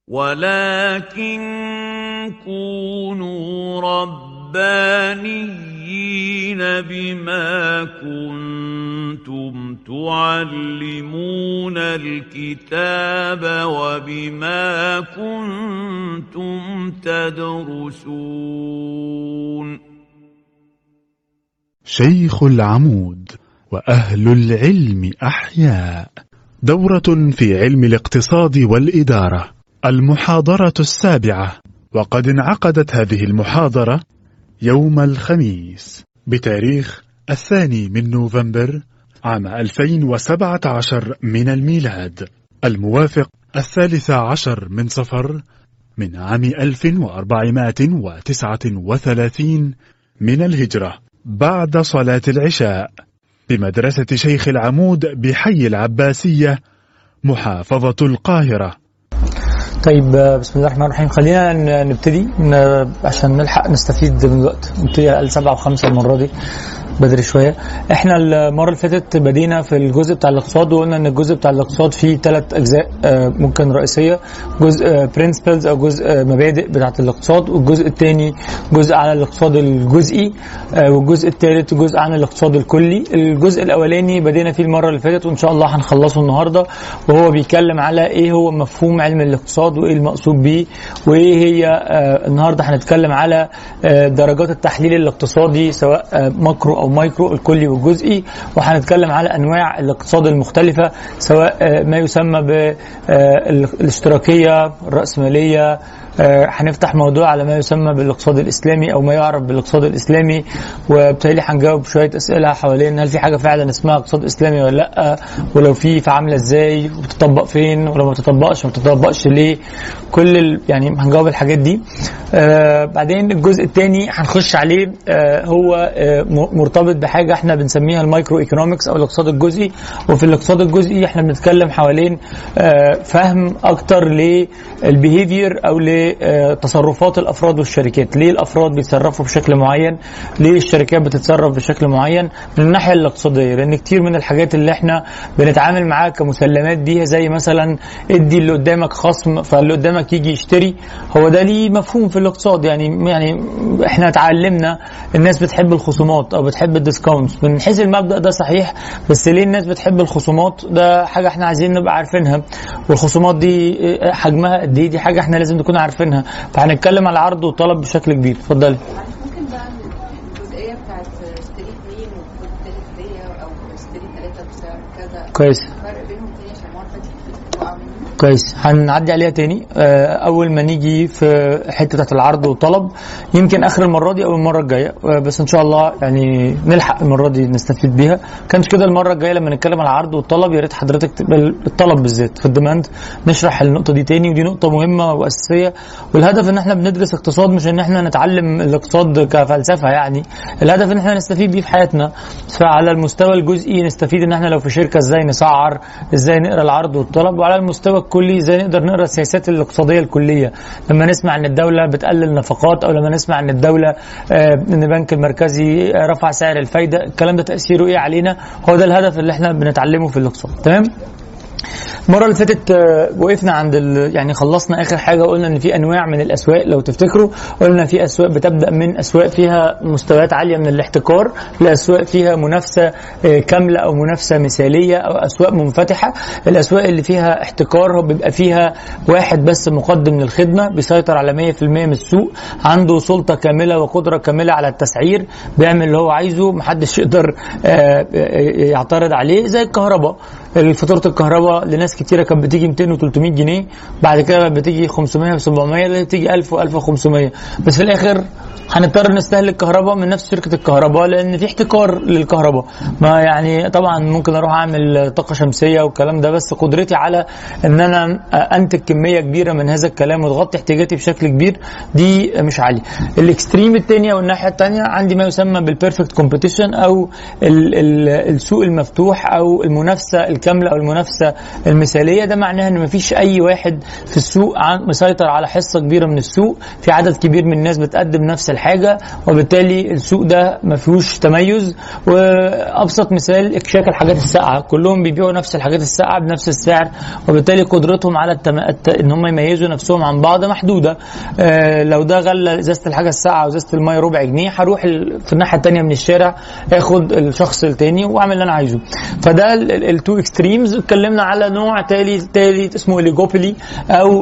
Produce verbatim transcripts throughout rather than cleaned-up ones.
ولكن كونوا ربانيين بما كنتم تعلمون الكتاب وبما كنتم تدرسون. شيخ العمود وأهل العلم أحياء، دورة في علم الاقتصاد والإدارة، المحاضرة السابعة، وقد انعقدت هذه المحاضرة يوم الخميس بتاريخ الثاني من نوفمبر عام ألفين وسبعة عشر من الميلاد، الموافق الثالث عشر من صفر من عام ألف وأربعمائة وتسعة وثلاثين من الهجرة، بعد صلاة العشاء، بمدرسة شيخ العمود بحي العباسية، محافظة القاهرة. طيب، بسم الله الرحمن الرحيم. خلينا نبتدي عشان نلحق نستفيد من الوقت. نبتدي السبعة وخمسة المرة دي بدري شوية. احنا المرة اللي فاتت بدينا في الجزء بتاع الاقتصاد، وقلنا ان الجزء بتاع الاقتصاد فيه ثلاث اجزاء ممكن رئيسية، جزء برينسبلز او جزء مبادئ بتاعة الاقتصاد، والجزء الثاني جزء على الاقتصاد الجزئي، والجزء الثالث جزء عن الاقتصاد الكلي. الجزء الاولاني بدينا فيه المرة اللي فاتت، وان شاء الله هنخلصه النهاردة، وهو بيتكلم على ايه هو مفهوم علم الاقتصاد وايه المقصود بيه، وايه هي النهاردة هنتكلم على درجات التحليل الاقتصادي سواء ماكرو او مايكرو، الكلي والجزئي، وهنتكلم على انواع الاقتصاد المختلفه سواء ما يسمى بالاشتراكيه، الرأسماليه. هنفتح موضوع على ما يسمى بالاقتصاد الاسلامي او ما يعرف بالاقتصاد الاسلامي، وبالتالي هنجاوب شويه اسئله حوالين هل في حاجه فعلا اسمها اقتصاد اسلامي ولا لا، ولو في فعامله ازاي، وبتطبق فين، ولو ما تطبقش ما تطبقش ليه. كل ال... يعني هنجاوب الحاجات دي. آه بعدين الجزء الثاني هنخش عليه آه هو آه مرتبط بحاجه احنا بنسميها المايكرو ايكونومكس او الاقتصاد الجزئي. وفي الاقتصاد الجزئي احنا بنتكلم حوالين آه فهم اكتر للبيهيفير او تصرفات الافراد والشركات. ليه الافراد بيتصرفوا بشكل معين، ليه الشركات بتتصرف بشكل معين من الناحيه الاقتصاديه. لان كتير من الحاجات اللي احنا بنتعامل معاها كمسلمات دي، زي مثلا ادي اللي قدامك خصم فاللي قدامك يجي يشتري، هو ده ليه مفهوم في الاقتصاد. يعني يعني احنا اتعلمنا الناس بتحب الخصومات او بتحب الديسكاونت، من حيث المبدا ده صحيح، بس ليه الناس بتحب الخصومات ده حاجه احنا عايزين نبقى عارفينها. والخصومات دي حجمها قد ايه، دي حاجه احنا لازم نكون عارفينها. فهنتكلم على العرض والطلب بشكل كبير. اتفضلي. ممكن بقى الجزئيه بتاعت اشتري اثنين وخد ثلاثه او اشتري ثلاثه بسعر كذا، كويس، الفرق بينهم تاني عشان المره اللي فاتت بتقع مني. كويس، هنعدي عليها تاني. اول ما نيجي في حته بتاعت العرض والطلب، يمكن اخر المره دي او المره الجايه، بس ان شاء الله يعني نلحق المره دي نستفيد بيها. كانش كده المره الجايه لما نتكلم على العرض والطلب، يا ريت حضرتك الطلب بالذات في الديماند نشرح النقطه دي تاني، ودي نقطه مهمه واساسيه. والهدف ان احنا بندرس اقتصاد مش ان احنا نتعلم الاقتصاد كفلسفه، يعني الهدف ان احنا نستفيد بيه في حياتنا. فعلى المستوى الجزئي نستفيد ان احنا لو في شركه ازاي نسعر، ازاي نقرا العرض والطلب، وعلى المستوى الكلي ازاي نقدر نقرا السياسات الاقتصاديه الكليه. لما نسمع ان الدوله بتقلل نفقات، او لما نسمع ان الدوله آه ان البنك المركزي رفع سعر الفايده، الكلام ده تاثيره ايه علينا؟ هو ده الهدف اللي احنا بنتعلمه في الاقتصاد. تمام. المره اللي فاتت وقفنا عند يعني خلصنا اخر حاجه، قلنا ان في انواع من الاسواق. لو تفتكروا قلنا في اسواق بتبدا من اسواق فيها مستويات عاليه من الاحتكار، لاسواق فيها منافسه كامله او منافسه مثاليه، او اسواق منفتحه. الاسواق اللي فيها احتكار بيبقى فيها واحد بس مقدم للخدمه بيسيطر على مية في المية من السوق، عنده سلطه كامله وقدره كامله على التسعير، بيعمل اللي هو عايزه، محدش يقدر يعترض عليه. زي الكهرباء، فاتوره الكهرباء لناس كتيره كانت بتيجي مئتين وثلاثمائة جنيه، بعد كده بتيجي خمسمائة وسبعمائة، اللي بتيجي ألف وألف وخمسمائة، بس في الاخر هنضطر نستهلك كهرباء من نفس شركه الكهرباء، لان في احتكار للكهرباء. ما يعني طبعا ممكن اروح اعمل طاقه شمسيه والكلام ده، بس قدرتي على ان انا انتج كميه كبيره من هذا الكلام وتغطي احتياجاتي بشكل كبير دي مش عاليه. الاكستريم الثانيه والناحيه الثانيه عندي ما يسمى بالبيرفكت كومبيتيشن، او ال ال السوق المفتوح، او المنافسه الكامله، او المنافسه المثاليه. ده معناها ان مفيش اي واحد في السوق مسيطر على حصه كبيره من السوق، في عدد كبير من الناس بتقدم نفس الحاجه، وبالتالي السوق ده ما فيهوش تميز. وابسط مثال اكشاك الحاجات الساقعه، كلهم بيبيعوا نفس الحاجات الساقعه بنفس السعر، وبالتالي قدرتهم على التم... الت... ان هم يميزوا نفسهم عن بعض محدوده. آه لو ده غلى ازازه الحاجه الساقعه وازازه الميه ربع جنيه، هروح ال... في الناحيه الثانيه من الشارع اخد الشخص الثاني واعمل اللي انا عايزه. فده التو اكستريمز. اتكلمنا على نوع تالي تالي اسمه اوليجوبولي او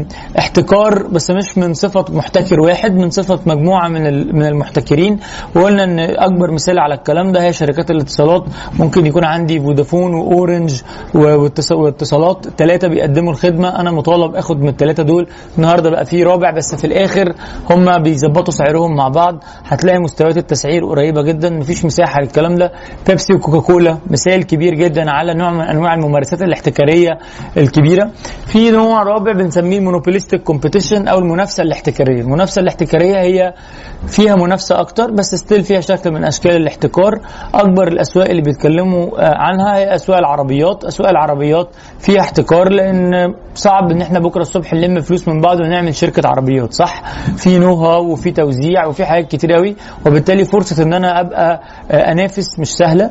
احتكار، بس مش من صفه محتكر واحد، من صفه مجموعه من من المحتكرين. وقلنا ان اكبر مثال على الكلام ده هي شركات الاتصالات. ممكن يكون عندي فودافون واورنج واتصالات، ثلاثه بيقدموا الخدمه، انا مطالب اخد من الثلاثه دول. النهارده بقى في رابع، بس في الاخر هم بيظبطوا سعرهم مع بعض. هتلاقي مستويات التسعير قريبه جدا، مفيش مساحه للكلام ده. بيبسي وكوكاكولا مثال كبير جدا على نوع من انواع الممارسات الاحتكاريه الكبيره. في نوع رابع بنسميه مونوبوليستيك كومبيتيشن او المنافسه الاحتكاريه. المنافسه الاحتكاريه هي فيها منافسه اكتر، بس ستيل فيها شكل من اشكال الاحتكار. اكبر الاسواق اللي بيتكلموا عنها هي اسواق العربيات. اسواق العربيات فيها احتكار، لان صعب ان احنا بكره الصبح نلم فلوس من بعض ونعمل شركه عربيات، صح؟ في نو هاو وفي توزيع وفي حاجات كتير قوي، وبالتالي فرصه ان انا ابقى انافس مش سهله.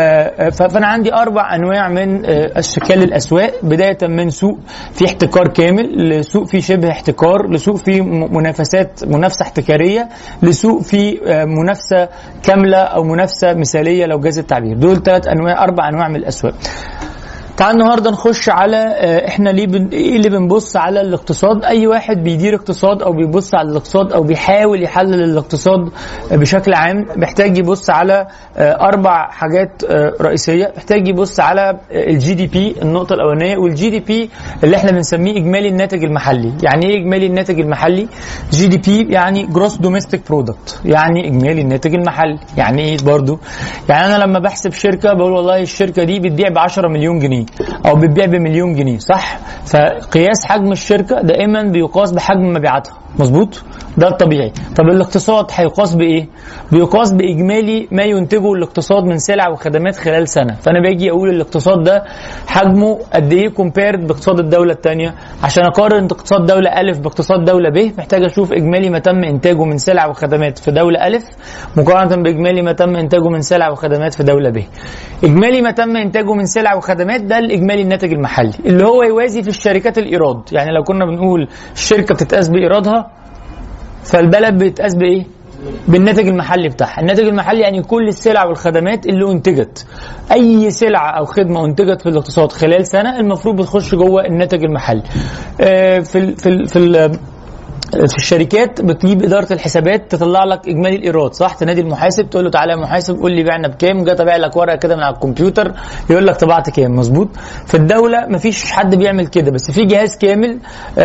فانا عندي اربع انواع من اشكال الاسواق، بدايه من سوق في احتكار كامل، لسوق في شبه احتكار، لسوق في منافسات منافسه احتكاريه، لسوق في منافسه كامله او منافسه مثاليه لو جاز التعبير. دول ثلاث انواع اربع انواع من الاسواق. تعال النهارده نخش على احنا ليه بن... ايه اللي بنبص على الاقتصاد. اي واحد بيدير اقتصاد او بيبص على الاقتصاد او بيحاول يحلل الاقتصاد بشكل عام محتاج يبص على اربع حاجات رئيسيه. محتاج يبص على الجي دي بي النقطه الاولانيه، والجي دي بي اللي احنا بنسميه اجمالي الناتج المحلي. يعني ايه اجمالي الناتج المحلي؟ جي دي بي يعني جروس دوميستيك برودكت، يعني اجمالي الناتج المحلي. يعني ايه برضو؟ يعني انا لما بحسب شركه بقول والله الشركه دي بتبيع ب عشرة مليون جنيه او بتبيع بمليون جنيه، صح؟ فقياس حجم الشركه دائما بيقاس بحجم مبيعاتها، مظبوط؟ ده الطبيعي. طب الاقتصاد هيقاس بايه؟ بيقاس باجمالي ما ينتجه الاقتصاد من سلع وخدمات خلال سنه. فانا باجي اقول الاقتصاد ده حجمه قد ايه كومبيرد باقتصاد الدوله الثانيه. عشان اقارن اقتصاد دوله الف باقتصاد دوله ب محتاج اشوف اجمالي ما تم انتاجه من سلع وخدمات في دوله الف مقارنه باجمالي ما تم انتاجه من سلع وخدمات في دوله ب. اجمالي ما تم انتاجه من سلع وخدمات ده الاجمالي الناتج المحلي، اللي هو يوازي في الشركات الايراد. يعني لو كنا بنقول الشركه بتتقاس بايرادها، فالبلد بيتقاس بايه؟ بالناتج المحلي بتاعها. الناتج المحلي يعني كل السلع والخدمات اللي انتجت. اي سلعه او خدمه انتجت في الاقتصاد خلال سنه المفروض بتخش جوه الناتج المحلي. آه في ال في ال في ال في الشركات بتجيب اداره الحسابات تطلع لك اجمالي الايراد، صح؟ تنادي المحاسب تقول له تعالى يا محاسب قول لي بعنا بكام، جه طابع لك ورقه كده من على الكمبيوتر يقول لك طبعت كام، مظبوط؟ في الدوله مفيش حد بيعمل كده، بس في جهاز كامل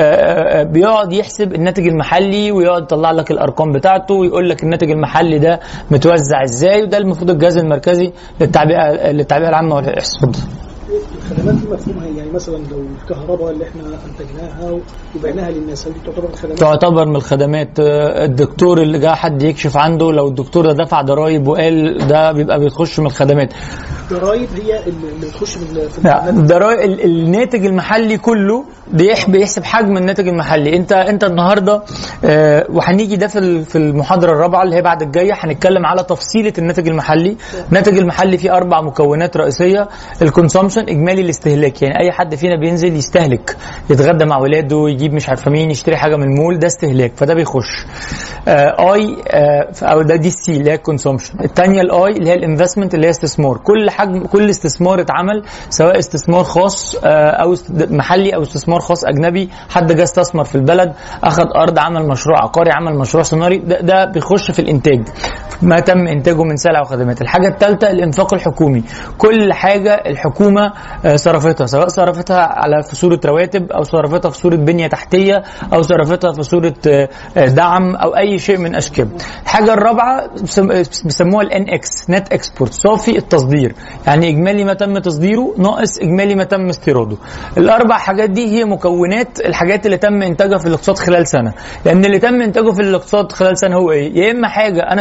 بيقعد يحسب الناتج المحلي ويقعد يطلع لك الارقام بتاعته ويقول لك الناتج المحلي ده متوزع ازاي، وده المفروض الجهاز المركزي للتعبئه للتعبئه العامه والاحصاء. الخدمات دي مفهومها يعني مثلا لو الكهرباء اللي احنا انتجناها وبعناها للناس هل دي تعتبر من الخدمات؟ تعتبر من الخدمات. الدكتور اللي جاء حد يكشف عنده لو الدكتور ده دفع ضرائب وقال ده بيبقى بيخش من الخدمات. الضرائب هي اللي بتخش من الضرائب. الناتج المحلي كله بيحسب حجم الناتج المحلي. انت انت النهارده اه وهنيجي ده في في المحاضره الرابعه اللي هي بعد الجايه هنتكلم على تفصيله الناتج المحلي. الناتج المحلي فيه اربع مكونات رئيسيه. الكونسومشن اجمالي الاستهلاك، يعني اي حد فينا بينزل يستهلك، يتغدى مع ولاده، يجيب مش عارفه مين، يشتري حاجه من المول، ده استهلاك فده بيخش. اه اي اه او ده دي سي اللي هي الكونسومشن. الثانيه الاي اللي هي الانفستمنت اللي هي استثمار. كل حجم كل استثمار اتعمل سواء استثمار خاص اه او محلي او استثمار خاص اجنبي، حد جه استثمر في البلد، اخذ ارض، عمل مشروع عقاري، عمل مشروع صناعي، ده, ده بيخش في الانتاج ما تم انتاجه من سلع وخدمات. الحاجه الثالثه الانفاق الحكومي. كل حاجه الحكومه صرفتها، سواء صرفتها على في صوره رواتب او صرفتها في صوره بنيه تحتيه او صرفتها في صوره دعم او اي شيء من اشكال. الحاجه الرابعه بيسموها الان اكس نت اكسبورت، صافي التصدير، يعني اجمالي ما تم تصديره ناقص اجمالي ما تم استيراده. الاربع حاجات دي هي مكونات الحاجات اللي تم انتاجها في الاقتصاد خلال سنه. لان اللي تم انتاجه في الاقتصاد خلال سنه هو ايه؟ يا اما حاجه انا استهلكتها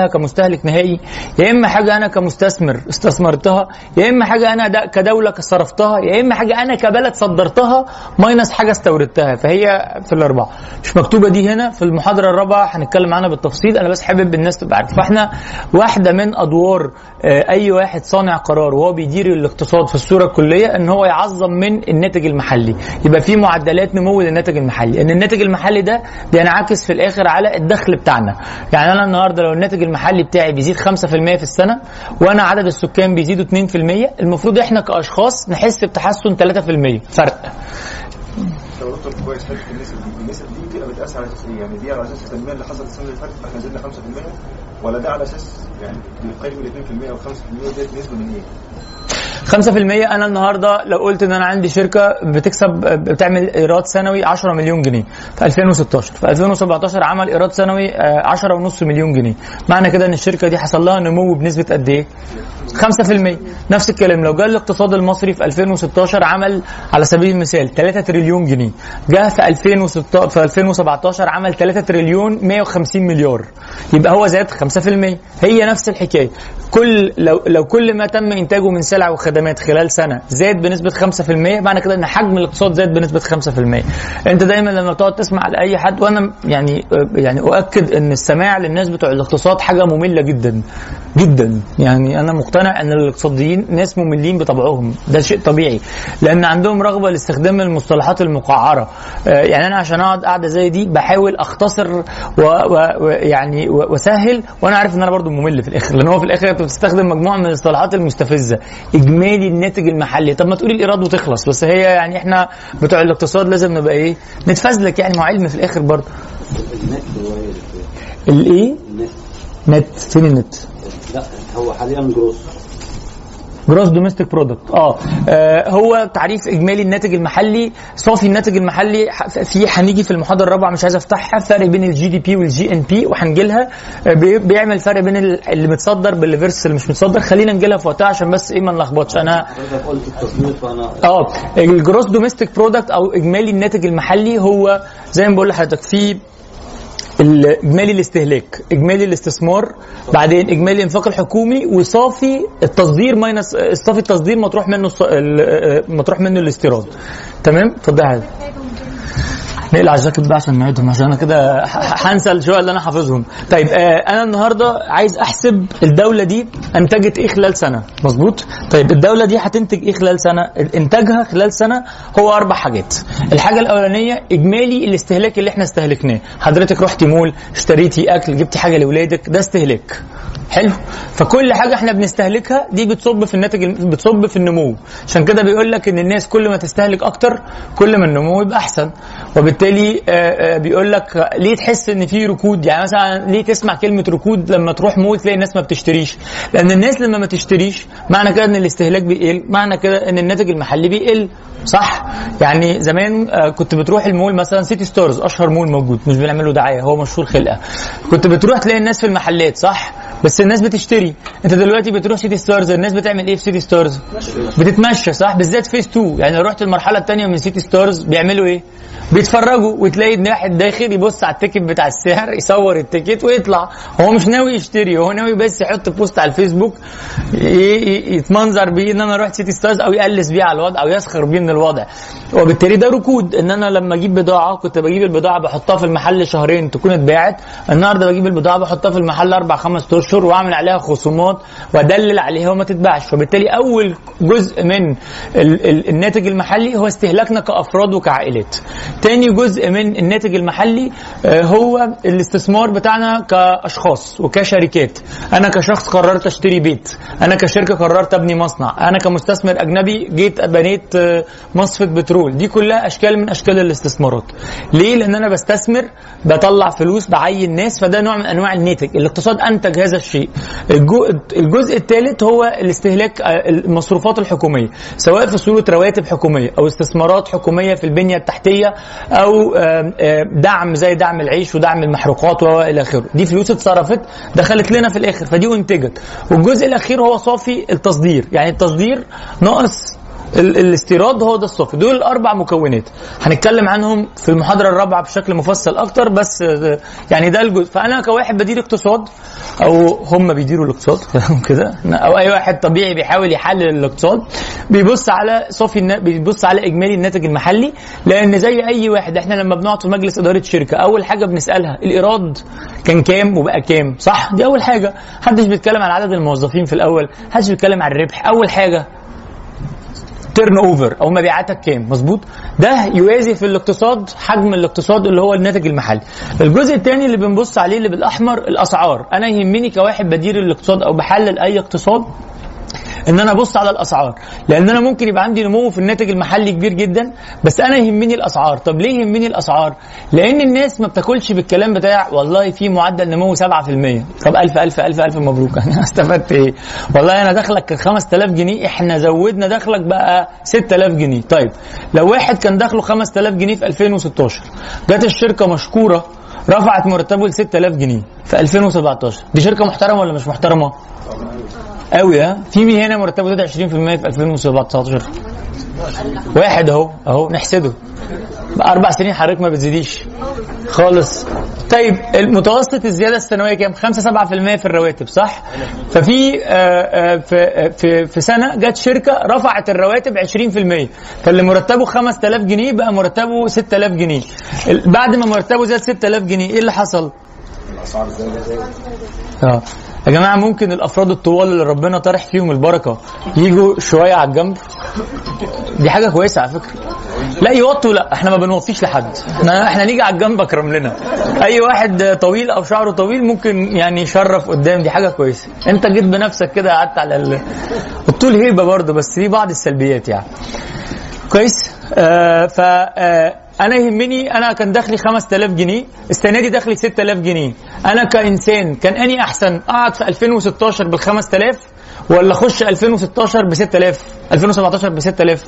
استهلكتها كمستهلك نهائي، يا اما حاجه انا كمستثمر استثمرتها، يا اما حاجه انا كدوله صرفتها، يا اما حاجه انا كبلد صدرتها ماينس حاجه استوردتها. فهي في الاربعه مش مكتوبه دي هنا. في المحاضره الرابعه هنتكلم عنها بالتفصيل، انا بس حابب الناس تبقى عارفه. فاحنا واحده من ادوار اي واحد صانع قرار وهو بيدير الاقتصاد في الصوره الكليه ان هو يعظم من الناتج المحلي، يبقى في معدلات نمو للناتج المحلي، ان الناتج المحلي ده بينعكس في الاخر على الدخل بتاعنا. يعني انا النهارده لو الناتج المحلي بتاعي بيزيد خمسة في المية في السنه وانا عدد السكان بيزيدوا اتنين في المية، المفروض احنا كاشخاص نحس بتحسن ثلاثة في المية فرق. دكتور كويس. حته النسب دي النسب دي بتبقى بتقاس على اساس ايه؟ يعني دي على اساس التنميه اللي حصلت السنه اللي فاتت احنا زدنا خمسة في المية، ولا ده على اساس يعني بيقيم ال اتنين في المية او خمسة في المية ديت نسبه من ايه؟ خمسة في المية انا النهارده لو قلت ان انا عندي شركه بتكسب بتعمل ايراد سنوي عشرة مليون جنيه في ألفين وستاشر، في ألفين وسبعتاشر عمل ايراد سنوي عشرة ونص مليون جنيه، معنى كده ان الشركه دي حصل لها نمو بنسبه قد ايه؟ خمسة في المية. نفس الكلام لو جاء الاقتصاد المصري في ألفين وستاشر عمل على سبيل المثال ثلاثة تريليون جنيه، جاء في ألفين وستة في ألفين وسبعتاشر عمل ثلاثة تريليون مية وخمسين مليار، يبقى هو زاد خمسة في المية. هي نفس الحكايه، كل لو لو كل ما تم انتاجه من سلع وخدمات خلال سنه زاد بنسبه خمسة في المية، معنى كده ان حجم الاقتصاد زاد بنسبه خمسة في المية. انت دايما لما تقعد تسمع لاي حد، وانا يعني يعني اؤكد ان السماع للناس بتوع الاقتصاد حاجه ممله جدا جدا، يعني انا مقتنع ان الاقتصاديين ناس مملين بطبعهم، ده شيء طبيعي لان عندهم رغبه لاستخدام المصطلحات المقعره. يعني انا عشان اقعد قاعده زي دي بحاول اختصر ويعني واسهل، وانا عارف ان انا برضو ممل في الاخر، لان هو في الاخر بتستخدم مجموعه من الاصطلاحات المستفزه. اجمالي الناتج المحلي، طب ما تقولي الايراد وتخلص، بس هي يعني احنا بتوع الاقتصاد لازم نبقى ايه نتفزلك، يعني مع علم في الاخر برضو. الايه نت فين النت؟ لا هو حاليا جروس جروس دوميستيك برودكت. اه هو تعريف اجمالي الناتج المحلي، صافي الناتج المحلي. في هنيجي في المحاضره الرابعه مش عايز افتحها، فرق بين الجي دي بي والجي ان بي، وهنجي لها بيعمل فرق بين اللي متصدر بالفيرس اللي مش متصدر. خلينا نجي لها في وقتها عشان بس ايه ما نلخبطش. انا قلت التصنيف وانا اه الجروس دوميستيك برودكت او اجمالي الناتج المحلي هو زي ما بقول لحضرتك في اجمالي الاستهلاك، اجمالي الاستثمار، بعدين اجمالي الانفاق الحكومي، وصافي التصدير ماينس صافي التصدير مطروح منه مطروح منه الاستيراد. تمام. اتفضل يا نقلع الجاكيت بقى عشان نعيدهم، عشان انا كده هنسى شويه اللي انا حافظهم. طيب آه انا النهارده عايز احسب الدوله دي انتجت ايه خلال سنه، مظبوط؟ طيب الدوله دي هتنتج ايه خلال سنه؟ انتاجها خلال سنه هو اربع حاجات. الحاجه الاولانيه اجمالي الاستهلاك اللي احنا استهلكناه. حضرتك رحتي مول، اشتريتي اكل، جبتي حاجه لاولادك، ده استهلاك. حلو. فكل حاجه احنا بنستهلكها دي بتصب في الناتج، بتصب في النمو. عشان كده بيقول لك ان الناس كل ما تستهلك اكتر كل ما النمو يبقى احسن. وبالتالي بيقول لك ليه تحس ان في ركود، يعني مثلا ليه تسمع كلمه ركود لما تروح مول تلاقي الناس ما بتشتريش؟ لان الناس لما ما تشتريش معنى كده ان الاستهلاك بيقل، معنى كده ان الناتج المحلي بيقل. صح؟ يعني زمان كنت بتروح المول مثلا سيتي ستارز اشهر مول موجود، مش بنعمله دعايه، هو مشهور خلقه. كنت بتروح تلاقي الناس في المحلات، صح؟ بس الناس بتشتري. انت دلوقتي بتروح سيتي ستارز، الناس بتعمل ايه في سيتي ستارز؟ بتتمشى، صح؟ بالذات فيس اتنين. يعني لو رحت المرحله الثانيه من سيتي ستارز بيعملوا ايه؟ بيتفرجوا، وتلاقي ان واحد داخل يبص على التيكت بتاع السعر، يصور التيكت ويطلع. هو مش ناوي يشتري، هو ناوي بس يحط بوست على الفيسبوك يتمنظر بيه ان انا رحت سيتي ستارز، او يقلس بيه على الوضع، او يسخر بيه من الوضع. وبالتالي ده ركود. ان انا لما اجيب بضاعه كنت بجيب البضاعه بحطها في المحل شهرين تكون اتباعت، النهارده بجيب البضاعه بحطها في المحل اربع خمس اشهر واعمل عليها خصومات وادلل عليها وما تتباعش. فبالتالي اول جزء من ال- ال- الناتج المحلي هو استهلاكنا كافراد وكعائلات. تاني جزء من الناتج المحلي هو الاستثمار بتاعنا كاشخاص وكشركات. انا كشخص قررت اشتري بيت، انا كشركه قررت ابني مصنع، انا كمستثمر اجنبي جيت بنيت مصفة بترول. دي كلها اشكال من اشكال الاستثمارات. ليه؟ لان انا بستثمر، بطلع فلوس، بعين ناس، فده نوع من انواع الناتج. الاقتصاد انتج هذا الشيء. الجزء الثالث هو الاستهلاك، المصروفات الحكوميه، سواء في صوره رواتب حكوميه او استثمارات حكوميه في البنيه التحتيه او دعم زي دعم العيش ودعم المحروقات والى اخره. دي فلوس اتصرفت دخلت لنا في الاخر، فدي انتجت. والجزء الاخير هو صافي التصدير، يعني التصدير ناقص الاستيراد هو ده الصافي. دول الاربع مكونات هنتكلم عنهم في المحاضره الرابعه بشكل مفصل اكتر، بس يعني ده الجزء. فانا كواحد بدير اقتصاد او هم بيديروا الاقتصاد كده، او اي واحد طبيعي بيحاول يحلل الاقتصاد، بيبص على صافي، بيبص على اجمالي الناتج المحلي. لان زي اي واحد احنا لما بنقعد في مجلس اداره شركه اول حاجه بنسالها الايراد كان كام وبقى كام، صح؟ دي اول حاجه. محدش بيتكلم على عدد الموظفين في الاول، محدش بيتكلم على الربح. اول حاجه تيرن اوفر او مبيعاتك كام، مظبوط؟ ده يوازي في الاقتصاد حجم الاقتصاد اللي هو الناتج المحلي. الجزء الثاني اللي بنبص عليه اللي بالاحمر الاسعار. انا يهمني كواحد بدير الاقتصاد او بحلل اي اقتصاد ان انا ابص على الاسعار، لان انا ممكن يبقى عندي نمو في الناتج المحلي كبير جدا بس انا يهمني الاسعار. طب ليه يهمني الاسعار؟ لان الناس ما بتاكلش بالكلام بتاع والله في معدل نمو سبعة في المية. طب الف الف الف الف مبروك، انا استفدت ايه؟ والله انا دخلك كان خمسة آلاف جنيه، احنا زودنا دخلك بقى ستة آلاف جنيه. طيب لو واحد كان دخله خمسة آلاف جنيه في ألفين وستاشر، جت الشركه مشكوره رفعت مرتبه ل ستة آلاف جنيه في ألفين وسبعتاشر، دي شركه محترمه ولا مش محترمه؟ قوي. ها في مين هنا مرتبه زاد عشرين في المية في ألفين وسبعتاشر؟ واحد اهو اهو نحسده اربع سنين حضرتك ما بتزيديش خالص. طيب المتوسط الزياده السنويه كام؟ خمسة سبعة في المية في الرواتب، صح؟ ففي آآ آآ في في في سنه جت شركه رفعت الرواتب عشرين في المية، فاللي مرتبه خمسة آلاف جنيه بقى مرتبه ستة آلاف جنيه. بعد ما مرتبه زاد ستة آلاف جنيه ايه اللي حصل؟ الاسعار زادت. اه يا جماعه ممكن الافراد الطوال اللي ربنا طارح فيهم البركه يجوا شويه على الجنب؟ دي حاجه كويسه على فكره. لا يوطوا، لا احنا ما بنوطيش لحد، احنا احنا نيجي على الجنب اكرم لنا. اي واحد طويل او شعره طويل ممكن يعني يشرف قدام، دي حاجه كويسه. انت جيت بنفسك كده قعدت على ال... الطول هيبه برضه، بس في بعض السلبيات يعني. كويس. آه ف آه انا يهمني انا كان دخلي خمسة آلاف جنيه، السنه دي دخلي ستة آلاف جنيه. انا كانسان كان اني احسن اقعد في ألفين وستاشر بال خمسة آلاف ولا اخش ألفين وستاشر ب ستة آلاف؟ ألفين وسبعتاشر ب ستة آلاف؟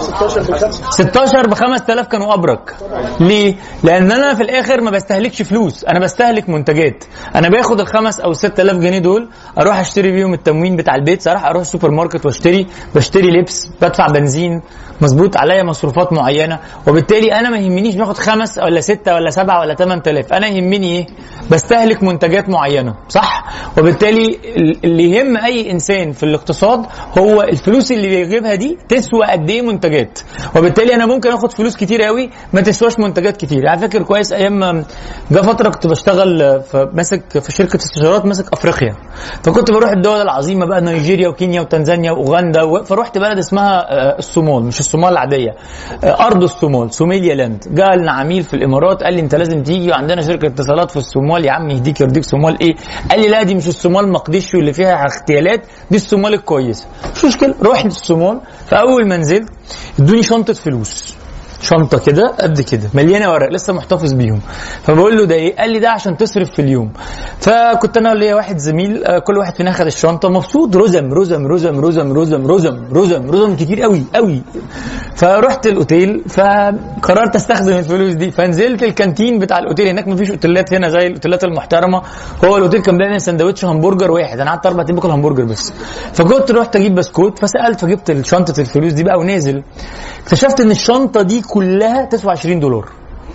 ستاشر ب خمسة آلاف كانوا ابرك. ليه؟ لان انا في الاخر ما بستهلكش فلوس، انا بستهلك منتجات. انا باخد الخمس او ستة آلاف جنيه دول اروح اشتري بيهم التموين بتاع البيت، صراحه اروح السوبر ماركت واشتري، بشتري لبس، بدفع بنزين، مظبوط، عليا مصروفات معينه. وبالتالي انا ما يهمنيش باخد خمس ولا ستة ولا سبعة ولا ثمانية آلاف، انا يهمني ايه؟ بستهلك منتجات معينه، صح؟ وبالتالي اللي يهم اي انسان في الاقتصاد هو الفلوس اللي بيجيبها دي تسوى قد ايه منتجات. وبالتالي انا ممكن اخد فلوس كتير قوي ما تسواش منتجات كتير. يعني فاكر كويس ايام جه فتره كنت بشتغل في ماسك في شركه استشارات ماسك افريقيا، فكنت بروح الدول العظيمه بقى نيجيريا وكينيا وتنزانيا واوغندا، فروحت بلد اسمها الصومال، مش الصومال العاديه، ارض الصومال، سوماليا لاند. جاء لنا عميل في الامارات قال لي انت لازم تيجي وعندنا شركه اتصالات في الصومال. يا عم يهديك يرضيك، صومال ايه؟ قال لي لا دي مش الصومال مقديشو اللي فيها اغتيالات، دي الصومال الكويسه. مش مشكله، رحت الصومال. فاول ما نزلت ادوني شنطه فلوس، شنطه كده قد كده مليانه ورق لسه محتفظ بيهم. فبقول له ده ايه؟ قال لي ده عشان تصرف في اليوم. فكنت انا وليا واحد زميل، كل واحد فينا اخذ الشنطه مبسوط، رزم رزم رزم رزم رزم رزم رزم رزم كتير قوي قوي. فرحت الاوتيل فقررت استخدم الفلوس دي، فنزلت الكانتين بتاع الاوتيل. هناك مفيش اوتيلات هنا زي الاوتيلات المحترمه، هو الاوتيل كان بيعمل سندوتش همبرجر واحد، انا قعدت اربع ايام باكل همبرجر بس. فكنت رحت اجيب بسكوت، فسالت فجبت شنطه الفلوس دي بقى ونازل، اكتشفت ان الشنطه دي كلها تسوى عشرين دولار.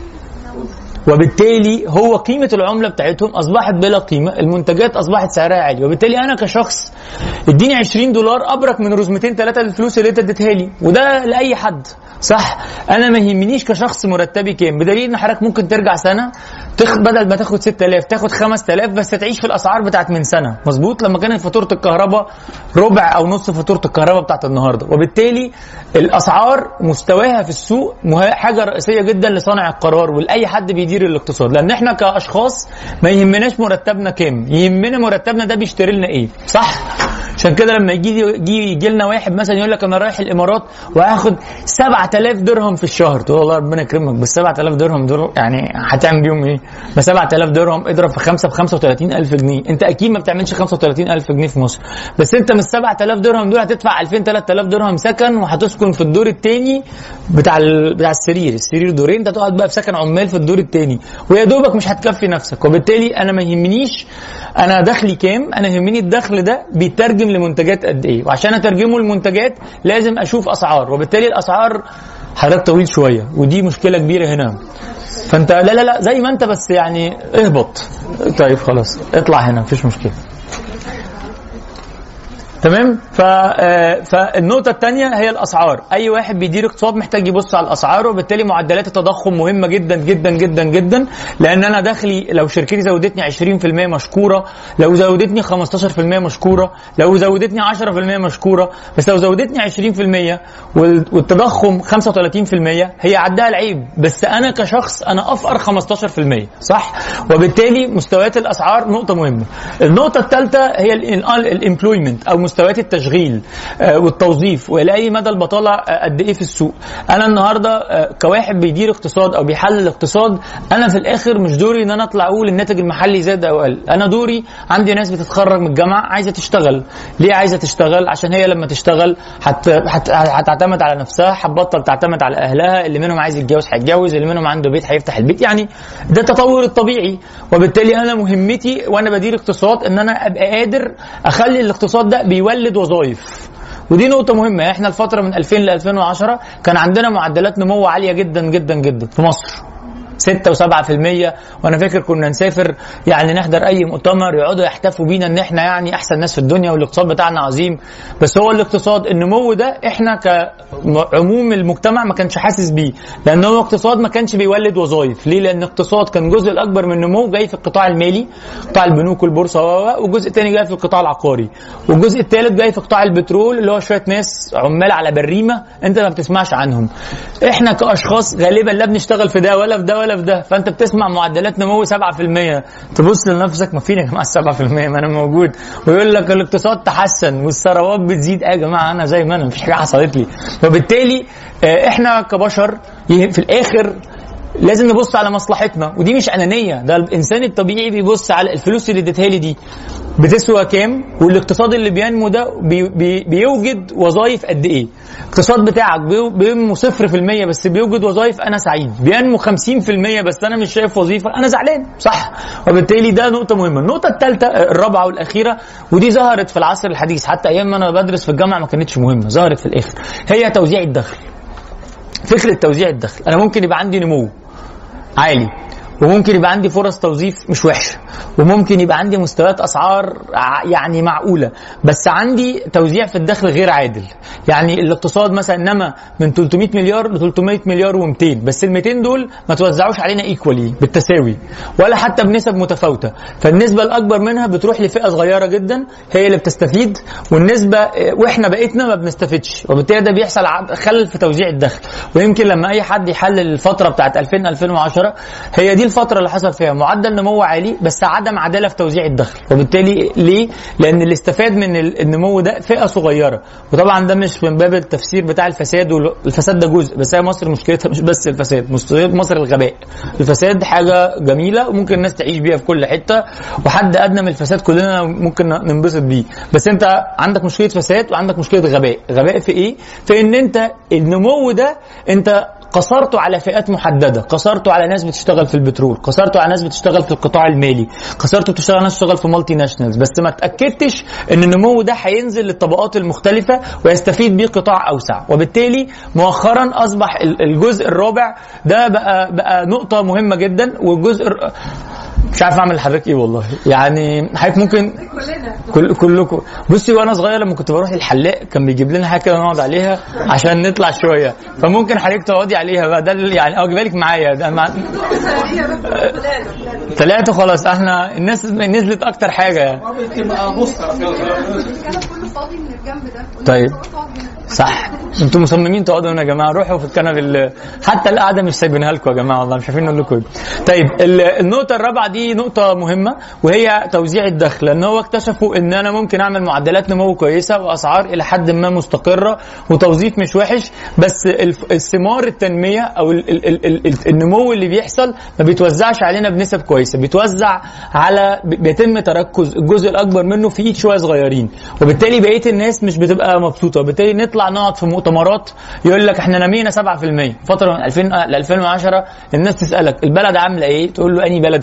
وبالتالي هو قيمة العملة بتاعتهم أصبحت بلا قيمة، المنتجات أصبحت سعرها عالي. وبالتالي أنا كشخص اديني عشرين دولار أبرك من رزمتين ثلاثة للفلوس اللي أنت اديتها لي، وده لأي حد، صح؟ أنا ما يهمنيش كشخص مرتبي كام، بدليل إن حضرتك ممكن ترجع سنة تخ... بدل ما تاخد ستة آلاف تاخد خمسة آلاف بس تعيش في الأسعار بتاعت من سنة، مظبوط؟ لما كانت فاتورة الكهرباء ربع أو نص فاتورة الكهرباء بتاعت النهاردة. وبالتالي الأسعار مستواها في السوق حاجة رئيسية جدا لصانع القرار ولأي حد بيدير الاقتصاد، لأن احنا كأشخاص ما يهمناش مرتبنا كام، يهمنا مرتبنا ده بيشتري لنا ايه، صح؟ عشان كده لما يجي يجي يجي لنا واحد مثلا يقول لك انا رايح الامارات وهاخد سبعة آلاف درهم في الشهر، تقول والله ربنا يكرمك، بس سبعة آلاف درهم دول يعني هتعمل بيهم ايه؟ بس سبعة آلاف درهم اضرب في خمسة ب خمسة وثلاثين ألف جنيه، انت اكيد ما بتعملش خمسة وثلاثين ألف جنيه في مصر، بس انت من سبعة آلاف درهم دول هتدفع ألفين ثلاثة آلاف درهم سكن، وهتسكن في الدور الثاني بتاع ال... بتاع السرير، السرير دورين، انت تقعد بقى في سكن عمال في الدور الثاني، ويا دوبك مش هتكفي نفسك. وبالتالي انا ما يهمنيش انا دخلي كام، انا يهمني الدخل ده بيترجم لمنتجات قد ايه، وعشان اترجمه لمنتجات لازم اشوف اسعار، وبالتالي الاسعار حضرتك طويل شويه، ودي مشكله كبيره هنا. فانت لا لا لا زي ما انت بس يعني اهبط. طيب خلاص اطلع هنا مفيش مشكله. تمام. ف... فالنقطة الثانية هي الأسعار. أي واحد بيدير اقتصاد محتاج يبص على الأسعار، وبالتالي معدلات التضخم مهمة جدا جدا جدا جدا، لأن أنا دخلي لو شركتي زودتني عشرين في المية مشكورة، لو زودتني خمستاشر في المية مشكورة، لو زودتني عشرة في المية مشكورة، بس لو زودتني عشرين في المية والتضخم خمسة وثلاثين في المية هي عدها العيب، بس أنا كشخص أنا أفقر خمستاشر في المية صح؟ وبالتالي مستويات الأسعار نقطة مهمة. النقطة الثالثة هي الامبلويمنت أو مستويات التشغيل والتوظيف، والى اي مدى البطاله قد ايه في السوق. انا النهارده كواحد بيدير اقتصاد او بيحلل اقتصاد، انا في الاخر مش دوري ان انا اطلع اقول الناتج المحلي زاد او قل، انا دوري عندي ناس بتتخرج من الجامعه عايزه تشتغل. ليه عايزه تشتغل؟ عشان هي لما تشتغل هت... هت... هتعتمد على نفسها، هتبطل تعتمد على اهلها، اللي منهم عايز يتجوز هيتجوز، اللي منهم عنده بيت هيفتح البيت، يعني ده التطور الطبيعي. وبالتالي انا مهمتي وانا بدير اقتصاد ان انا ابقى قادر اخلي الاقتصاد ده بيولد وظائف، ودي نقطة مهمة. احنا الفترة من ألفين ل ألفين وعشرة كان عندنا معدلات نمو عالية جدا جدا جدا في مصر، ستة وسبعة في المية، وانا فاكر كنا نسافر يعني نحضر اي مؤتمر يقعدوا يحتفوا بينا ان احنا يعني احسن ناس في الدنيا والاقتصاد بتاعنا عظيم. بس هو الاقتصاد النمو ده احنا كعموم المجتمع ما كانش حاسس بيه، لان هو اقتصاد ما كانش بيولد وظائف. ليه؟ لان الاقتصاد كان جزء الاكبر من النمو جاي في القطاع المالي، قطاع البنوك والبورصه، وجزء تاني جاي في القطاع العقاري، والجزء الثالث جاي في قطاع البترول اللي هو شويه ناس عمال على بريمه انت ما بتسمعش عنهم. احنا كاشخاص غالبا لا بنشتغل في ده ولا في ده ولا في ده، فانت بتسمع معدلات نمو سبعة في المية، تبص لنفسك ما فين يا جماعه سبعة في المية ما انا موجود، ويقول لك الاقتصاد تحسن والثروات بتزيد. ايه يا جماعه انا زي ما انا مفيش حاجه حصلت لي. وبالتالي احنا كبشر في الاخر لازم نبص على مصلحتنا، ودي مش انانيه، ده الانسان الطبيعي بيبص على الفلوس اللي اديتها لي دي بتسوى كام، والاقتصاد اللي بينمو ده بي بي بيوجد وظائف قد ايه. الاقتصاد بتاعك بينمو صفر في المية بس بيوجد وظائف انا سعيد، بينمو خمسين في المية بس انا مش شايف وظيفه انا زعلان صح. وبالتالي ده نقطه مهمه. النقطه الثالثه الرابعه والاخيره، ودي ظهرت في العصر الحديث حتى ايام ما انا بدرس في الجامعه ما كانتش مهمه، ظهرت في الاخر، هي توزيع الدخل. فكره توزيع الدخل، انا ممكن يبقى عندي نمو عالي، وممكن يبقى عندي فرص توظيف مش وحشه، وممكن يبقى عندي مستويات اسعار يعني معقوله، بس عندي توزيع في الدخل غير عادل. يعني الاقتصاد مثلا نما من ثلاثمية مليار ل ثلاثمية مليار ومئتين، بس ال مئتين دول ما توزعوش علينا ايكوالي بالتساوي ولا حتى بنسب متفاوته، فالنسبه الاكبر منها بتروح لفئه صغيره جدا هي اللي بتستفيد، والنسبه واحنا بقيتنا ما بنستفيدش، وبالتالي ده بيحصل خلل في توزيع الدخل. ويمكن لما اي حد يحلل الفتره بتاعت ألفين ألفين وعشرة هي دي الفتره اللي حصل فيها معدل نمو عالي بس عدم عداله في توزيع الدخل. وبالتالي ليه؟ لان اللي استفاد من النمو ده فئه صغيره، وطبعا ده مش من باب التفسير بتاع الفساد، والفساد ده جزء، بس هي مصر مشكلتها مش بس الفساد، مصر الغباء. الفساد حاجه جميله وممكن الناس تعيش بيها في كل حته، وحد ادنى من الفساد كلنا ممكن ننبسط بيه، بس انت عندك مشكله فساد وعندك مشكله غباء. غباء في ايه؟ في ان انت النمو ده انت قصرته على فئات محدده، قصرته على ناس بتشتغل في البترول، قصرته على ناس بتشتغل في القطاع المالي، قصرته بتشتغل على ناس بتشتغل في مالتي ناشونالز، بس ما تاكدتش ان النمو ده هينزل للطبقات المختلفه ويستفيد بيه قطاع اوسع. وبالتالي مؤخرا اصبح الجزء الرابع ده بقى بقى نقطه مهمه جدا، والجزء مش عارف اعمل لحضرتك ايه والله، يعني حضرتك ممكن كل كلكم بصي، وانا صغير لما كنت بروح للحلاق كان بيجيب لنا حاجه كده نقعد عليها عشان نطلع شويه، فممكن حضرتك تقعدي عليها بقى، ده يعني او اجيبها لك معايا ده مع... ثلاثه خلاص احنا الناس نزلت اكتر حاجه يعني. طيب صح، انتوا مصممين تقعدوا هنا يا جماعه، روحوا في الكنبه، حتى القعده مش سايبينها لكم يا جماعه والله، مش عارفين نقول لكم. طيب النقطه الرابعه دي نقطه مهمه، وهي توزيع الدخل، لان هو اكتشفوا ان انا ممكن اعمل معدلات نمو كويسه واسعار الى حد ما مستقره وتوظيف مش وحش، بس الثمار التنميه او النمو اللي بيحصل ما بيتوزعش علينا بنسب كويسه، بيتوزع على بيتم تركز الجزء الاكبر منه في ايد شويه صغيرين، وبالتالي بقيه الناس مش بتبقى مبسوطه. وبالتالي نطلع نقعد في مؤتمرات يقول لك احنا نمينا سبعة في المية فتره من ألفين ل ألفين وعشرة، الناس تسالك البلد عامله ايه، تقول له انهي بلد فيهم؟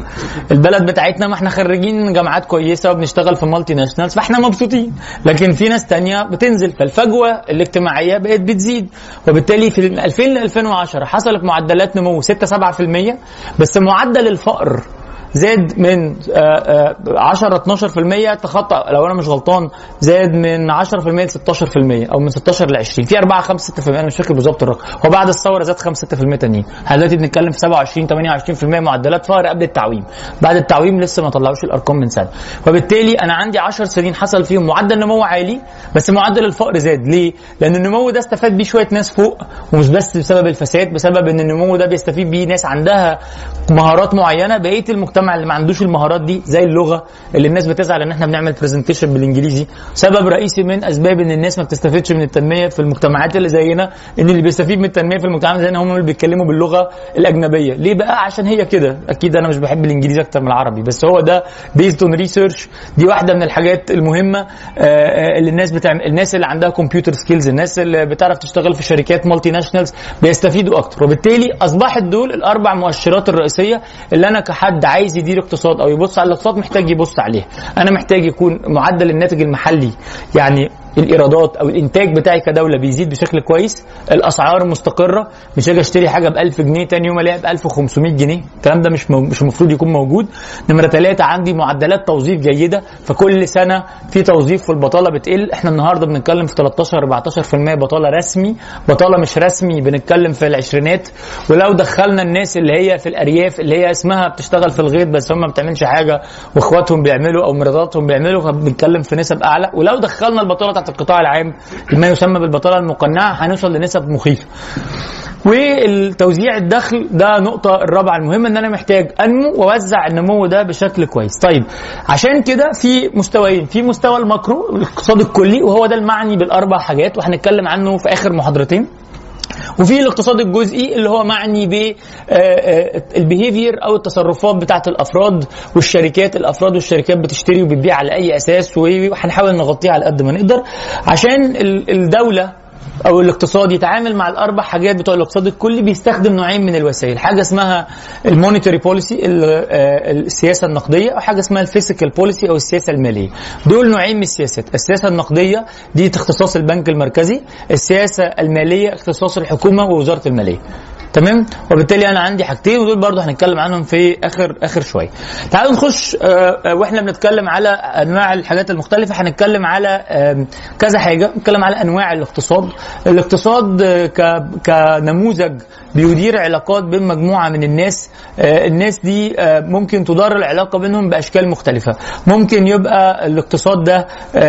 البلد بتاعتنا ما احنا خريجين جامعات كويسه وبنشتغل في مالتي ناشونالز فاحنا مبسوطين، لكن في ناس تانية بتنزل، فالفجوه الاجتماعيه بقت بتزيد. وبالتالي في ألفين ل ألفين وعشرة حصلت معدلات نمو ستة سبعة في المية، بس معدل الفقر زاد من عشرة اتناشر في المية، تخطى لو انا مش غلطان زاد من عشرة في المية ل ستاشر في المية او من ستاشر ل عشرين، في أربعة خمسة ستة في المية انا مش فاكر بالظبط الرقم. وبعد الثوره زاد خمسة ستة في المية تانيين. احنا دلوقتي بنتكلم في سبعة وعشرين تمنية وعشرين في المية معدلات فقر قبل التعويم. بعد التعويم لسه ما طلعوش الارقام من سنه. وبالتالي انا عندي عشر سنين حصل فيهم معدل نمو عالي بس معدل الفقر زاد. ليه؟ لان النمو ده استفاد بيه شويه ناس فوق، ومش بس بسبب الفساد، بسبب ان النمو ده بيستفيد بيه ناس عندها مهارات معينه. بقيه المجتمع اللي ما عندوش المهارات دي زي اللغه اللي الناس بتزعل ان احنا بنعمل برزنتيشن بالانجليزي، سبب رئيسي من اسباب ان الناس ما بتستفيدش من التنميه في المجتمعات اللي زينا، ان اللي بيستفيد من التنميه في المجتمعات زينا هم اللي بيتكلموا باللغه الاجنبيه. ليه بقى؟ عشان هي كده. اكيد انا مش بحب الانجليزي اكتر من العربي، بس هو ده بيزد اون ريسيرش. دي واحده من الحاجات المهمه اللي الناس بتعمل. الناس اللي عندها كمبيوتر سكيلز، الناس اللي بتعرف تشتغل في شركات مالتي ناشونالز بيستفيدوا اكتر. وبالتالي اصبحت دول الاربع مؤشرات الرئيسيه اللي انا كحد عايز يدير اقتصاد او يبص على الاقتصاد محتاج يبص عليها. انا محتاج يكون معدل الناتج المحلي، يعني الايرادات او الانتاج بتاعي كدوله بيزيد بشكل كويس، الاسعار مستقره، مش هاجي اشتري حاجه ب ألف جنيه تاني يوم الاقيها ب ألف وخمسمية جنيه، الكلام ده مش مش المفروض يكون موجود. نمره ثلاثة عندي معدلات توظيف جيده، فكل سنه في توظيف والبطاله بتقل. احنا النهارده بنتكلم في تلتاشر أربعتاشر في المية بطاله رسمي، بطاله مش رسمي بنتكلم في العشرينات. ولو دخلنا الناس اللي هي في الارياف اللي هي اسمها بتشتغل في الغيط بس هم ما بتعملش حاجه واخواتهم بيعملوا او مراتاتهم بيعملوا، فبنتكلم في نسب اعلى. ولو دخلنا البطاله بتاعت القطاع العام ما يسمى بالبطاله المقنعه هنوصل لنسب مخيفه. والتوزيع الدخل ده نقطه الرابعه المهمه، ان انا محتاج انمو واوزع النمو ده بشكل كويس. طيب عشان كده في مستويين، في مستوى الماكرو الاقتصاد الكلي وهو ده المعني بالاربع حاجات وهنتكلم عنه في اخر محاضرتين، وفي الاقتصاد الجزئي اللي هو معني بالبيهيفير او التصرفات بتاعه الافراد والشركات. الافراد والشركات بتشتري وبتبيع على اي اساس، وهنحاول نغطيها على قد ما نقدر عشان الدوله او الاقتصاد يتعامل مع الاربع حاجات بتوع الاقتصاد الكلي. بيستخدم نوعين من الوسائل، حاجه اسمها المونيتري بوليسي السياسه النقديه، او حاجه اسمها الفيسكال بوليسي او السياسه الماليه. دول نوعين من السياسات. السياسه النقديه دي اختصاص البنك المركزي، السياسه الماليه اختصاص الحكومه ووزاره الماليه. تمام؟ وبالتالي انا عندي حاجتين ودول برضو هنتكلم عنهم في اخر اخر شويه. تعالوا نخش واحنا بنتكلم على انواع الحاجات المختلفه هنتكلم على كذا حاجه. نتكلم على انواع الاقتصاد. الاقتصاد كنموذج بيدير علاقات بين مجموعه من الناس. الناس دي ممكن تدار العلاقه بينهم باشكال مختلفه. ممكن يبقى الاقتصاد ده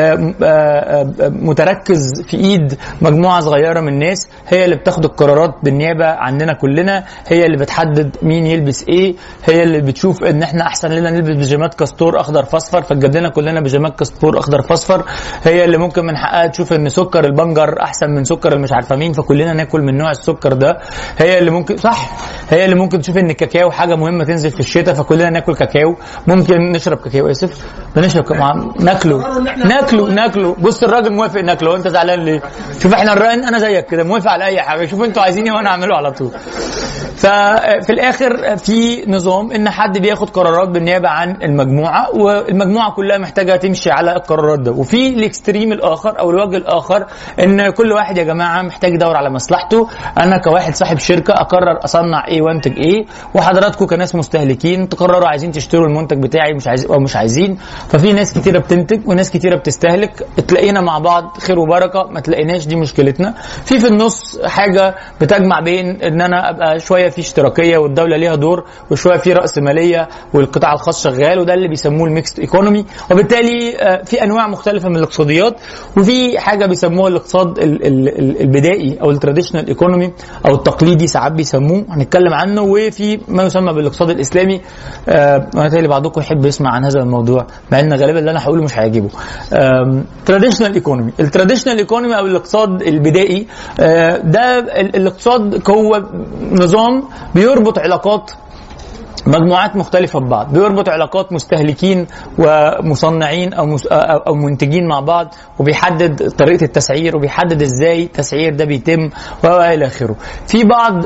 متركز في ايد مجموعه صغيره من الناس هي اللي بتاخد القرارات بالنيابه عننا كلنا، هي اللي بتحدد مين يلبس ايه، هي اللي بتشوف ان احنا احسن لنا نلبس بيجامات كاستور اخضر فاصفر فتجيب لنا كلنا بيجامات كاستور اخضر فاصفر، هي اللي ممكن من حقها تشوف ان سكر البنجر احسن من سكر المش عارفه مين فكلنا ناكل من نوع السكر ده، هي اللي ممكن صح هي اللي ممكن تشوف ان الكاكاو حاجه مهمه تنزل في الشتاء فكلنا ناكل كاكاو. ممكن نشرب كاكاو اسف بنشرب كاكاو ناكله ناكله ناكله بص الراجل موافق ناكله وانت زعلان ليه؟ شوف احنا الراجل انا زيك كده موافق على اي حاجه، شوفوا انتوا عايزين ايه وانا اعمله على طول. ففي الاخر في نظام ان حد بياخد قرارات بالنيابه عن المجموعه والمجموعه كلها محتاجه تمشي على القرارات ده. وفي الاكستريم الاخر او الوجه الاخر ان كل واحد يا جماعه محتاج يدور على مصلحته. انا كواحد صاحب شركه اقرر اصنع ايه وانتج ايه، وحضراتكم كناس مستهلكين تقرروا عايزين تشتروا المنتج بتاعي مش عايزين او مش عايزين. ففي ناس كتيره بتنتج وناس كتيره بتستهلك، تلاقينا مع بعض خير وبركه، ما تلاقيناش دي مشكلتنا. في في النص حاجه بتجمع بين ان انا ابقى شويه في اشتراكيه والدوله ليها دور وشويه في راسماليه والقطاع الخاص شغال، وده اللي بيسموه الميكست ايكونومي. وبالتالي في انواع مختلفه من الاقتصاديات، وفي حاجه بيسموها الاقتصاد البدائي او التراديشنال ايكونومي او التقليدي ساعات بيسموه، هنتكلم عنه. وفي ما يسمى بالاقتصاد الاسلامي، وانا تالي بعضكم يحب يسمع عن هذا الموضوع مع ان غالبا اللي انا هقوله مش هيعجبه. تراديشنال ايكونومي التراديشنال ايكونومي او الاقتصاد البدائي ده الاقتصاد هو نظام بيربط علاقات مجموعات مختلفة ببعض، بيربط علاقات مستهلكين ومصنعين أو أو منتجين مع بعض، وبيحدد طريقة التسعير وبيحدد ازاي التسعير ده بيتم وإلى آخره. في بعض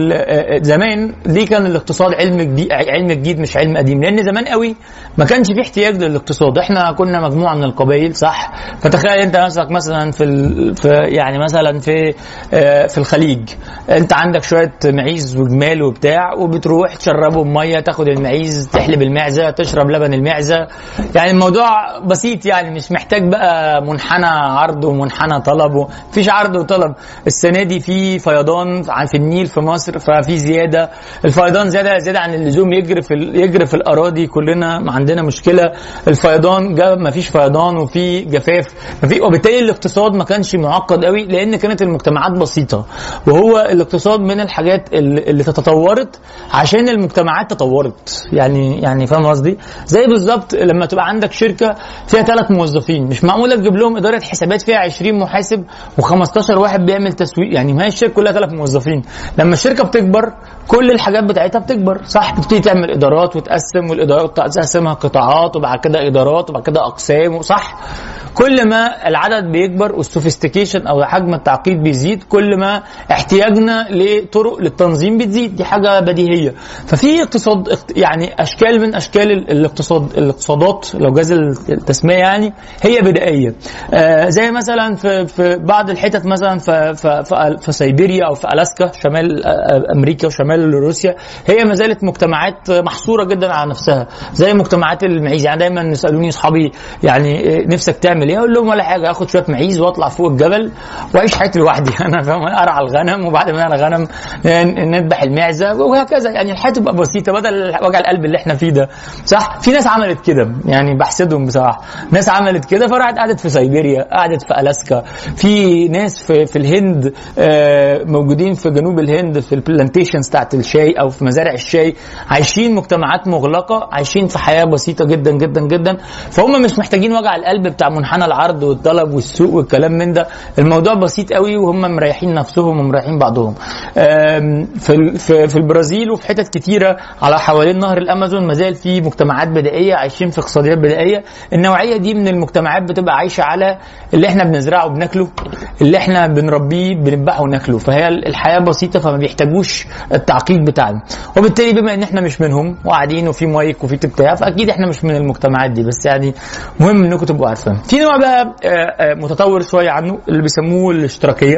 زمان دي كان الاقتصاد علم جديد، علم جديد مش علم قديم، لأن زمان قوي ما كانش في احتياج للاقتصاد. احنا كنا مجموعة من القبائل صح، فتخيل انت نفسك مثلا في, في يعني مثلا في في الخليج، انت عندك شوية معيز وجمال وبتاع، وبتروح تشربهم مية، تاخد المعيز تحلب المعزة، تشرب لبن المعزة. يعني الموضوع بسيط، يعني مش محتاج بقى منحنى عرض ومنحنى طلب. مفيش عرض وطلب. السنة دي في فيضان في النيل في مصر، ففي زيادة، الفيضان زيادة زيادة عن اللزوم، يجري في يجري في الأراضي، كلنا عندنا مشكلة. الفيضان جاء مفيش فيضان وفي جفاف، مفيش، وبالتالي الاقتصاد ما كانش معقد قوي لأن كانت المجتمعات بسيطة. وهو الاقتصاد من الحاجات اللي تتطورت عشان المجتمعات تطورت. يعني يعني فاهم قصدي؟ زي بالظبط لما تبقى عندك شركة فيها ثلاث موظفين، مش معقولة تجيب لهم إدارة حسابات فيها عشرين محاسب وخمستاشر واحد بيعمل تسويق. يعني ما هي الشركة كلها ثلاث موظفين. لما الشركة بتكبر كل الحاجات بتاعتها بتكبر صح، تبتدي تعمل إدارات وتقسم، والإدارات تقسمها قطاعات وبعد كده إدارات وبعد كده أقسام صح. كل ما العدد بيكبر والسوفيستيكيشن او حجم التعقيد بيزيد، كل ما احتياجنا لطرق للتنظيم بتزيد. دي حاجه بديهيه. ففي اقتصاد يعني اشكال من اشكال الاقتصاد، الاقتصادات لو جاز التسميه يعني هي بدائيه. آه زي مثلا في في بعض الحتت مثلا في في في, في سيبيريا او في الاسكا شمال امريكا وشمال روسيا، هي ما زالت مجتمعات محصوره جدا على نفسها زي مجتمعات المعيز. يعني دايما يسالوني اصحابي يعني نفسك تعمل ايه؟ اقول لهم ولا حاجه، اخد شويه معيز واطلع فوق الجبل واعيش حياتي لوحدي. انا فاهم، ارعى الغنم وبعد ما ارعى الغنم نذبح المعزه وهكذا. يعني الحياه تبقى بسيطه بدل وجع القلب اللي احنا فيه ده صح. في ناس عملت كده، يعني بحسدهم بصراحه، ناس عملت كده فراحت قعدت في سيبيريا، قعدت في الاسكا. في ناس في في الهند موجودين في جنوب الهند في البلانتيشنز بتاعت الشاي او في مزارع الشاي، عايشين مجتمعات مغلقه، عايشين في حياه بسيطه جدا جدا جدا. فهم مش محتاجين وجع القلب بتاع منحنى العرض والطلب والسوق والكلام من ده. الموضوع بسيط قوي وهم مريحين نفسهم ومريحين بعضهم. في في البرازيل وفي حتت كتيره على حوالين نهر الامازون مازال في مجتمعات بدائيه عايشين في اقتصاديات بدائيه. النوعيه دي من المجتمعات بتبقى عايشه على اللي احنا بنزرعه وبناكله، اللي احنا بنربيه بنذبحه وناكله. فهي الحياه بسيطه فما بيحتاجوش التعقيد بتاعنا. وبالتالي بما ان احنا مش منهم وقاعدين وفي مايك وفي بتاع، فاكيد احنا مش من المجتمعات دي. بس يعني مهم انكم تبقوا عارفين. في نوع بقى متطور شويه عنه اللي بيسموه الاشتراكيه،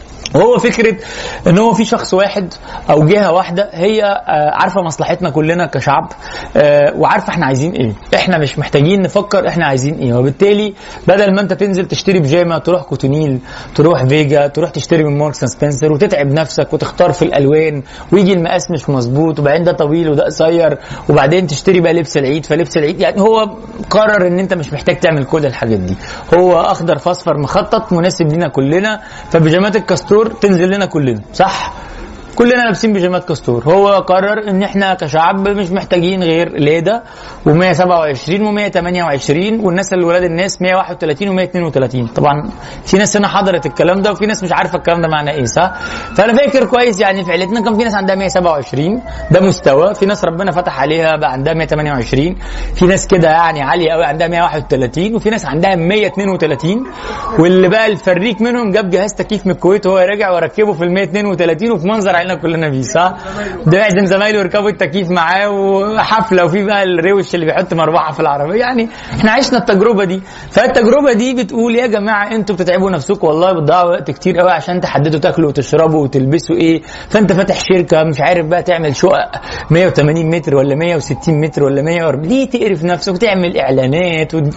وهو فكرة ان هو في شخص واحد او جهة واحدة هي عارفة مصلحتنا كلنا كشعب وعارفة احنا عايزين ايه. احنا مش محتاجين نفكر احنا عايزين ايه. وبالتالي بدل ما انت تنزل تشتري بيجامة تروح كوتونيل، تروح فيجا، تروح تشتري من ماركس اند سبنسر وتتعب نفسك وتختار في الالوان ويجي المقاس مش مظبوط وبعدين ده طويل وده قصير وبعدين تشتري بقى لبس العيد فلبس العيد. يعني هو قرر ان انت مش محتاج تعمل كل الحاجات دي. هو اخضر فاصفر مخطط مناسب لنا كلنا. فبيجامات الكاستور تنزل لنا كلنا صح، كلنا لابسين بيجامات كاستور. هو قرر ان احنا كشعب مش محتاجين غير ليدا ومية سبعة وعشرين ومية تمانية وعشرين، والناس اللي ولاد الناس مية واحد وتلاتين ومية اتنين وتلاتين. طبعا في ناس هنا حضرت الكلام ده وفي ناس مش عارفه الكلام ده معناه ايه صح. فانا فاكر كويس يعني في عيلتنا كان في ناس عندها مية سبعة وعشرين ده مستوى، في ناس ربنا فتح عليها بقى عندها مية تمانية وعشرين، في ناس كده يعني عاليه قوي عندها مية واحد وتلاتين، وفي ناس عندها مية اتنين وتلاتين. واللي بقى الفريق منهم جاب جهاز تكييف من الكويت وهو راجع وركبه في ال مية اتنين وتلاتين وفي منظر علينا كلنا بيه صح. ده يعزم زمايله يركبوا التكييف معاه وحفله وفي بقى الروش اللي بيحط مروحه في العربيه. يعني احنا عشنا التجربه دي. فالتجربه دي بتقول يا جماعه انتوا بتتعبوا نفسكم والله، بتضيعوا وقت كتير قوي عشان تحددوا تاكلوا وتشربوا وتلبسوا ايه. فانت فاتح شركه مش عارف بقى تعمل شقق مية وتمانين متر ولا مية وستين متر ولا مية واربعين، ليه تقرف نفسك وتعمل اعلانات و...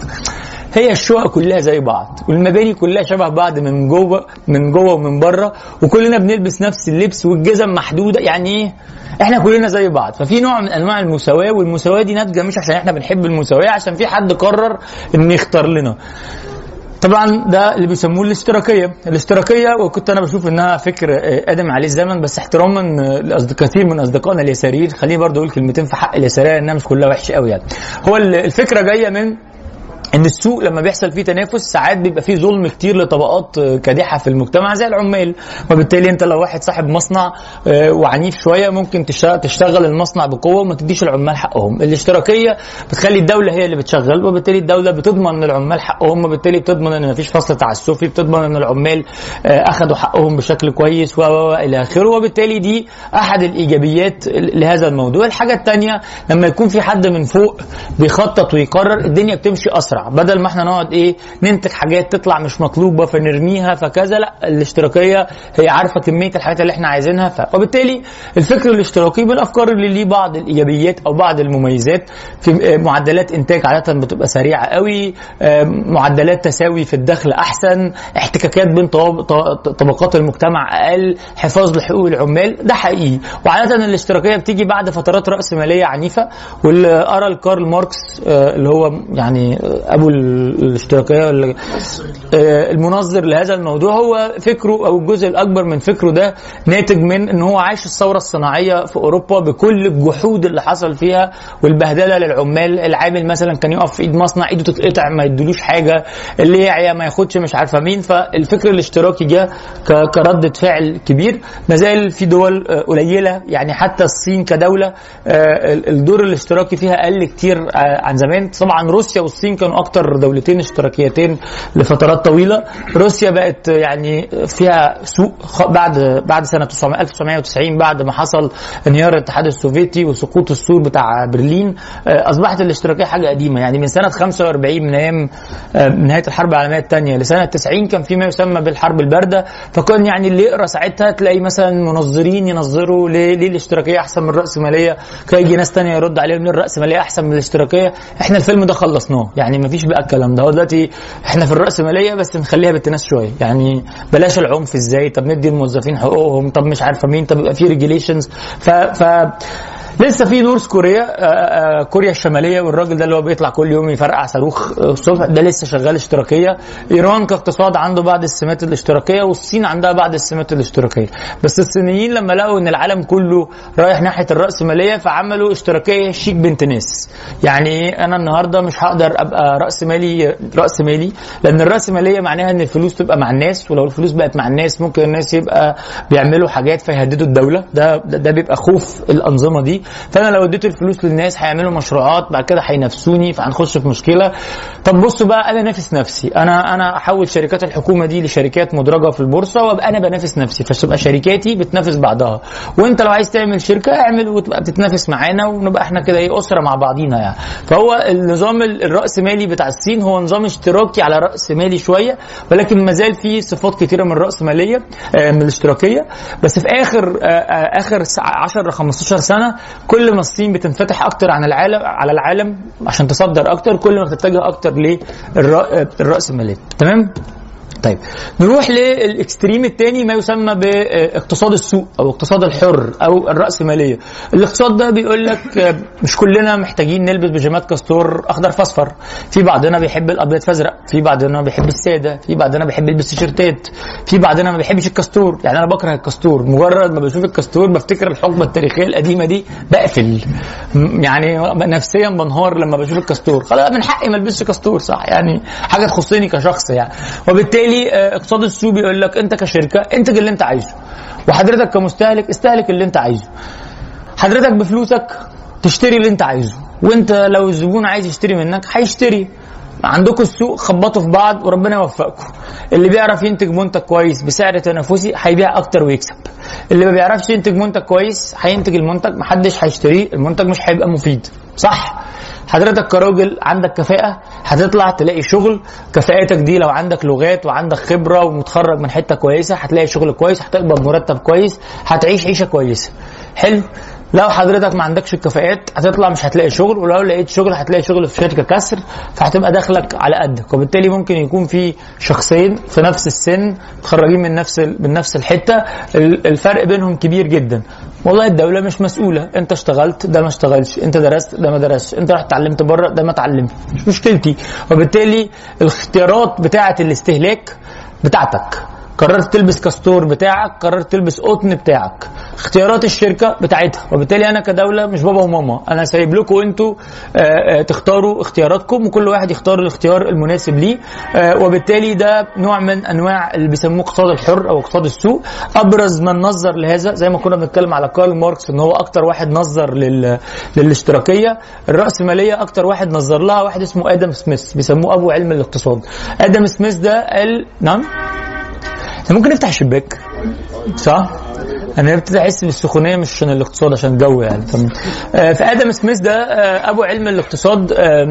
هي الشقق كلها زي بعض والمباني كلها شبه بعض من جوه من جوه ومن بره، وكلنا بنلبس نفس اللبس والجزم محدوده. يعني ايه؟ احنا كلنا زي بعض. ففي نوع من انواع المساواه، والمساواه دي ناتجه مش عشان احنا بنحب المساواه، عشان في حد قرر انه يختار لنا. طبعا ده اللي بيسموه الاشتراكيه. الاشتراكيه وكنت انا بشوف انها فكر قدم عليه الزمن، بس احتراما لاصدقاء كثير من اصدقائنا اليساريين خليني برضه اقول كلمتين في حق اليساريه انها مش كلها وحشه قوي. يعني هو الفكره جايه من ان السوق لما بيحصل فيه تنافس ساعات بيبقى فيه ظلم كتير لطبقات كادحه في المجتمع زي العمال، وبالتالي انت لو واحد صاحب مصنع وعنيف شويه ممكن تشتغل المصنع بقوه وما تديش العمال حقهم. الاشتراكيه بتخلي الدوله هي اللي بتشغل، وبالتالي الدوله بتضمن للعمال حقهم، وبالتالي بتضمن ان مفيش فصل تعسفي، بتضمن ان العمال اخذوا حقهم بشكل كويس والى اخره، وبالتالي دي احد الايجابيات لهذا الموضوع. الحاجه الثانيه لما يكون في حد من فوق بيخطط ويقرر الدنيا بتمشي اسرع، بدل ما احنا نقعد ايه ننتج حاجات تطلع مش مطلوبه فنرميها فكذا، لا الاشتراكيه هي عارفه كميه الحاجات اللي احنا عايزينها ف... وبالتالي الفكر الاشتراكي من الافكار اللي ليه بعض الايجابيات او بعض المميزات. في معدلات انتاج عاده بتبقى سريعه قوي، معدلات تساوي في الدخل احسن، احتكاكات بين طبقات المجتمع اقل، حفاظ لحقوق العمال، ده حقيقي. وعاده الاشتراكيه بتيجي بعد فترات راسماليه عنيفه، واللي ارى كارل ماركس اللي هو يعني ابو الاشتراكيه المنظر لهذا الموضوع، هو فكره او الجزء الاكبر من فكره ده ناتج من ان هو عايش الثوره الصناعيه في اوروبا بكل الجحود اللي حصل فيها والبهدله للعمال. العامل مثلا كان يقف في ايد مصنع ايده تتقطع ما يدلوش حاجه، اللي يعيا ما ياخدش مش عارفه مين. فالفكر الاشتراكي جه كردة فعل كبير. ما زال في دول قليله، يعني حتى الصين كدوله الدور الاشتراكي فيها قل كتير عن زمان. طبعا روسيا والصين كانوا اكتر دولتين اشتراكيتين لفترات طويله. روسيا بقت يعني فيها سوق بعد بعد سنه ألف وتسعمائة وتسعين بعد ما حصل انهيار الاتحاد السوفيتي وسقوط السور بتاع برلين. اصبحت الاشتراكيه حاجه قديمه، يعني من سنه خمسة وأربعين من ايام نهايه الحرب العالميه الثانيه لسنه تسعين كان في ما يسمى بالحرب البارده. فكان يعني اللي يقرا ساعتها تلاقي مثلا منظرين ينظروا ليه, ليه الاشتراكيه احسن من الراسماليه، كان يجي ناس ثانيه يرد عليهم ليه الراسماليه احسن من الاشتراكيه. احنا الفيلم ده خلصناه، يعني ما فيش بقى الكلام ده. هو دلوقتي احنا في الراسماليه بس نخليها بالتناس شويه، يعني بلاش العنف ازاي، طب ندي الموظفين حقوقهم، طب مش عارفه مين، طب يبقى في ريجيليشنز. ف, ف لسه في نورث كوريا آآ آآ كوريا الشماليه، والراجل ده اللي هو بيطلع كل يوم يفرقع صاروخ الصبح ده لسه شغال اشتراكيه. ايران كاقتصاد عنده بعض السمات الاشتراكيه، والصين عندها بعض السمات الاشتراكيه. بس الصينيين لما لقوا ان العالم كله رايح ناحيه الراسماليه فعملوا اشتراكيه شيك بنت ناس. يعني انا النهارده مش هقدر ابقى راس مالي راس مالي لان الراسماليه معناها ان الفلوس تبقى مع الناس، ولو الفلوس بقت مع الناس ممكن الناس يبقى بيعملوا حاجات فيهددوا الدوله. ده ده بيبقى خوف الانظمه دي. فانا لو اديت الفلوس للناس هيعملوا مشروعات بعد كده هينافسوني فهنخش في مشكله. طب بصوا بقى انا نافس نفسي، انا انا احول شركات الحكومه دي لشركات مدرجه في البورصه وابقى انا بنافس نفسي، فتبقى شركاتي بتنافس بعضها. وانت لو عايز تعمل شركه اعمل وتبقى بتتنافس معانا ونبقى احنا كده ايه اسره مع بعضينا يعني. فهو النظام الراسمالي بتاع الصين هو نظام اشتراكي على راس مالي شويه، ولكن ما زال فيه صفات كتيره من الراسماليه من الاشتراكيه. بس في اخر اخر عشرة خمستاشر سنه كل ما الصين بتنفتح اكتر عن العالم على العالم عشان تصدر اكتر، كل ما تتجه اكتر للراسماليه. تمام. طيب نروح للاكستريم الثاني ما يسمى باقتصاد السوق او اقتصاد الحر او الراسماليه. الاقتصاد ده بيقول لك مش كلنا محتاجين نلبس بيجامات كاستور اخضر فاصفر، في بعضنا بيحب الابيض فازرق، في بعضنا بيحب الساده، في بعضنا بيحب يلبس تيشيرتات، في بعضنا ما بيحبش الكاستور. يعني انا بكره الكاستور، مجرد ما بشوف الكاستور بفتكر الحقبه التاريخيه القديمه دي بقفل، يعني نفسيا بنهار لما بشوف الكاستور. خلاص من حقي ما البسش كاستور، صح؟ يعني حاجه تخصني كشخص يعني. وبالتالي اقتصاد السوق بيقول لك انت كشركه انتج اللي انت عايزه، وحضرتك كمستهلك استهلك اللي انت عايزه. حضرتك بفلوسك تشتري اللي انت عايزه، وانت لو الزبون عايز يشتري منك هيشتري. عندكم السوق خبطوا في بعض وربنا يوفقكم. اللي بيعرف ينتج منتج كويس بسعر تنافسي هيبيع اكتر ويكسب، اللي ما بيعرفش ينتج منتج كويس هينتج المنتج محدش هيشتريه، المنتج مش هيبقى مفيد، صح؟ حضرتك كراجل عندك كفاءة هتطلع تلاقي شغل، كفاءتك دي لو عندك لغات وعندك خبرة ومتخرج من حتة كويسة هتلاقي شغل كويس، هتقبض مرتب كويس، هتعيش عيشة كويسة. حلو. لو حضرتك ما عندكش الكفاءات هتطلع مش هتلاقي شغل، ولو لقيت شغل هتلاقي شغل في شركة كسر، فهتبقى دخلك على قدك. وبالتالي ممكن يكون في شخصين في نفس السن متخرجين من نفس من نفس الحتة، الفرق بينهم كبير جدا. والله الدولة مش مسؤولة، انت اشتغلت ده ما اشتغلش، انت درست ده ما درسش، انت رحت اتعلمت بره ده ما اتعلمش، مش مشكلتي. وبالتالي الاختيارات بتاعة الاستهلاك بتاعتك قررت تلبس كاستور بتاعك، قررت تلبس قطن بتاعك، اختيارات الشركه بتاعتها. وبالتالي انا كدوله مش بابا وماما، انا سايب لكم انتوا تختاروا اختياراتكم وكل واحد يختار الاختيار المناسب ليه. وبالتالي ده نوع من انواع اللي بيسموه اقتصاد الحر او اقتصاد السوق. ابرز من نظر لهذا زي ما كنا بنتكلم على كارل ماركس ان هو اكتر واحد نظر لل... للاشتراكيه. الرأسماليه اكتر واحد نظر لها واحد اسمه ادم سميث، بيسموه ابو علم الاقتصاد. ادم سميث ده قال نعم ممكن نفتح الشباك صح؟ انا ابتدي احس بالسخونيه مش عشان الاقتصاد عشان الجو يعني. فادم سميث ده ابو علم الاقتصاد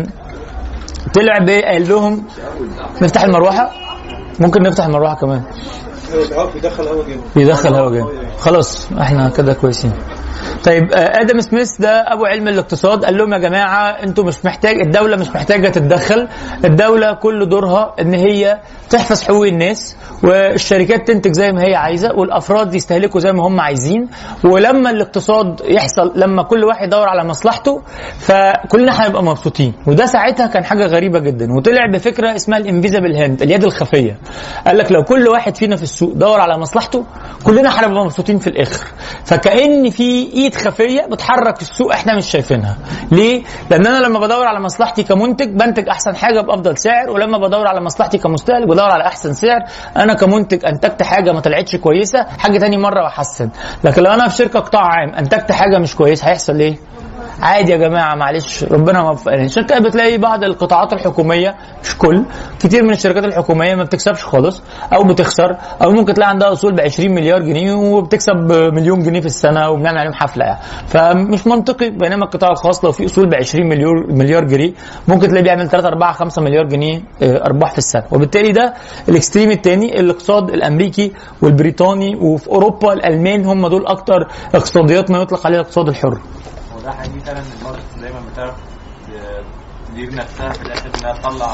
طلع قال لهم نفتح المروحه، ممكن نفتح المروحه كمان بيدخل هواء جامد بيدخل هواء جامد خلاص احنا كده كويسين. طيب ادم سميث ده ابو علم الاقتصاد قال لهم يا جماعه انتوا مش محتاج، الدوله مش محتاجه تتدخل، الدوله كل دورها ان هي تحفظ حقوق الناس والشركات تنتج زي ما هي عايزه والافراد يستهلكوا زي ما هم عايزين، ولما الاقتصاد يحصل لما كل واحد يدور على مصلحته فكلنا هنبقى مبسوطين. وده ساعتها كان حاجه غريبه جدا، وطلع بفكره اسمها الانفيزبل هاند، اليد الخفيه. قال لك لو كل واحد فينا في السوق دور على مصلحته كلنا هنبقى مبسوطين في الاخر. فكأن في ايد خفيه بتحرك السوق احنا مش شايفينها. ليه؟ لان انا لما بدور على مصلحتي كمنتج بنتج احسن حاجه بافضل سعر، ولما بدور على مصلحتي كمستهلك بدور على احسن سعر. انا كمنتج انتجت حاجه ما طلعتش كويسه، حاجه تاني مره واحسن. لكن لو انا في شركه قطاع عام انتجت حاجه مش كويسه هيحصل ايه؟ عادي يا جماعه معلش ربنا ما وفقني. الشركات بتلاقي بعض القطاعات الحكوميه مش كل كتير من الشركات الحكوميه ما بتكسبش خالص او بتخسر، او ممكن تلاقي عندها اصول ب عشرين مليار جنيه وبتكسب مليون جنيه في السنه وبنعمل عليهم حفله يعني. فمش منطقي. بينما القطاع الخاص لو في اصول ب عشرين مليار جنيه ممكن تلاقيه بيعمل ثلاثة أربعة خمسة مليار جنيه ارباح في السنه. وبالتالي ده الاكستريم الثاني، الاقتصاد الامريكي والبريطاني، وفي اوروبا الالمان هم دول اكتر اقتصاديات ما يطلق عليها الاقتصاد الحر. وده حقيقي فعلا ان الماركت دايما بتعرف تدير نفسها في الاخر انها تطلع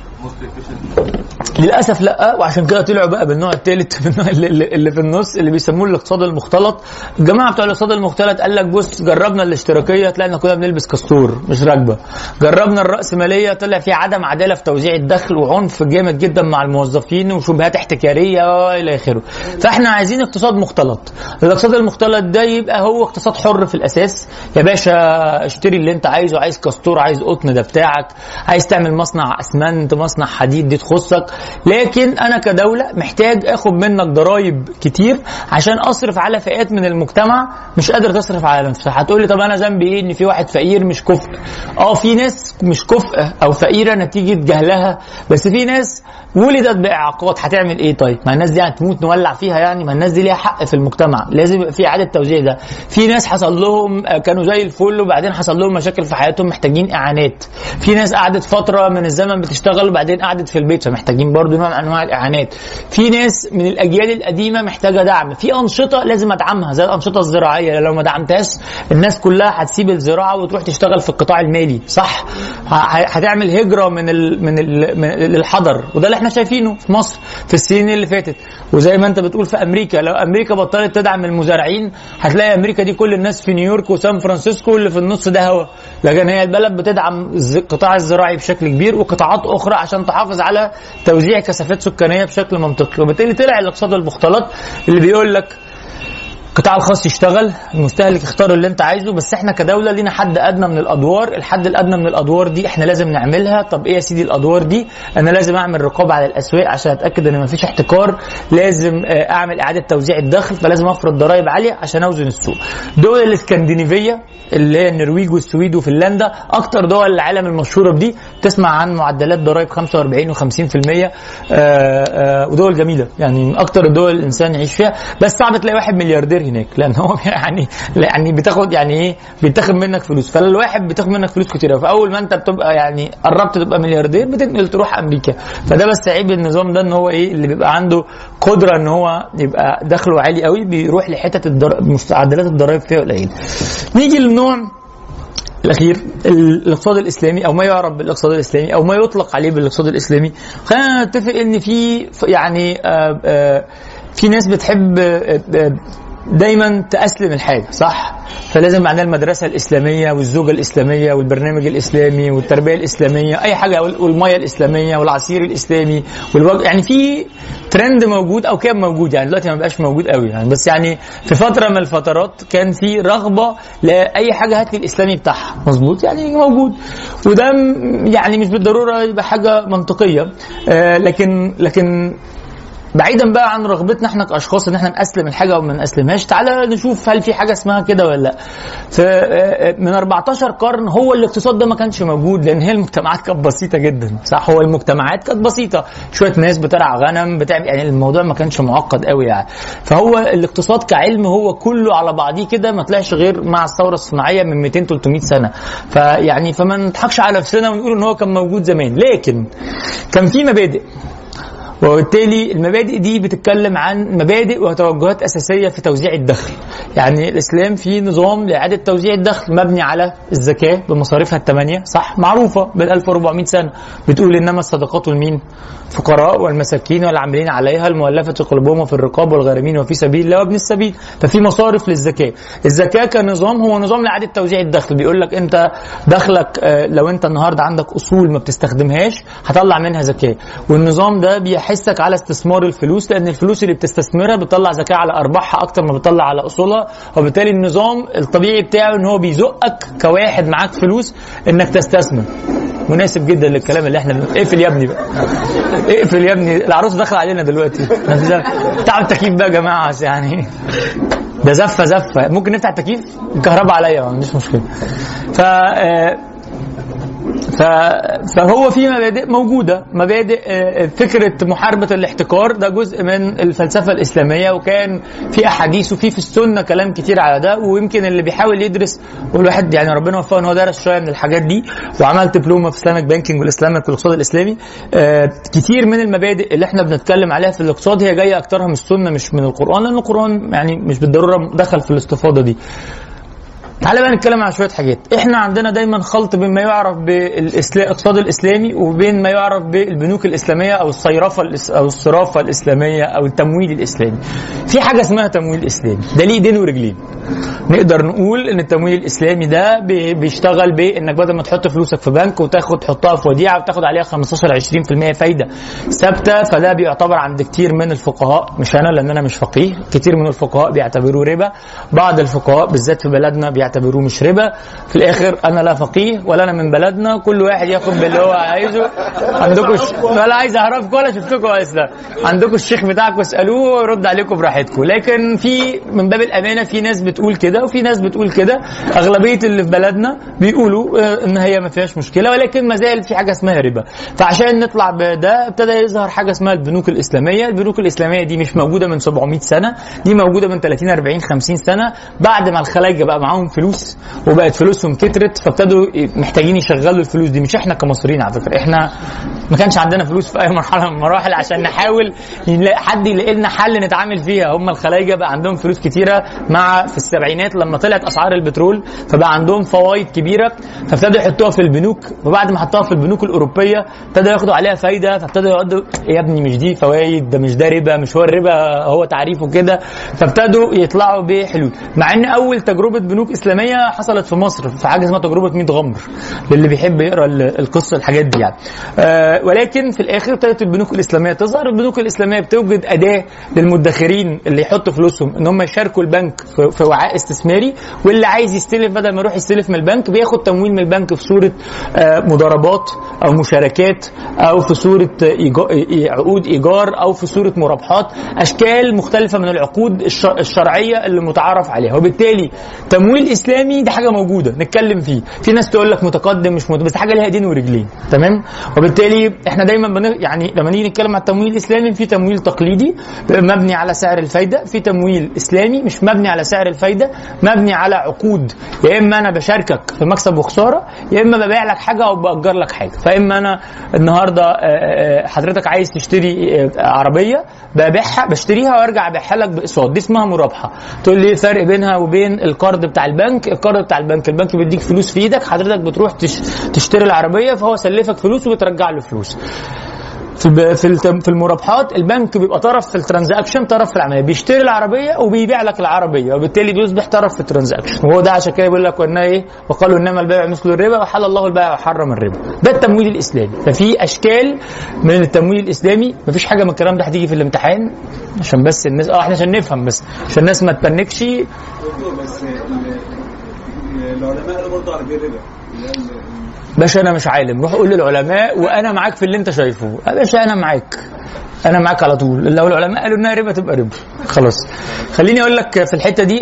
للاسف لا. وعشان كده طلعوا بقى بالنوع الثالث اللي في النص اللي بيسموه الاقتصاد المختلط. الجماعه بتوع الاقتصاد المختلط قال لك بص جربنا الاشتراكيه طلعنا كنا بنلبس كاستور مش راكبه، جربنا الراسماليه طلع في عدم عداله في توزيع الدخل وعنف جامد جدا مع الموظفين وشبهات احتكاريه الى اخره. فاحنا عايزين اقتصاد مختلط. الاقتصاد المختلط ده يبقى هو اقتصاد حر في الاساس. يا باشا اشتري اللي انت عايزه، عايز كاستور عايز قطن ده بتاعك، عايز تعمل مصنع اسمنت مصنع حديد دي تخصك. لكن انا كدوله محتاج اخد منك ضرائب كتير عشان اصرف على فئات من المجتمع مش قادر تصرف على نفسها. هتقول لي طب انا ذنبي ايه ان في واحد فقير مش كفء؟ اه في ناس مش كفء او فقيره نتيجه جهلها، بس في ناس ولدت باعاقات. هتعمل ايه طيب؟ ما الناس دي هتموت نولع فيها يعني؟ ما الناس دي ليها حق في المجتمع، لازم يبقى في اعاده توزيع. ده في ناس حصل لهم كانوا زي الفل وبعدين حصل لهم مشاكل في حياتهم محتاجين اعانات. في ناس قعدت فتره من الزمن بتشتغل وبعدين قعدت في البيت فمحتاجين برضو نوع من انواع الاعانات. في ناس من الاجيال القديمه محتاجه دعم. في انشطه لازم ادعمها زي الانشطه الزراعيه، لو ما دعمتهاش الناس كلها هتسيب الزراعه وتروح تشتغل في القطاع المالي صح؟ هتعمل هجره من ال من, ال من الحضر. وده اللي احنا شايفينه في مصر في السنين اللي فاتت. وزي ما انت بتقول في امريكا، لو امريكا بطلت تدعم المزارعين هتلاقي امريكا دي كل الناس في نيويورك وسان فرانسيسكو اللي في النص ده هوا. لكن هي البلد بتدعم القطاع الزراعي بشكل كبير وقطاعات اخرى عشان تحافظ على توزيع كثافات سكانيه بشكل منطقي. وبالتالي طلع الاقتصاد المختلط اللي بيقول لك القطاع الخاص يشتغل، المستهلك يختار اللي انت عايزه، بس احنا كدوله لينا حد ادنى من الادوار. الحد الادنى من الادوار دي احنا لازم نعملها. طب ايه يا سيدي الادوار دي؟ انا لازم اعمل رقابه على الاسواق عشان اتاكد ان مفيش احتكار، لازم اعمل اعاده توزيع الدخل، فلازم افرض ضرائب عاليه عشان اوزن السوق. دول الاسكندنافيه اللي هي النرويج والسويد وفنلندا اكتر دول العالم المشهوره بدي، تسمع عن معدلات ضرائب خمسة وأربعين وخمسين بالمية، ودول جميله يعني اكتر الدول الانسان يعيش فيها. بس صعب تلاقي واحد ملياردير هناك لان هو يعني يعني بتاخد يعني ايه بيتاخد منك فلوس. فالواحد بتاخد منك فلوس كتير، فاول ما انت بتبقى يعني قربت تبقى ملياردير بتنقل تروح امريكا. فده بس عيب النظام ده ان هو ايه اللي بيبقى عنده قدره ان هو يبقى دخله عالي قوي بيروح لحته معدلات الضرائب فيها قليله. نيجي للنوع الاخير الاقتصاد الاسلامي او ما يعرف بالاقتصاد الاسلامي او ما يطلق عليه بالاقتصاد الاسلامي. خلينا نتفق ان في يعني آآ آآ في ناس بتحب دايما تأسلم الحاجة صح، فلازم عندنا المدرسة الإسلامية والزوجة الإسلامية والبرنامج الإسلامي والتربية الإسلامية أي حاجة، والمية الإسلامية والعصير الإسلامي والوجه، يعني في ترند موجود أو كان موجود، يعني دلوقتي ما بقاش موجود قوي يعني، بس يعني في فترة من الفترات كان في رغبة لأي حاجة هات لي الإسلامي بتاعها مظبوط يعني موجود، وده يعني مش بالضرورة يبقى حاجة منطقية، آه لكن لكن بعيدا بقى عن رغبتنا احنا كاشخاص ان احنا نسلم الحاجه او ما نسلمهاش، تعالى نشوف هل في حاجه اسمها كده ولا لا. من أربعتاشر قرن هو الاقتصاد ده ما كانش موجود، لان هي المجتمعات كانت بسيطه جدا صح، هو المجتمعات كانت بسيطه، شويه ناس بترعى غنم بتعمل، يعني الموضوع ما كانش معقد قوي يعني. فهو الاقتصاد كعلم هو كله على بعضيه كده ما طلعش غير مع الثوره الصناعيه من مئتين تلتمية سنه، فيعني فما نضحكش على نفسنا ونقول ان هو كان موجود زمان، لكن كان في مبادئ، وبالتالي المبادئ دي بتتكلم عن مبادئ وتوجهات أساسية في توزيع الدخل. يعني الإسلام فيه نظام لإعادة توزيع الدخل مبني على الزكاة بمصاريفها الثمانية صح، معروفة بال ألف وأربعمائة سنة، بتقول إنما الصدقات لمين؟ فقراء والمساكين والعاملين عليها المؤلفة قلوبهم وفي الرقاب والغارمين وفي سبيل الله وابن السبيل. ففي مصارف للزكاة. الزكاة كنظام هو نظام لإعادة توزيع الدخل، بيقول لك أنت دخلك لو أنت النهاردة عندك أصول ما بتستخدمهاش هطلع منها زكاة، والنظام ده بيحسك على استثمار الفلوس، لأن الفلوس اللي بتستثمرها بتطلع زكاة على أرباحها أكتر ما بتطلع على أصولها، وبالتالي النظام الطبيعي بتاعه إن هو بيزقك كواحد معاك فلوس إنك تستثمر. مناسب جدا للكلام اللي احنا اقفل يا ابني بقى، اقفل يا ابني، العروس داخل علينا دلوقتي تعالوا التكييف بقى يا جماعه يعني، ده زفه زفه، ممكن نفتح التكييف الكهرباء عليا ما عنديش مشكله. ف فهو في مبادئ موجودة، مبادئ فكرة محاربة الاحتكار ده جزء من الفلسفة الإسلامية، وكان في أحاديث وفي في السنة كلام كتير على ده، ويمكن اللي بيحاول يدرس والواحد يعني ربنا وفقه ان هو درس شوية من الحاجات دي وعمل دبلومة في اسلامك بانكينج والاسلامك في الاقتصاد الإسلامي. كتير من المبادئ اللي احنا بنتكلم عليها في الاقتصاد هي جاية أكترها من السنة مش من القرآن، لأن القرآن يعني مش بالضرورة دخل في الاستفاضة دي. تعالى بقى نتكلم عن شويه حاجات. احنا عندنا دايما خلط بين ما يعرف بالاقتصاد الاسلامي وبين ما يعرف بالبنوك الاسلاميه او الصيرفه او الصرافه الاسلاميه او التمويل الاسلامي. في حاجه اسمها تمويل اسلامي، ده ليه ايدين ورجلين. نقدر نقول ان التمويل الاسلامي ده بيشتغل بانك بدل ما تحط فلوسك في بنك وتاخد تحطها في وديعه وتاخد عليها خمستاشر عشرين بالمية فايده ثابته، فده بيعتبر عند كتير من الفقهاء، مش انا لان انا مش فقيه، كتير من الفقهاء بيعتبروه ربا، بعض الفقهاء بالذات في بلدنا بيعتبروه مش ربا. في الاخر انا لا فقيه ولا انا من بلدنا، كل واحد ياخد باللي هو عايزه. عندكم ش... ولا عايز اعرفكم ولا شفتكم اصلا، عندكم الشيخ بتاعكم اسالوه ويرد عليكم براحتكم. لكن في من باب الامانه في ناس بتقول كده وفي ناس بتقول كده، اغلبيه اللي في بلدنا بيقولوا ان هي ما فيهاش مشكله، ولكن ما زال في حاجه اسمها ربا. فعشان نطلع بده ابتدى يظهر حاجه اسمها البنوك الاسلاميه. البنوك الاسلاميه دي مش موجوده من سبعمائة سنه، دي موجوده من ثلاثين أربعين خمسين سنه، بعد ما الخلايجه بقى معاهم فلوس وبقت فلوسهم كترت فابتدوا محتاجين يشغلوا الفلوس دي. مش احنا كمصريين على فكره، احنا ما كانش عندنا فلوس في اي مرحله من المراحل عشان نحاول حد يلاقي لنا حل نتعامل فيها. هم الخلايجه بقى عندهم فلوس كتيره مع في السبعينات لما طلعت اسعار البترول، فبقى عندهم فوائد كبيره فابتدوا يحطوها في البنوك، وبعد ما حطوها في البنوك الاوروبيه ابتدوا ياخدوا عليها فايده، فابتدوا يقعدوا يا ابني مش دي فوائد، ده مش ده ربا، مش هو الربا هو تعريفه كده، فابتدوا يطلعوا بحلول. مع ان اول تجربه بنوك اسلاميه حصلت في مصر في حاجه اسمها تجربه ميت غمر، للي بيحب يقرا القصه الحاجات دي يعني. آه ولكن في الاخر ابتدت البنوك الاسلاميه تظهر. البنوك الاسلاميه بتوجد اداه للمدخرين اللي يحطوا فلوسهم ان هم يشاركوا البنك في, في وعاء استثماري، واللي عايز يستلف بدل ما يروح يستلف من البنك بياخد تمويل من البنك في صوره آه مضاربات او مشاركات او في صوره عقود ايجار او في صوره مرابحات، اشكال مختلفه من العقود الشرعيه اللي متعارف عليها. وبالتالي تمويل اسلامي دي حاجه موجوده نتكلم فيه. في ناس تقول لك متقدم مش متقدم، بس حاجه ليها ايدين ورجلين، تمام. وبالتالي احنا دايما بن... يعني لما نيجي نتكلم عن التمويل الاسلامي، في تمويل تقليدي مبني على سعر الفايده، في تمويل اسلامي مش مبني على سعر الفايده، مبني على عقود، يا اما انا بشاركك في مكسب وخساره، يا اما ببيع لك حاجه او باجر لك حاجه. فاما انا النهارده حضرتك عايز تشتري عربيه ببيعها بشتريها وارجع ابيعها لك باقساط، دي اسمها مرابحه. تقول لي الفرق بينها وبين القرض بتاع البنك؟ القرض بتاع البنك البنك بيديك فلوس في ايدك، حضرتك بتروح تشتري العربيه فهو سلفك فلوس وبترجع له فلوس. في في في المرابحات البنك بيبقى طرف في الترانزاكشن، طرف في العمليه، بيشتري العربيه وبيبيع لك العربيه، وبالتالي بيصبح طرف في الترانزاكشن. وهو ده عشان كده بيقول لك وانها ايه، وقالوا انما البيع مثل الربا وحل الله البيع وحرم الربا. ده التمويل الاسلامي. ففي اشكال من التمويل الاسلامي، مفيش حاجه من الكلام ده هتيجي في الامتحان عشان بس الناس اه احنا عشان نفهم، بس عشان الناس ما تبنكش. بس العلماء قالوا برضه على بيع الربا. باشا انا مش عالم، روح قول للعلماء وانا معاك في اللي انت شايفه. يا باشا انا معاك، انا معاك على طول. لو العلماء قالوا انها ربا تبقى ربا خلاص. خليني اقول لك في الحته دي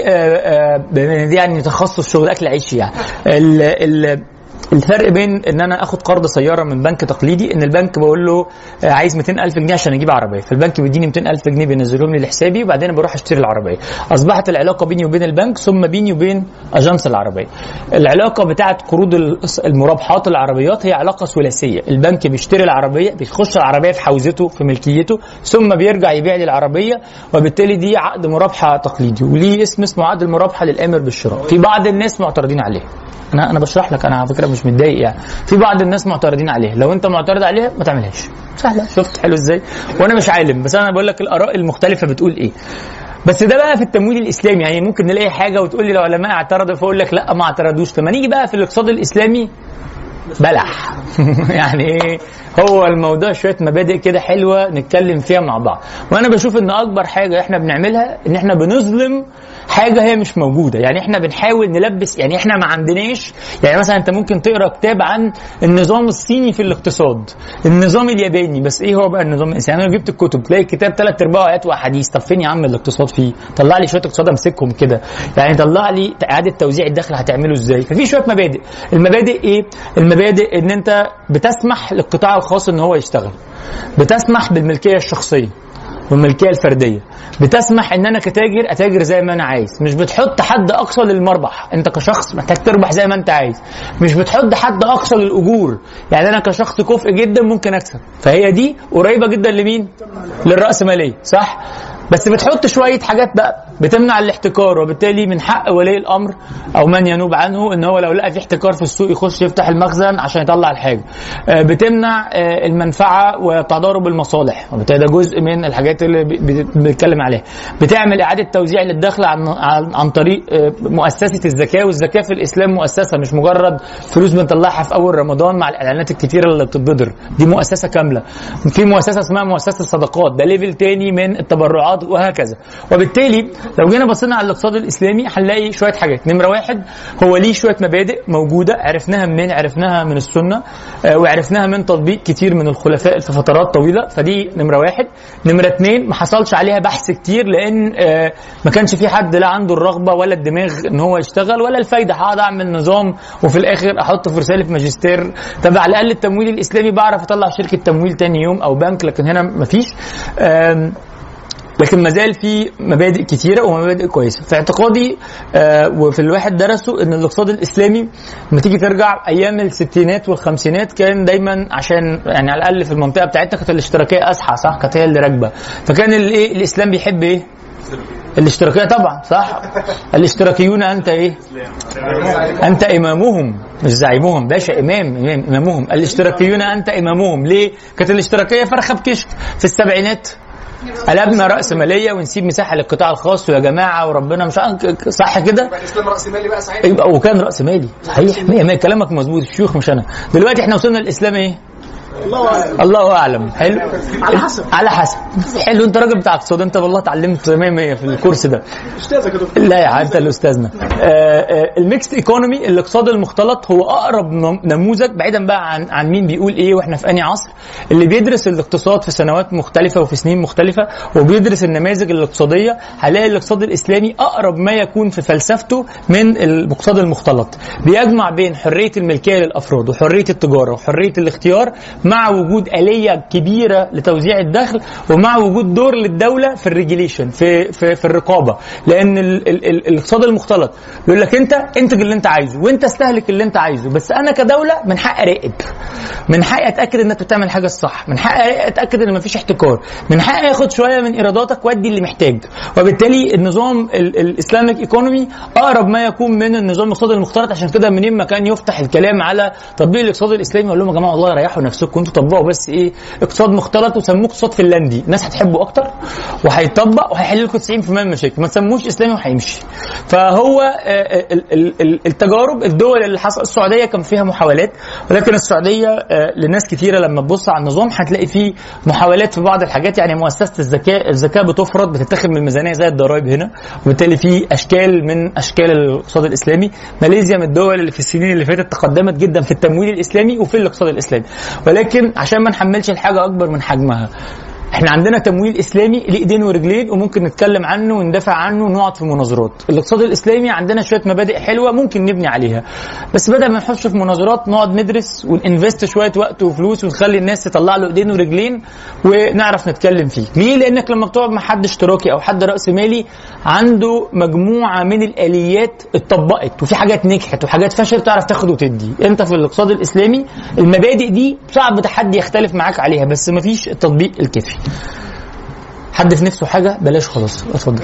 دي يعني تخصص شغل اكل عيش يعني. ال ال الفرق بين ان انا اخد قرض سياره من بنك تقليدي، ان البنك بقول له عايز مئتين ألف جنيه عشان اجيب عربيه، فالبنك بيديني مئتين ألف جنيه بينزلهم لي لحسابي وبعدين بروح اشتري العربيه. اصبحت العلاقه بيني وبين البنك ثم بيني وبين اجانس العربيه. العلاقه بتاعه قروض المرابحات العربيات هي علاقه ثلاثيه، البنك بيشتري العربيه، بيخش العربيه في حوزته في ملكيته، ثم بيرجع يبيع لي العربيه، وبالتالي دي عقد مرابحه تقليدي وليه اسم اسمه عقد المرابحه للامر بالشراء. في بعض الناس معترضين عليه، انا انا بشرح لك، انا على فكره مش متضايق يعني. في بعض الناس معترضين عليه، لو انت معترض عليها ما تعملهاش، سهله. شفت حلو ازاي؟ وانا مش عالم، بس انا بقول لك الاراء المختلفه بتقول ايه. بس ده بقى في التمويل الاسلامي، يعني ممكن نلاقي حاجه وتقول لي العلماء اعترضوا، فاقول لك لا ما اعترضوش. لما نيجي بقى في الاقتصاد الاسلامي بلح يعني ايه، هو الموضوع شويه مبادئ كده حلوه نتكلم فيها مع بعض. وانا بشوف ان اكبر حاجه احنا بنعملها ان احنا بنظلم حاجه هي مش موجوده. يعني احنا بنحاول نلبس، يعني احنا ما عندناش، يعني مثلا انت ممكن تقرا كتاب عن النظام الصيني في الاقتصاد، النظام الياباني، بس ايه هو بقى النظام الاسلامي؟ يعني انا جبت الكتب تلاقي الكتاب ثلاث ارباعه ايات واحاديث. طب فين يا عم الاقتصاد فيه؟ طلع لي شويه اقتصاد امسكهم كده، يعني طلع لي اعاده توزيع الدخل هتعمله ازاي. ففي شويه مبادئ. المبادئ ايه؟ المبادئ ان انت بتسمح للقطاع الخاص ان هو يشتغل، بتسمح بالملكيه الشخصيه والملكيه الفرديه، بتسمح ان انا كتاجر اتاجر زي ما انا عايز، مش بتحط حد اقصى للمربح، انت كشخص محتاج تربح زي ما انت عايز، مش بتحط حد اقصى للاجور، يعني انا كشخص كفء جدا ممكن اكسب. فهي دي قريبه جدا لمين؟ للرأسمالية، صح؟ بس بتحط شويه حاجات بقى بتمنع الاحتكار، وبالتالي من حق ولي الامر او من ينوب عنه ان هو لو لقى في احتكار في السوق يخش يفتح المخزن عشان يطلع الحاجه. بتمنع المنفعه وتضارب المصالح، وبالتالي ده جزء من الحاجات اللي بنتكلم عليها. بتعمل اعاده توزيع للدخل عن عن طريق مؤسسه الزكاه، والزكاه في الاسلام مؤسسه مش مجرد فلوس بنطلعها في اول رمضان مع الاعلانات الكتيره اللي بتتبدر، دي مؤسسه كامله. في مؤسسه اسمها مؤسسه الصدقات، ده ليفل تاني من التبرعات وهكذا. وبالتالي لو جينا بصينا على الاقتصاد الاسلامي هنلاقي شويه حاجات. نمره واحد، هو ليه شويه مبادئ موجوده عرفناها منين؟ عرفناها من السنه وعرفناها من تطبيق كتير من الخلفاء في فترات طويله، فدي نمره واحد. نمره اثنين، ما حصلش عليها بحث كتير لان ما كانش في حد لا عنده الرغبه ولا الدماغ ان هو يشتغل ولا الفايده. هقعد اعمل نظام وفي الاخر احطه في رساله ماجستير. طب على الاقل التمويل الاسلامي بعرف اطلع شركه تمويل تاني يوم او بنك، لكن هنا مفيش. لكن مازال في مبادئ كتيرة ومبادئ كويسة. في اعتقادي آه وفي الواحد درسه ان الاقتصاد الاسلامي لما تيجي ترجع ايام الستينات والخمسينات كان دايما، عشان يعني على الاقل في المنطقة بتاعتنا كانت الاشتراكية اسحى، صح؟ كانت هي اللي راكبة. فكان الايه الاسلام بيحب ايه؟ الاشتراكية طبعا، صح؟ الاشتراكيون انت ايه؟ انت امامهم مش زعيمهم، باشا امام امام امامهم. الاشتراكيون انت امامهم. ليه؟ كانت الاشتراكية فرخة بكشك. في السبعينات قلبنا رأسمالية ونسيب مساحة للقطاع الخاص ويا جماعة وربنا مش صح كده؟ الإسلام رأسمالي بقى ساعتها. يبقى وكان رأسمالي صحيح مية مية، كلامك مظبوط، الشيوخ مش أنا. دلوقتي احنا وصلنا للإسلام ايه؟ الله أعلم. الله أعلم. حلو. على حسب. على حسب. حلو، أنت راجل بتاع اقتصاد، أنت والله اتعلمت مية مية في الكورس ده. أستاذك يا دكتور. لا يا أنت اللي أستاذنا. الميكست ايكونومي، الاقتصاد المختلط، هو أقرب نموذج بعيدا بقى عن عن مين بيقول إيه وإحنا في أنهي عصر، اللي بيدرس الاقتصاد في سنوات مختلفة وفي سنين مختلفة وبيدرس النماذج الاقتصادية، هلاقي الاقتصاد الإسلامي أقرب ما يكون في فلسفته من الاقتصاد المختلط. بيجمع بين حرية الملكية للأفراد وحرية التجارة وحرية الاختيار مع وجود آلية كبيرة لتوزيع الدخل ومع وجود دور للدولة في الريجيليشن في في في الرقابة. لأن ال ال ال الاقتصاد المختلط بيقول لك أنت انتج اللي أنت عايزه وأنت استهلك اللي أنت عايزه، بس أنا كدولة من حق أراقب، من حق أتأكد إنك بتعمل حاجة الصح، من حق أتأكد إن مفيش احتكار، من حق آخد شوية من إيراداتك وأدي اللي محتاج. وبالتالي النظام الإسلاميك إيكونومي أقرب ما يكون من النظام الاقتصادي المختلط. عشان كده منين ما كان يفتح الكلام على تطبيق الاقتصاد الإسلامي أقول لهم يا جماعة والله ريحوا نفسكم، كنتوا طبقوا بس ايه اقتصاد مختلط وسموه اقتصاد فنلندي، الناس هتحبه اكتر وهيطبق وهيحل لكم تسعين بالمية من المشاكل. ما تسموش اسلامي وهيمشي. فهو التجارب الدول اللي حصل، السعوديه كان فيها محاولات، ولكن السعوديه لناس كثيره لما تبص على النظام هتلاقي فيه محاولات في بعض الحاجات. يعني مؤسسه الزكاه الزكاه بتفرض بتتخذ من الميزانيه زي الضرائب هنا، وبالتالي في اشكال من اشكال الاقتصاد الاسلامي. ماليزيا من الدول اللي في السنين اللي فاتت تقدمت جدا في التمويل الاسلامي وفي الاقتصاد الاسلامي، ولكن عشان ما نحملش الحاجه اكبر من حجمها، احنا عندنا تمويل اسلامي ليه ايدين ورجلين وممكن نتكلم عنه وندافع عنه ونقعد في مناظرات. الاقتصاد الاسلامي عندنا شويه مبادئ حلوه ممكن نبني عليها، بس بدل ما نخش في مناظرات نقعد ندرس وننفست شويه وقت وفلوس ونخلي الناس تطلع له ايدين ورجلين ونعرف نتكلم فيه. ليه؟ لانك لما بتقعد مع حد اشتراكي او حد راس مالي عنده مجموعه من الاليات اتطبقت وفي حاجات نجحت وحاجات فشلت تعرف تاخد وتدي. انت في الاقتصاد الاسلامي المبادئ دي صعب حد يختلف معاك عليها، بس مفيش التطبيق الكافي. حد في نفسه حاجة بلاش خلاص اتفضل.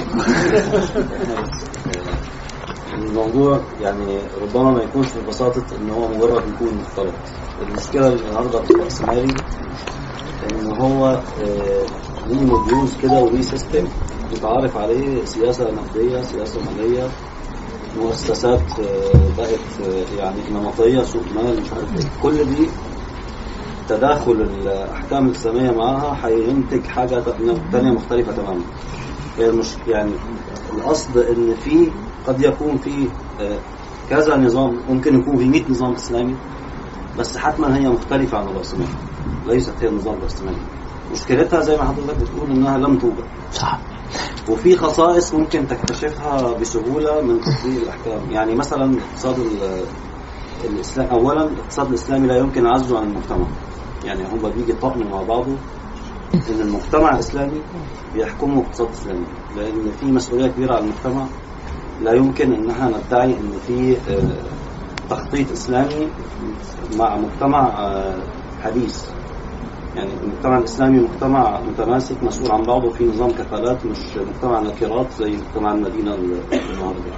الموضوع يعني ربما ما يكونش ببساطة ان هو مجرد يكون مختلط. المشكلة اللي النهارده في الرأسمالي ان هو ليه مدروس كده وليه سيستم متعارف عليه، سياسة نقدية، سياسة مالية، مؤسسات بقت يعني نمطية، سوق مال، مش عارف ايه. كل دي تداخل الأحكام الإسلامية معها هينتج حاجة تانية مختلفة تماما. يعني الأصل إن في قد يكون في كذا نظام، ممكن يكون في مئة نظام إسلامي، بس حتما هي مختلفة عن الرأسمالي، ليست هي النظام الرأسمالي. مشكلتها زي ما حضرتك بتقول إنها لم توجد. صح. وفي خصائص ممكن تكتشفها بسهولة من تطبيق الأحكام. يعني مثلا اقتصاد الإسلام، أولا الاقتصاد الإسلامي لا يمكن عزله عن المجتمع. يعني هو بيجي طقم مع بعضه ان المجتمع الاسلامي بيحكمه اقتصاد اسلامي، لان في مسؤوليه كبيره على المجتمع. لا يمكن ان احنا ندعي ان في تخطيط اسلامي مع مجتمع حديث. يعني المجتمع الاسلامي مجتمع متماسك مسؤول عن بعضه، في نظام كفالات، مش مجتمع نكرات زي مجتمع المدينه النهارده.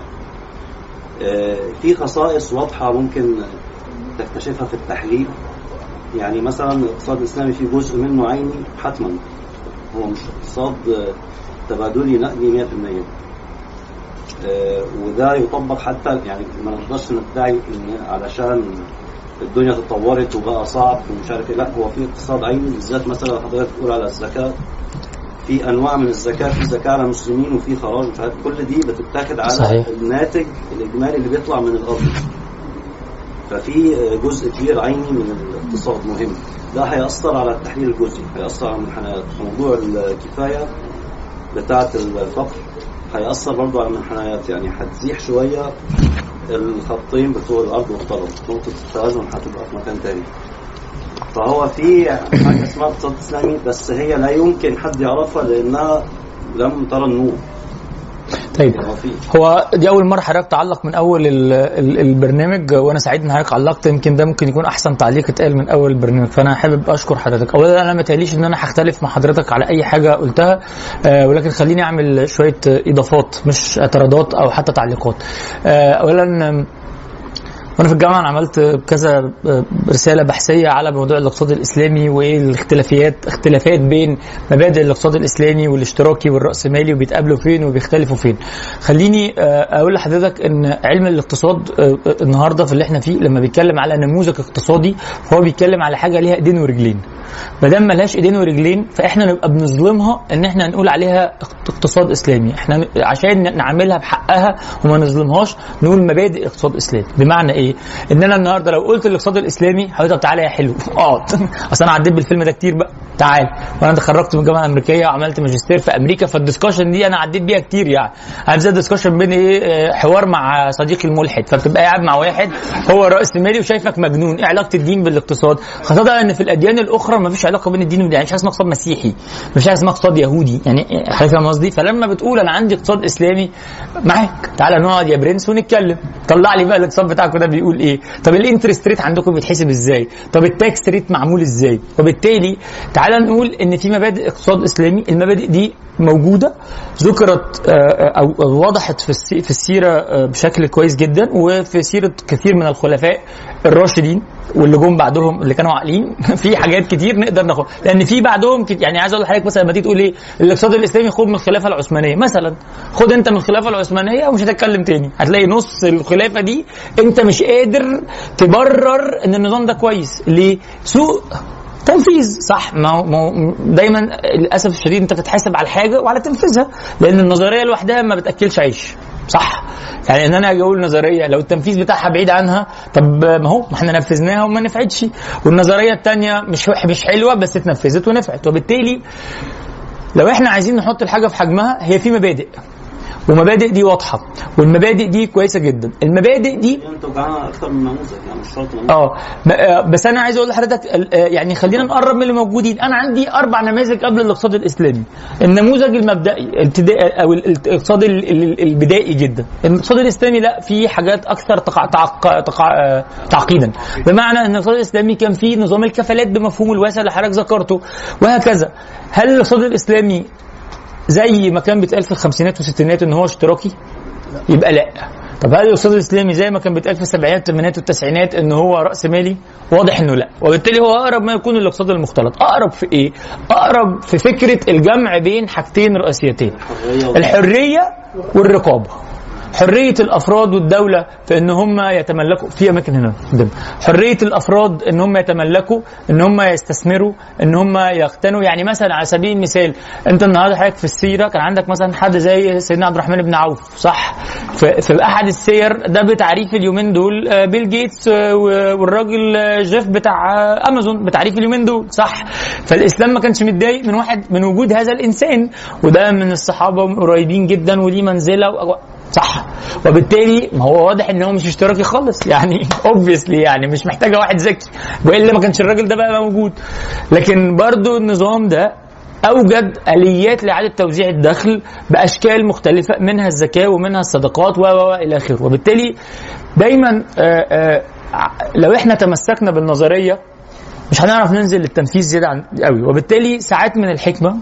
في خصائص واضحه ممكن تكتشفها في التحليل. يعني مثلا الاقتصاد الإسلامي في جزء منه عيني حتما، هو مش اقتصاد تبادلي نقدي مية في المية. وده يطبق حتى، يعني ما نقدرش ندعي ان علشان الدنيا تطورت وبقى صعب ومش عارف ايه، لا هو في اقتصاد عيني. بالذات مثلا حضرتك تقول على الزكاة، في انواع من الزكاة، في زكاة على المسلمين وفي خراج، مش عارف، كل دي بتتاخد على صحيح. الناتج الاجمالي اللي بيطلع من الارض. ففي جزء كبير عيني من الاقتصاد مهم، ده هيأثر على التحليل الجزئي، هيأثر على المنحنيات. موضوع الكفاية بتاعة الفقر هيأثر برضو على المنحنيات، يعني هتزيح شوية الخطين بتوع الأرض والطلب، نقطة التوازن هتبقى في مكان تاني. فهو في حاجة اسمها اقتصاد إسلامي، بس هي لا يمكن حد يعرفها لأنها لم ترى النور. طيب، هو دي اول مره حضرتك تعلق من اول البرنامج، وانا سعيد ان حضرتك علقت. يمكن ده ممكن يكون احسن تعليق اتقال من اول البرنامج، فانا حابب اشكر حضرتك. اولا انا ما تقليش ان انا هختلف مع حضرتك على اي حاجه قلتها، آه ولكن خليني اعمل شويه اضافات مش اعتراضات او حتى تعليقات. آه اولا وانا في الجامعه عملت كذا رساله بحثيه على موضوع الاقتصاد الاسلامي وايه الاختلافيات اختلافات بين مبادئ الاقتصاد الاسلامي والاشتراكي والراسمالي، وبيتقابلوا فين وبيختلفوا فين. خليني اقول لحضرتك ان علم الاقتصاد النهارده في اللي احنا فيه لما بيتكلم على نموذج اقتصادي فهو بيتكلم على حاجه ليها ايدين ورجلين. ما دام ملهاش ايدين ورجلين فاحنا نبقى بنظلمها ان احنا نقول عليها اقتصاد اسلامي. احنا عشان نعملها بحقها وما نظلمهاش نقول مبادئ اقتصاد اسلامي. بمعنى ايه؟ ان انا النهارده لو قلت الاقتصاد الاسلامي حضرتك تعالى يا حلو اقعد اصل انا عديت بالفيلم ده كتير بقى، تعال. وانا اتخرجت من الجامعه الامريكيه وعملت ماجستير في امريكا، فالدسكشن دي انا عديت بيها كتير. يعني عارف زي الدسكشن بين ايه، حوار مع صديقي الملحد، فبتبقى قاعد مع واحد هو رئيس مالي وشايفك مجنون. ايه علاقه الدين بالاقتصاد؟ خاصه ان في الاديان الاخرى ما فيش علاقه بين الدين والدين. يعني مش اسمه اقتصاد مسيحي، مش اسمه اقتصاد يهودي، يعني حضرتك فاهم قصدي؟ فلما بتقول انا عندي اقتصاد اسلامي معاك، تعالى نقعد يا برنس ونتكلم، طلع لي بقى الاقتصاد بتاعك ده بيقول ايه؟ طب الانترست ريت عندكم بيتحسب ازاي؟ طب التاكس ريت معمول ازاي؟ وبالتالي تعال نقول ان في مبادئ اقتصاد اسلامي، المبادئ دي موجوده ذكرت او وضحت في السيره بشكل كويس جدا، وفي سيره كثير من الخلفاء الراشدين واللي جم بعدهم اللي كانوا عاقلين في حاجات كتير نقدر ناخد، لان في بعدهم كت... يعني عايز اقول لحضرتك مثلا لما تيجي تقول ايه الاقتصاد الاسلامي خد من الخلافه العثمانيه مثلا، خد انت من الخلافه العثمانيه ومش هتتكلم تاني، هتلاقي نص الخلافه دي انت مش قادر تبرر ان النظام ده كويس. ليه؟ سوء تنفيذ. صح، ما ما دايما للاسف الشديد انت بتتحاسب على الحاجه وعلى تنفيذها، لان النظريه لوحدها ما بتاكلش عيش. صح، يعني ان انا اجي اقول نظريه لو التنفيذ بتاعها بعيد عنها، طب ما هو ما احنا نفذناها وما نفعتش، والنظريه الثانيه مش مش حلوه بس اتنفذت ونفعت. وبالتالي لو احنا عايزين نحط الحاجه في حجمها، هي في مبادئ، ومبادئ دي واضحه، والمبادئ دي كويسه جدا. المبادئ دي انت وجعنا اكتر من نموذج، يعني مش شرط نموذج. اه بس انا عايز اقول لحضرتك يعني خلينا نقرب من اللي موجودين. انا عندي اربع نماذج قبل الاقتصاد الاسلامي. النموذج المبدئي الابتدائي او الاقتصاد البدائي جدا. الاقتصاد الاسلامي لا، في حاجات اكثر تقع تقع تقع تعقيدا، بمعنى ان الاقتصاد الاسلامي كان فيه نظام الكفالات بمفهوم الواسع اللي حضرتك ذكرته وهكذا. هل الاقتصاد الاسلامي زي ما كان بيتقال في الخمسينات والستينات ان هو اشتراكي؟ يبقى لا. طب هل الاقتصاد الاسلامي زي ما كان بيتقال في السبعينات والثمانينات والتسعينات ان هو راس مالي؟ واضح انه لا. وبالتالي هو اقرب ما يكون الاقتصاد المختلط. اقرب في ايه؟ اقرب في فكره الجمع بين حاجتين رئيسيتين، الحريه والرقابه. حريه الافراد والدوله في ان هم يتملكوا في اماكن هنا قدام. حريه الافراد ان هم يتملكوا، ان هم يستثمروا، ان هم يقتنوا. يعني مثلا على سبيل المثال انت النهارده حضرتك في السيره كان عندك مثلا حد زي سيدنا عبد الرحمن بن عوف، صح؟ في احد السير ده بتعريف اليومين دول بيل جيتس والراجل جيف بتاع امازون بتعريف اليومين دول، صح؟ فالاسلام ما كانش متضايق من واحد من وجود هذا الانسان، وده من الصحابه قريبين جدا وليه منزله و... صح. وبالتالي ما هو واضح ان هو مش اشتراكي خالص، يعني اوبفيسلي يعني مش محتاجه واحد ذكي، والا ما كانش الراجل ده بقى موجود. لكن برضو النظام ده اوجد اليات لاعاده توزيع الدخل باشكال مختلفه، منها الزكاه ومنها الصدقات و الى اخره. وبالتالي دايما آآ آآ لو احنا تمسكنا بالنظريه مش هنعرف ننزل للتنفيذ زياده عن قوي. وبالتالي ساعات من الحكمه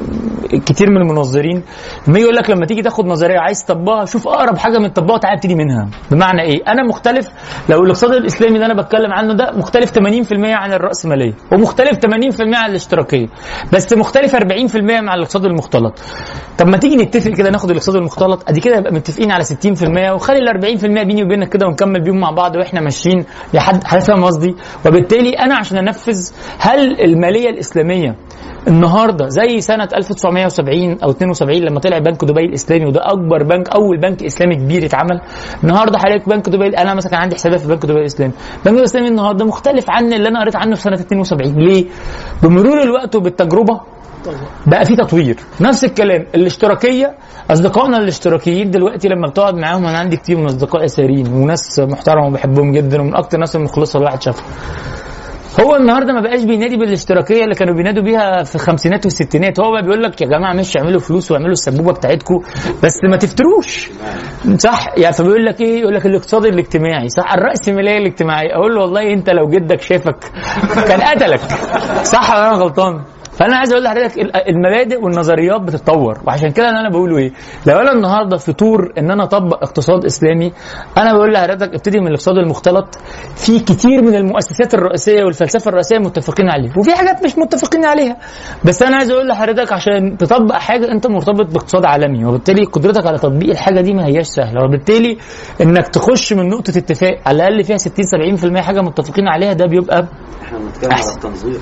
كتير من المنظرين لما يقول لك لما تيجي تاخد نظريه عايز تطبقها، شوف اقرب حاجه من تطبقها تعالى ابتدي منها. بمعنى ايه؟ انا مختلف لو الاقتصاد الاسلامي اللي انا بتكلم عنه ده مختلف ثمانين بالمية عن الراسماليه، ومختلف ثمانين بالمية عن الاشتراكيه، بس مختلف أربعين بالمية مع الاقتصاد المختلط. طب ما تيجي نتفق كده ناخد الاقتصاد المختلط، ادي كده نبقى متفقين على ستين بالمية، وخلي ال أربعين بالمية بيني وبينك كده ونكمل بيهم مع بعض واحنا ماشيين لحد هتفهم قصدي. وبالتالي انا عشان انفذ، هل الماليه الاسلاميه النهارده زي سنه ألف وتسعمية وسبعين او اتنين وسبعين لما طلع بنك دبي الاسلامي، وده اكبر بنك، اول بنك اسلامي كبير اتعمل؟ النهارده حضرتك بنك دبي، انا مثلا كان عندي حسابات في بنك دبي الاسلامي، بنك دبي الاسلامي النهارده مختلف عن اللي انا قريت عنه في سنه اتنين وسبعين. ليه؟ بمرور الوقت وبالتجربه بقى في تطوير. نفس الكلام الاشتراكيه، اصدقائنا الاشتراكيين دلوقتي لما بتقعد معاهم، انا عندي كتير من اصدقائي سارين وناس محترمه وبحبهم جدا، ومن اكتر الناس المخلصه الواحد شافها. هو النهارده ما بقاش بينادي بالاشتراكيه اللي كانوا بينادوا بيها في الخمسينات والستينات. هو بقى بيقول لك يا جماعه مش اعملوا فلوس واعملوا السبوبه بتاعتكم بس ما تفتروش، صح؟ يعني فبيقول لك ايه؟ يقول لك الاقتصاد الاجتماعي، صح؟ الراسماليه الاجتماعيه. اقول له والله انت لو جدك شافك كان قتلك، صح ولا انا غلطان؟ فانا عايز اقول لحضرتك المبادئ والنظريات بتتطور، وعشان كده انا بقول ايه، لو انا النهارده في طور ان انا اطبق اقتصاد اسلامي، انا بقول لحضرتك ابتدي من الاقتصاد المختلط. في كتير من المؤسسات الرئيسيه والفلسفه الرئيسيه متفقين عليها، وفي حاجات مش متفقين عليها، بس انا عايز اقول لحضرتك عشان تطبق حاجه انت مرتبط باقتصاد عالمي، وبالتالي قدرتك على تطبيق الحاجه دي ما هياش سهله، وبالتالي انك تخش من نقطه اتفاق على الاقل فيها ستين سبعين بالمية حاجه متفقين عليها، ده بيبقى احنا بنتكلم على التنظير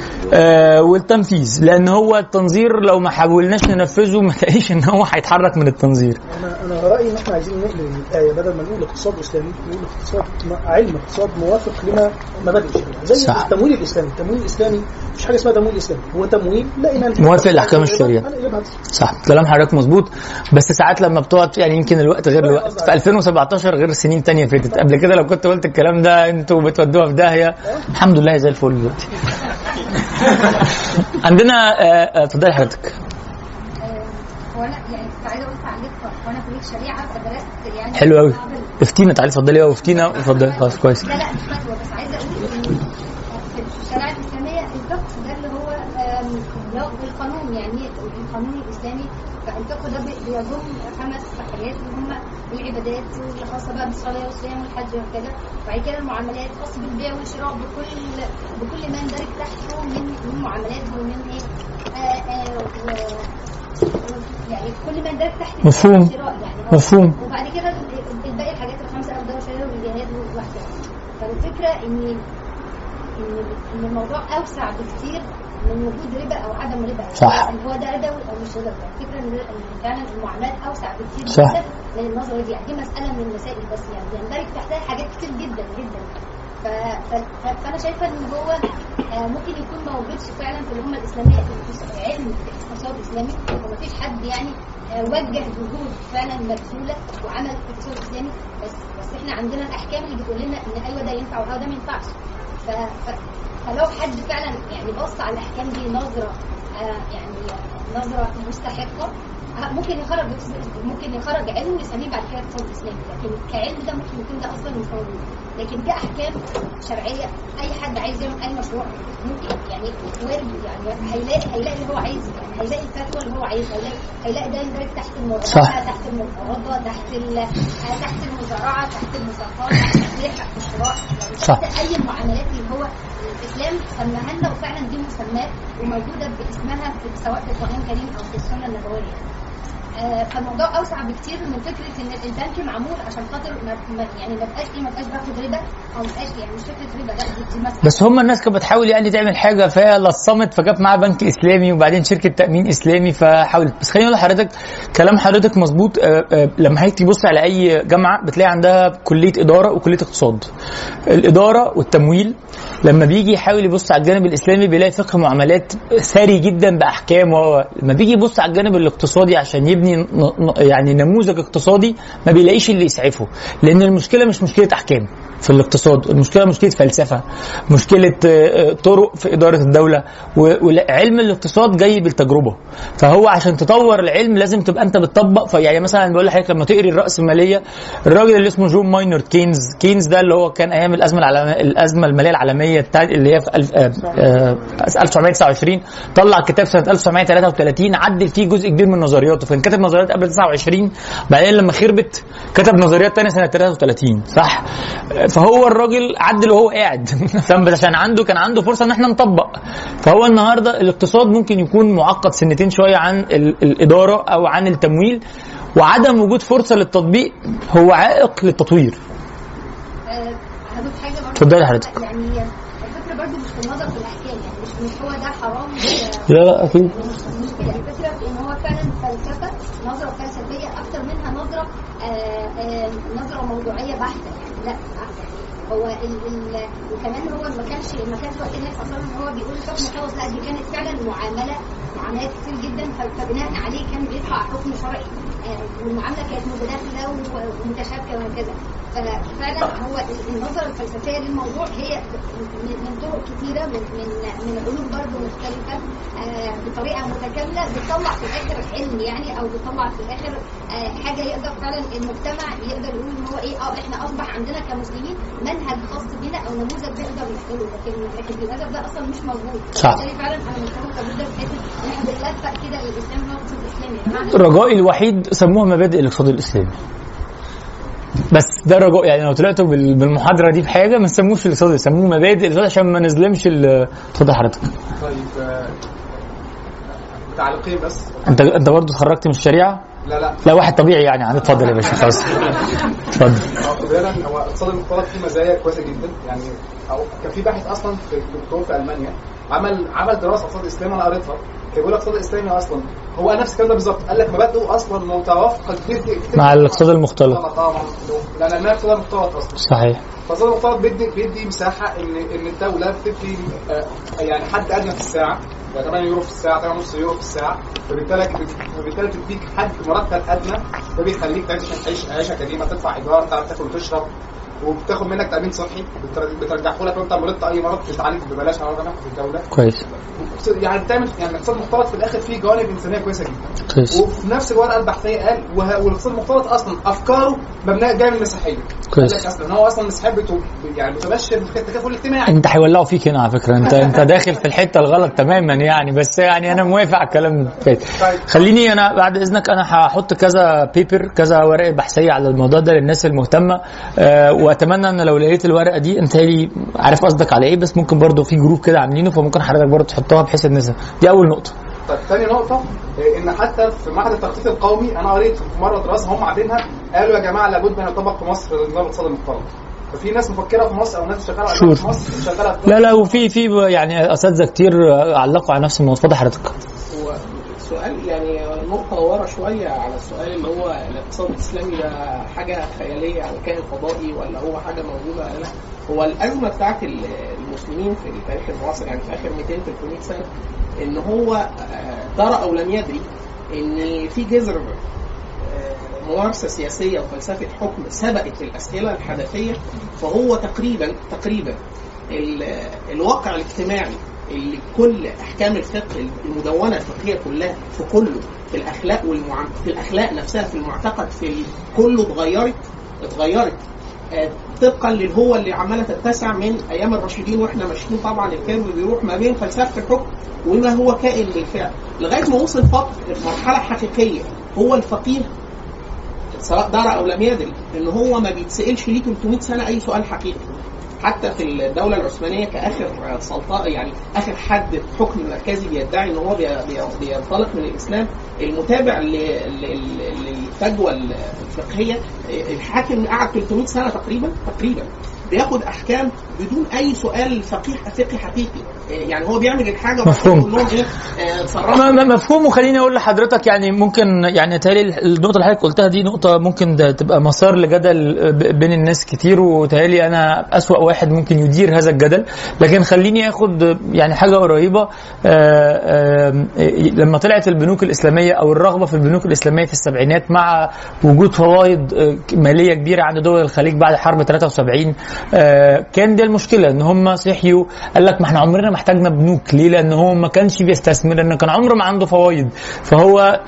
آه والتنفيذ، لان هو التنظير لو ما حاولناش ننفذه ما تلاقيش ان هو هيتحرك من التنظير. انا انا رايي ان احنا عايزين نقل الايه، بدل ما نقول اقتصاد اسلامي نقول اقتصاد علم، اقتصاد موافق لما مبادئ الشريعه، زي صح. التمويل الاسلامي. التمويل الاسلامي مفيش حاجه اسمها تمويل اسلامي، هو تمويل لا موافق لاحكام الشريعه، صح؟ كلام حضرتك مظبوط. بس ساعات لما بتقعد يعني يمكن الوقت غير الوقت، في ألفين وسبعتاشر غير سنين تانية فاتت. قبل كده لو كنت قلت الكلام ده انتوا بتودوها في داهيه، الحمد لله زي الفل دلوقتي. عندنا اتفضلي حضرتك. هو انا يعني كنت عايزه اقول تعليق، وانا كليه شريعه فدرست يعني حلو قوي. افتينا تعالي اتفضلي. اه افتينا اتفضلي. خلاص كويس. لا لا مش فتوى، بس عايزه اقول ان في الشريعه الاسلاميه الفقه ده اللي هو لو القانون، يعني القانون الاسلامي، فالفقه ده بيضم خمس حاجات اللي هم العبادات الخاصه بقى بالصلاه والصيام والحج وكذا، وبعد كده المعاملات الخاصه بالبيع والشراء بكل بكل ما يندرج تحته من من معاملات ومن ايه آآ آآ يعني كل ما يندرج تحت مفهوم الشراء يعني مفهوم. وبعد كده الباقي الحاجات الخمسه الابداع والشهاده والجهاد وهكذا. فالفكره ان ان ان الموضوع اوسع بكثير من وجود ربا او عدم ربا، صح. اللي هو ده ربا او مش ربا. الفكره ان فعلا المعاملات اوسع بكثير صح. جدا من النظره دي، يعني دي مساله من المسائل بس يعني يندرج تحتها حاجات كتير جدا جدا. ف... ف... فانا شايفه ان هو ممكن يكون ما وجدش فعلا في الامه الاسلاميه في علم اقتصاد اسلامي، ومفيش حد يعني وجه جهود فعلا مبذوله وعمل اقتصاد اسلامي، بس بس احنا عندنا الاحكام اللي بتقول لنا ان ايوه ده ينفع وده ما ينفعش. ف... ف... فلو حد فعلا يعني بص على الاحكام دي نظره آه يعني نظره مستحقه، ممكن يخرج ممكن يخرج علم ويسميه بعد كده اقتصاد اسلامي، لكن كعلم ده ممكن يكون ده اصلا مش موجود. لكن كاحكام شرعيه اي حد عايز يعمل اي مشروع ممكن يعني وارد يعني هيلاقي هيلاقي اللي هو عايزه، يعني هيلاقي الفتوى اللي هو عايزها، هيلاقي هيلاقي ده يندرج تحت المرافقه، تحت المفاوضه، تحت تحت المزارعه، تحت المساقات، تحت البيع، تحت الشراء، يعني تحت اي معاملات اللي هو الاسلام سماها لنا، وفعلا دي مسمات وموجوده باسمها في سواء في القران الكريم او في السنه النبويه. آه فالموضوع اوسع بكتير من فكره ان البنك معمول عشان خاطر ما يعني ما بقاش ايه ما بقاش باخد ربا او ما بقاش يعني مش فكره ربا، لا دي مساله. بس هم الناس كانت بتحاول يعني تعمل حاجه فلصمت، فجاب معاها بنك اسلامي وبعدين شركه تامين اسلامي فحاولت. بس خليني اقول لحضرتك كلام حضرتك مظبوط. آه آه لما هيجي تبص على اي جامعه بتلاقي عندها كليه اداره وكليه اقتصاد. الاداره والتمويل لما بيجي يحاول يبص على الجانب الاسلامي بيلاقي فقه معاملات ثري جدا باحكام، ولما بيجي يبص على الجانب الاقتصادي عشان يبني يعني نموذج اقتصادي ما بيلاقيش اللي يسعفه، لان المشكله مش مشكله احكام في الاقتصاد، المشكله مشكله فلسفه، مشكله طرق في اداره الدوله، وعلم الاقتصاد جاي بالتجربه. فهو عشان تطور العلم لازم تبقى انت بتطبق. فيعني مثلا بقول لحضرتك لما تقري الراسماليه، الراجل اللي اسمه جون ماينارد كينز كينز ده اللي هو كان ايام الازمه العالميه الازمه الماليه العالميه اللي هي في ألف وتسعمائة وتسعة وعشرين طلع كتاب سنه ألف وتسعمائة وثلاثة وثلاثين عدل فيه جزء كبير من نظرياته. فكان كتب نظريات قبل تسعة وعشرين، بعدين لما خربت كتب نظريات ثانيه سنه ثلاثة وثلاثين، صح؟ فهو الراجل عدل وهو قاعد بس عشان عنده كان عنده فرصه ان احنا نطبق. فهو النهارده الاقتصاد ممكن يكون معقد سنتين شويه عن الاداره او عن التمويل، وعدم وجود فرصه للتطبيق هو عائق للتطوير. هضيف حاجه برضه اتفضلي حضرتك. يعني الفكره برضه مش في النظر في الاحكام، يعني مش مش هو ده حرام لا لا اكيد مش كده. الفكره في ان هو فعلا فلسفه، نظره فلسفيه اكتر منها نظره آآ آآ نظره موضوعيه بحته، يعني لا يعني هو ال ال وكمان هو ما كانش ما كانش وقت الناس اصلا ان هو بيقول حكم خلاص، لا دي كانت فعلا معامله معاملات كتير جدا، فبناء عليه كان بيطلع حكم شرعي والمعامله كانت متداخله ومتشابكه وهكذا. ففعلا هو النظره الفلسفيه للموضوع هي من طرق كثيره من من من علوم برضه مختلفه بطريقه متكامله بتطلع في الاخر علم يعني، او بتطلع في الاخر حاجه يقدر فعلا المجتمع يقدر يقول ان هو ايه اه احنا اصبح عندنا كمسلمين منهج خاص بنا او نموذج نقدر نحصله، لكن لكن للاسف ده اصلا مش موجود. بالتالي فعلا انا متفقه جدا في حته ان احنا بنلفق كده الاسلام هو الاقتصاد الاسلامي. الرجاء الوحيد سموها مبادئ الاقتصاد الاسلامي، بس ده رجاء يعني لو طلعتوا بالمحاضره دي بحاجه ما تسموش الاقتصاد، سموه مبادئ الاقتصاد عشان ما نظلمش. اتفضل حضرتك. طيب تعليقين بس. انت انت برضه اتخرجت من الشريعه؟ لا لا لا واحد طبيعي يعني. هنتفضل يا باشا خلاص اتفضل. اولا هو الاقتصاد المختلط فيه مزايا كويسه جدا يعني. او كان في باحث اصلا في الدكتور في المانيا عمل عمل دراسه اقتصاد اسلامي انا قريتها، كان بيقول الاقتصاد الاسلامي اصلا هو نفس الكلام ده بالظبط، قال لك مبادئه اصلا متوافقه كتير مع الاقتصاد المختلط. طبعا لان المال اقتصاد مختلط اصلا. صحيح. الاقتصاد المختلط بيدي بيدي مساحه ان ان الدوله بتدي يعني حد ادنى في الساعه، يعني ثمانية يورو في الساعه، ثمانية ونص يورو في الساعه، فبالتالي فبالتالي تديك حد مرتب ادنى، ده بيخليك تعيش عيشه كريمه، تدفع ايجار، تعرف تاكل وتشرب، وبتاخد منك تامين صحي بترجعه لك وانت مريض اي مرض تتعالج ببلاش على رقم في الدوله. كويس. يعني بتعمل يعني اقتصاد مختلط في الاخر فيه جوانب انسانيه كويسه جدا. كويس. وفي نفس الورقه البحثيه قال والاقتصاد المختلط اصلا افكاره مبنيه جايه من المسيحيه. كويس. قال لك اصلا هو اصلا مسيحي يعني متبشر بالتكافل الاجتماعي. انت هيولعوا فيك هنا على فكره، انت انت داخل في الحته الغلط تماما يعني، بس يعني انا موافق على الكلام ده. خليني انا بعد اذنك انا هحط كذا بيبر كذا ورقه بحثيه على الموضوع ده للناس المهتمه، أه واتمنى ان لو لقيت الورقه دي انت لي عارف قصدك على ايه، بس ممكن برضو في جروب كده عاملينه فممكن حضرتك برضو تحطها بحيث الناس. دي اول نقطه. طيب ثاني نقطه ان حتى في معهد التخطيط القومي انا قريت في مره دراسه هم عاملينها قالوا يا جماعه لابد ان يطبق في مصر نظام الاقتصاد المختلط. ففي ناس مفكره في مصر او ناس شغاله في مصر شغاله لا لا وفي في يعني اساتذه كتير علقوا على نفس الموضوع. اتفضل حضرتك. سؤال يعني نقطة ورا شوية على السؤال اللي هو الاقتصاد الإسلامي ده حاجة خيالية أو كائن فضائي ولا هو حاجة موجودة ولا لا؟ هو الأزمة بتاعت المسلمين في التاريخ المعاصر يعني في آخر مئتين ثلاثمائة سنة إن هو درى أو لم يدري إن في جذر ممارسة سياسية وفلسفة حكم سبقت الأسئلة الحدثية، فهو تقريبا تقريبا الواقع الاجتماعي اللي كل احكام الفقه المدونه الفقهيه كلها في كله في الاخلاق والمع... في الاخلاق نفسها في المعتقد في كله اتغيرت اتغيرت آه طبقا اللي هو اللي عماله تتسع من ايام الراشدين واحنا ماشيين طبعا الكيرف بيروح ما بين فلسفه الحكم وما هو كائن بالفعل لغايه ما وصل فقط مرحله حقيقيه هو الفقيه سواء درى او لم يدري ان هو ما بيتسالش ليه ثلاثمائة سنه اي سؤال حقيقي. حتى في الدولة العثمانية كآخر سلطة يعني آخر حد حكم مركزي بيدعي إن هو بينطلق من الإسلام المتابع للفجوة الفقهية الحاكم قعد ثلاثمائة سنة تقريبا تقريبا بياخد أحكام بدون أي سؤال فقيه فقهي حقيقي يعني هو بيعمل الحاجة مفهوم إيه مفهوم. وخليني أقول لحضرتك يعني ممكن يعني تالي النقطة اللي حضرتك قلتها دي نقطة ممكن تبقى مسار لجدل بين الناس كتير وتالي أنا أسوأ واحد ممكن يدير هذا الجدل، لكن خليني أخد يعني حاجة قريبة. آآ آآ لما طلعت البنوك الإسلامية أو الرغبة في البنوك الإسلامية في السبعينات مع وجود فوائد مالية كبيرة عند دول الخليج بعد حرب ثلاثة وسبعين كان دي المشكلة ان هم صحيوا قال لك ما احنا عمرنا ما احتاجنا بنوك ليه لان هو ما كانش بيستثمر لان كان عمره ما عنده فوائد. فهو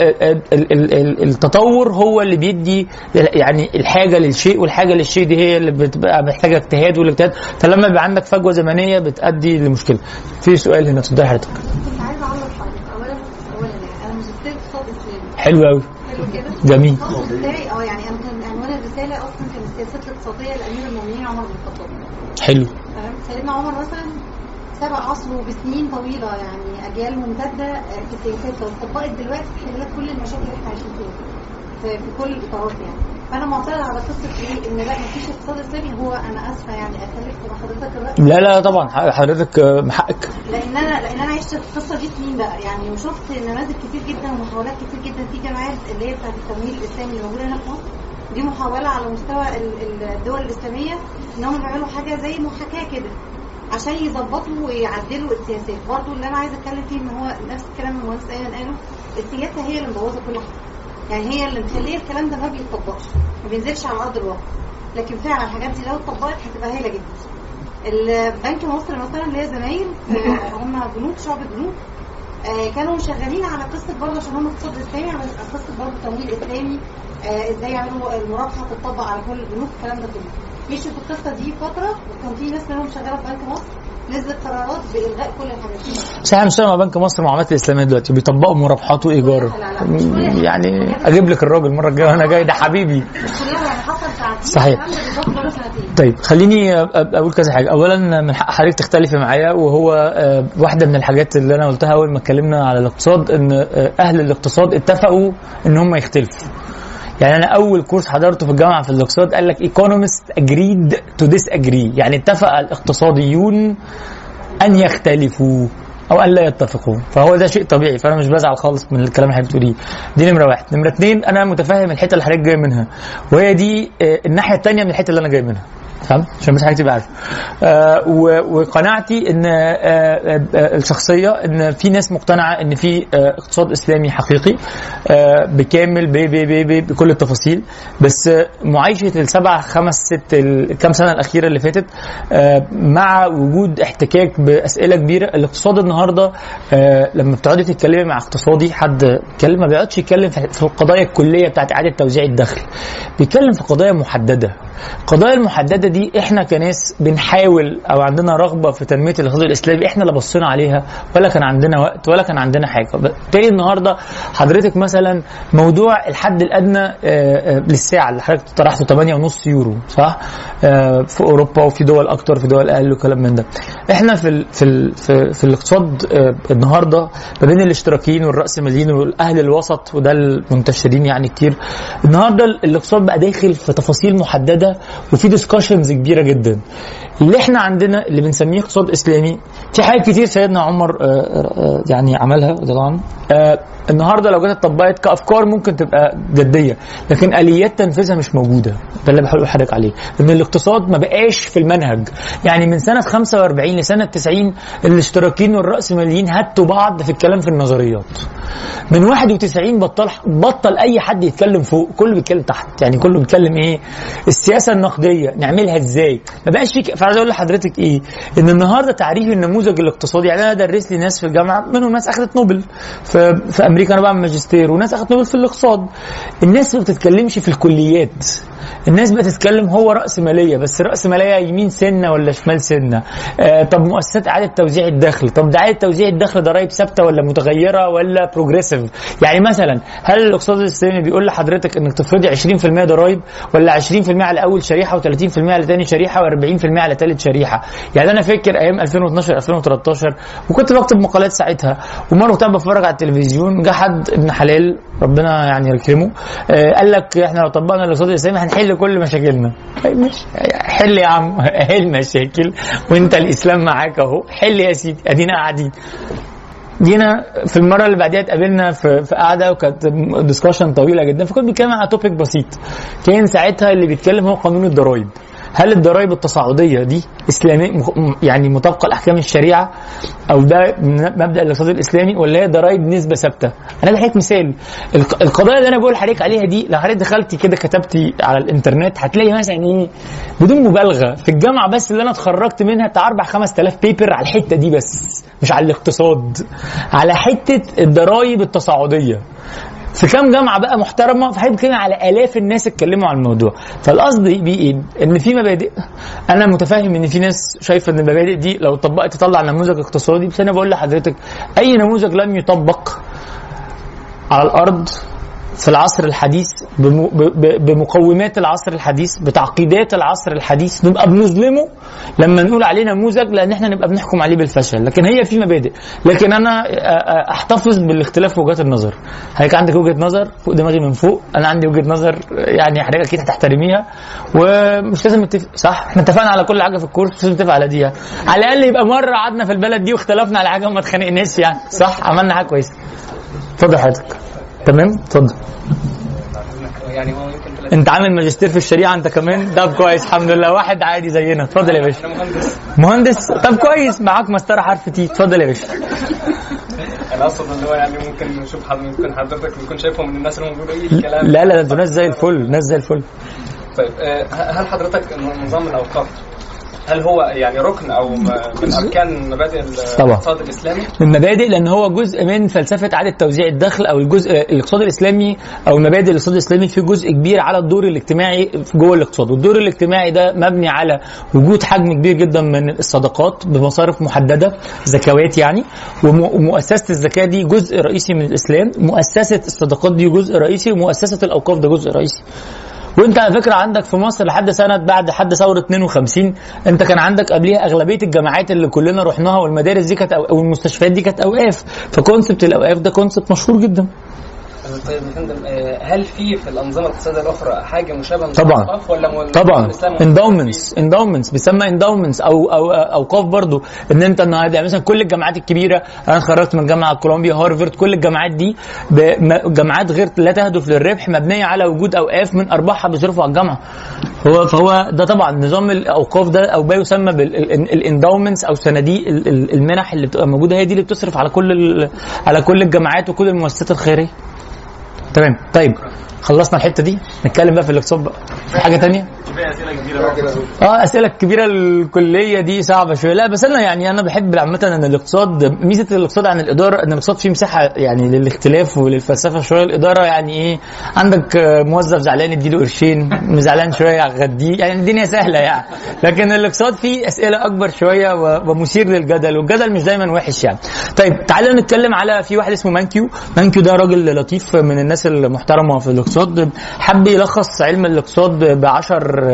التطور هو اللي بيدي يعني الحاجة للشيء والحاجة للشيء دي هي اللي بتبقى محتاجة اجتهاد والاجتهاد، فلما يبقى عندك فجوة زمنية بتؤدي لمشكلة. في سؤال هنا تفضل حضرتك. كنت عايزة اعرف حضرتك اولا اولا انا ماجستير اقتصاد اسلامي. حلو قوي. حلو كده. جميل. بتاعي اه يعني انا كان عنوان الرسالة اصلا كان السياسات الاقتصادية لامير المؤمنين عمر بن الخطاب. حلو. تمام. سيدنا عمر مثلا سبق عصره بسنين طويله يعني اجيال ممتده في السياسات لو اتطبقت دلوقتي تحل كل المشاكل اللي احنا عايشين فيها في, في كل الاطارات يعني. فانا معترض على قصه ايه ان لا مفيش اقتصاد اسلامي. هو انا اسفه يعني اكلف مع حضرتك الراي. لا لا طبعا حضرتك حقك. لان انا لان انا عشت القصه دي سنين بقى يعني وشفت نماذج كتير جدا ومحاولات كتير جدا في جامعات اللي هي بتاعت التمويل الاسلامي اللي موجوده هنا في مصر. دي محاولة على مستوى الدول الإسلامية إنهم يعملوا حاجة زي محاكاة كده عشان يظبطوا ويعدلوا السياسات. برضو اللي أنا عايزة أتكلم فيه إن هو نفس الكلام اللي المهندس أيمن قاله، السياسة هي اللي مبوظة كل حاجة يعني هي اللي مخليه الكلام ده ما بيتطبقش ما بينزلش على أرض الواقع. لكن فعلا الحاجات دي لو اتطبقت هتبقى هايلة جدا. البنك مصر مثلا اللي هي زمايل هم بنوك شعب بنوك كانوا شغالين على قصة برضه عشان هم اقتصاد إسلامي على قصة برضه تمويل إسلامي آه ازاي يعملوا المرابحه تطبق على كل البنوك الكلام ده كله. مشوا في القصه دي فتره وكان في ناس منهم شغاله في بنك مصر نزلت قرارات بالغاء كل الحاجات دي. صحيح مش مع بنك مصر معاملات الاسلاميه دلوقتي بيطبقوا مرابحات وايجار. يعني اجيب لك الراجل المره الجايه وانا جاي ده حبيبي. صحيح. طيب خليني اقول كذا حاجه. اولا من حق حضرتك تختلفي معايا وهو واحده من الحاجات اللي انا قلتها اول ما اتكلمنا على الاقتصاد ان اهل الاقتصاد اتفقوا ان هم يختلفوا. يعني أنا أول كورس حضرته في الجامعة في الاقتصاد قال لك economists agreed to disagree يعني اتفق الاقتصاديون أن يختلفوا أو أن لا يتفقوا. فهو ده شيء طبيعي فأنا مش بزعل خالص من الكلام اللي حضرتك بتقوليه. دي نمرة واحد. نمرة اتنين أنا متفاهم الحتة اللي حضرتك جاي منها وهي دي الناحية التانية من الحتة اللي أنا جاي منها. فهمت؟ عشان بس حاجه تبقى عارفه. آه وقناعتي ان آه آه الشخصيه ان في ناس مقتنعه ان في آه اقتصاد اسلامي حقيقي آه بكامل بي بي بي بي بكل التفاصيل، بس آه معايشه السبع خمس ست الكام سنه الاخيره اللي فاتت آه مع وجود احتكاك باسئله كبيره. الاقتصاد النهارده آه لما بتقعدي تتكلمي مع اقتصادي حد يتكلم ما بيقعدش يتكلم في القضايا الكليه بتاعت اعاده توزيع الدخل، بيتكلم في قضايا محدده. القضايا المحدده دي احنا كناس بنحاول او عندنا رغبه في تنميه الاقتصاد الاسلامي، احنا لا بصينا عليها ولا كان عندنا وقت ولا كان عندنا حاجه. بالتالي النهارده حضرتك مثلا موضوع الحد الادنى للساعه اللي حضرتك طرحته ثمانية ونص يورو صح في اوروبا وفي دول اكتر في دول اقل وكلام من ده. احنا في ال في ال في, في الاقتصاد النهارده ما بين الاشتراكيين والراسماليين والاهل الوسط وده المنتشرين يعني كتير. النهارده الاقتصاد بقى داخل في تفاصيل محدده وفي ديسكشنز كبيره جدا. اللي احنا عندنا اللي بنسميه اقتصاد اسلامي في حاجات كتير سيدنا عمر يعني عملها طبعا النهارده لو جت اتطبقت كافكار ممكن تبقى جديه، لكن اليات تنفيذها مش موجوده. ده اللي بحاول احرك عليه، ان الاقتصاد ما بقاش في المنهج. يعني من سنه خمسة وأربعين لسنه تسعين الاشتراكيين والراسماليين هتوا بعض في الكلام في النظريات. من واحد وتسعين بطل بطل اي حد يتكلم فوق، كله بيتكلم تحت. يعني كله بيتكلم ايه السياسه النقديه نعملها ازاي، ما بقاش في. فعايز اقول لحضرتك ايه ان النهارده تعريف النموذج الاقتصادي. يعني انا ادرس لي ناس في الجامعه منهم ناس اخذت نوبل في, في امريكا، انا بعمل ماجستير، وناس اخذت نوبل في الاقتصاد. الناس ما بتتكلمش في الكليات، الناس بتتكلم هو راس ماليه، بس راس ماليه يمين سنه ولا شمال سنه. آه طب مؤسسات اعاده توزيع الدخل، طب ده اعاده توزيع الدخل ضرائب ثابته ولا متغيره ولا بروجريسيف؟ يعني مثلا هل الاقتصاد الاسلامي بيقول لحضرتك انك تفرضي عشرين في المية ضرائب ولا عشرين في المية على اول شريحه وثلاثين في المية على ثاني شريحه وأربعين في المية على ثالث شريحه؟ يعني انا فاكر ايام ألفين واثناشر ألفين وثلاثة عشر وكنت بكتب مقالات ساعتها، ومره كنت بتفرج على التلفزيون جه حد ابن حلال ربنا يعني يكرمه آه قال لك احنا لو طبقنا الاقتصاد الاسلامي هنحل كل مشاكلنا. مش حل يا عم حل مشاكل وانت الاسلام معاك اهو، حل يا سيدي ادينا قاعدين. جينا في المره اللي بعديها اتقابلنا في في قعده وكانت ديسكشن طويله جدا، فكنت بنتكلم على توبيك بسيط. كان ساعتها اللي بيتكلم هو قانون الضرائب. هل الضرائب التصاعديه دي اسلامي يعني مطابقه لاحكام الشريعه او ده مبدا الاقتصاد الاسلامي ولا هي ضرائب نسبه ثابته؟ انا بحكي مثال القضايا اللي انا بقول لحضرتك عليها دي، لو حضرتك دخلتي كده كتبتي على الانترنت هتلاقي مثلا ايه بدون مبالغه في الجامعه بس اللي انا اتخرجت منها بتاع أربعة خمسة آلاف بيبر على الحته دي بس، مش على الاقتصاد، على حته الضرائب التصاعديه. في كام جامعه بقى محترمه فحيث كده على الاف الناس اتكلموا عن الموضوع. فالقصد بيه ايه؟ ان في مبادئ، انا متفاهم ان في ناس شايفه ان المبادئ دي لو طبقت تطلع نموذج اقتصادي، بس انا بقول لحضرتك اي نموذج لم يطبق على الارض في العصر الحديث بمقومات العصر الحديث بتعقيدات العصر الحديث نبقى بنظلمه لما نقول عليه نموذج، لان احنا نبقى بنحكم عليه بالفشل. لكن هي في مبادئ، لكن انا احتفظ بالاختلاف في وجهات النظر. حضرتك عندك وجهه نظر فوق دماغي من فوق، انا عندي وجهه نظر يعني حضرتك اكيد هتحترميها ومش لازم نتفق صح. احنا اتفقنا على كل حاجه في الكورس، مش لازم نتفق على دي. على الاقل يبقى مره قعدنا في البلد دي واختلفنا على حاجه وما اتخانقناش يعني صح، عملنا حاجه كويسه. اتفضل حضرتك. تمام اتفضل. يعني هو يمكن انت عامل ماجستير في الشريعه انت كمان؟ ده كويس الحمد لله، واحد عادي زينا. اتفضل يا باشا. انا مهندس. مهندس طب كويس، معاك مسطره حرف تي. اتفضل يا باشا. انا اقصد اللي هو يعني ممكن نشوف حد ممكن حضرتك يكون شايفهم من الناس اللي هم بيقولوا ايه الكلام. لا لا ده ناس زي الفل، ناس زي الفل. طيب هل حضرتك نظام الاوقاف هل هو يعني ركن او من اركان مبادئ الاقتصاد الاسلامي؟ من مبادئ، لان هو جزء من فلسفه اعاده توزيع الدخل او الجزء الاقتصاد الاسلامي او مبادئ الاقتصاد الاسلامي فيه جزء كبير على الدور الاجتماعي جوه الاقتصاد، والدور الاجتماعي ده مبني على وجود حجم كبير جدا من الصدقات بمصارف محدده زكوات يعني، ومؤسسه الزكاه دي جزء رئيسي من الاسلام، مؤسسه الصدقات دي جزء رئيسي، ومؤسسه الاوقاف ده جزء رئيسي. وانت على فكره عندك في مصر لحد سنه بعد حد ثوره اثنين وخمسين انت كان عندك قبليها اغلبيه الجامعات اللي كلنا رحناها والمدارس دي كانت او المستشفيات دي كانت اوقاف، فكونسبت الاوقاف ده كونسبت مشهور جدا. طيب هل في في الانظمه الاقتصاديه الاخرى حاجه مشابهه طبعا ولا طبعا اندومنتس اندومنتس بيسمى اندومنتس او او اوقاف برضو ان انت النهارده يعني مثلا كل الجامعات الكبيره انا اتخرجت من جامعه كولومبيا هارفارد كل الجامعات دي جامعات غير لا تهدف للربح مبنيه على وجود اوقاف من ارباحها بيصرفوا على الجامعه هو فهو ده طبعا نظام الاوقاف ده او ما يسمى بالاندومنتس او صناديق المنح اللي بتبقى موجوده هي دي اللي بتصرف على كل على كل الجامعات وكل المؤسسات الخيريه. تمام طيب خلصنا الحته دي نتكلم بقى في الاقتصاد بقى في حاجه تانية. في اسئله كبيره اه اسئله كبيره الكليه دي صعبه شويه لا بس انا يعني انا بحب عامه ان الاقتصاد ميزه الاقتصاد عن الاداره ان الاقتصاد فيه مساحه يعني للاختلاف وللفلسفه شويه الاداره يعني ايه عندك موظف زعلان اديله قرشين مزعلان شويه غديه يعني الدنيا سهله يعني لكن الاقتصاد فيه اسئله اكبر شويه ومثير للجدل والجدل مش دايما وحش يعني. طيب تعالوا نتكلم على في واحد اسمه مانكيو مانكيو ده راجل لطيف من الناس المحترمه في الاقتصاد حب يلخص علم الاقتصاد بعشر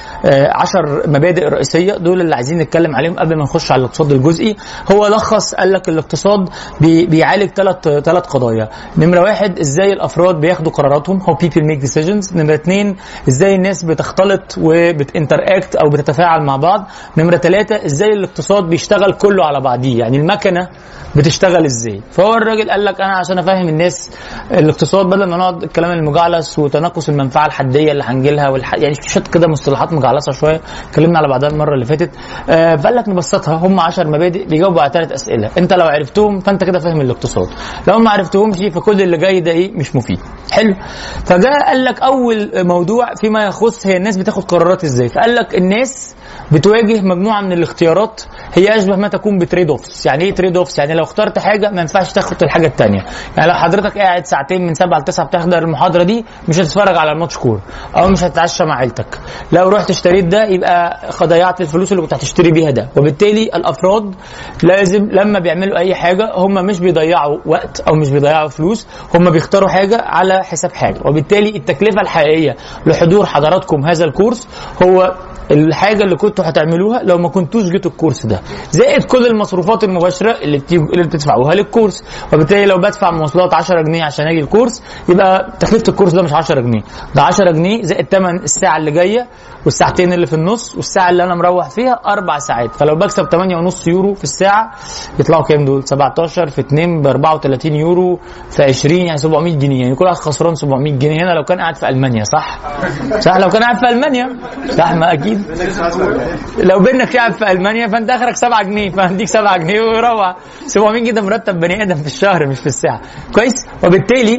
عشر مبادئ رئيسيه دول اللي عايزين نتكلم عليهم قبل ما نخش على الاقتصاد الجزئي. هو لخص قال لك الاقتصاد بي بيعالج ثلاث ثلاث قضايا. نمره واحد ازاي الافراد بياخدوا قراراتهم how people make decisions. نمره اثنين ازاي الناس بتختلط وبتinteract او بتتفاعل مع بعض. نمره ثلاثة ازاي الاقتصاد بيشتغل كله على بعضيه يعني المكنه بتشتغل ازاي. فهو الراجل قال لك انا عشان افهم الناس الاقتصاد بدل ما نقعد الكلام المجعلص وتناقص المنفعه الحديه اللي هنجيلها والح... يعني شت كده مصطلحات مجعلصه شويه اتكلمنا على بعضها المره اللي فاتت. آه فقال لك نبسطها هم عشر مبادئ بيجاوبوا على ثلاث اسئله انت لو عرفتهم فانت كده فاهم الاقتصاد لو ما عرفتهمش فكل اللي جاي ده ايه مش مفيد. حلو فجاء قال لك اول موضوع فيما يخص هي الناس بتاخد قرارات ازاي. فقال لك الناس بتواجه مجموعه من الاختيارات هي اشبه ما تكون بتريد اوفس. يعني ايه تريد اوفس؟ يعني لو اخترت حاجه ما ينفعش تاخد الحاجه الثانيه. يعني لو حضرتك قاعد ساعتين من سبعة ل تسعة بتحضر المحاضره دي مش هتتفرج على الماتش كوره او مش هتتعشى مع عيلتك. لو رحت اشتريت ده يبقى ضيعت الفلوس اللي كنت هتشتري بيها ده. وبالتالي الافراد لازم لما بيعملوا اي حاجه هم مش بيضيعوا وقت او مش بيضيعوا فلوس هم بيختاروا حاجه على حساب حاجه. وبالتالي التكلفه الحقيقيه لحضور حضراتكم هذا الكورس هو الحاجه اللي كنتوا هتعملوها لو ما كنتوش جيتوا الكورس ده زائد كل المصروفات المباشره اللي بتيجوا اللي بتدفعوها للكورس. وبالتالي لو بدفع مواصلات عشرة جنيه عشان اجي الكورس يبقى تكلفه الكورس ده مش عشرة جنيه ده عشرة جنيه زائد ثمن الساعه اللي جايه والساعتين اللي في النص والساعه اللي انا مروح فيها اربع ساعات. فلو بكسب ثمانية ونص يورو في الساعه يطلعوا كام دول؟ سبعتاشر في اتنين ب أربعة وثلاثين يورو في عشرين يعني سبعمية جنيه. يعني كل واحد خسران سبعمية جنيه. هنا لو كان قاعد في المانيا صح صح لو كان قاعد في المانيا صح ما اكيد لو بينك قاعد في المانيا فانت اخرك سبعة جنيه فهنديك سبعة جنيه ويروح سبعمية جنيه ده مرتب بني ادم في الشهر مش في الساعه كويس. وبالتالي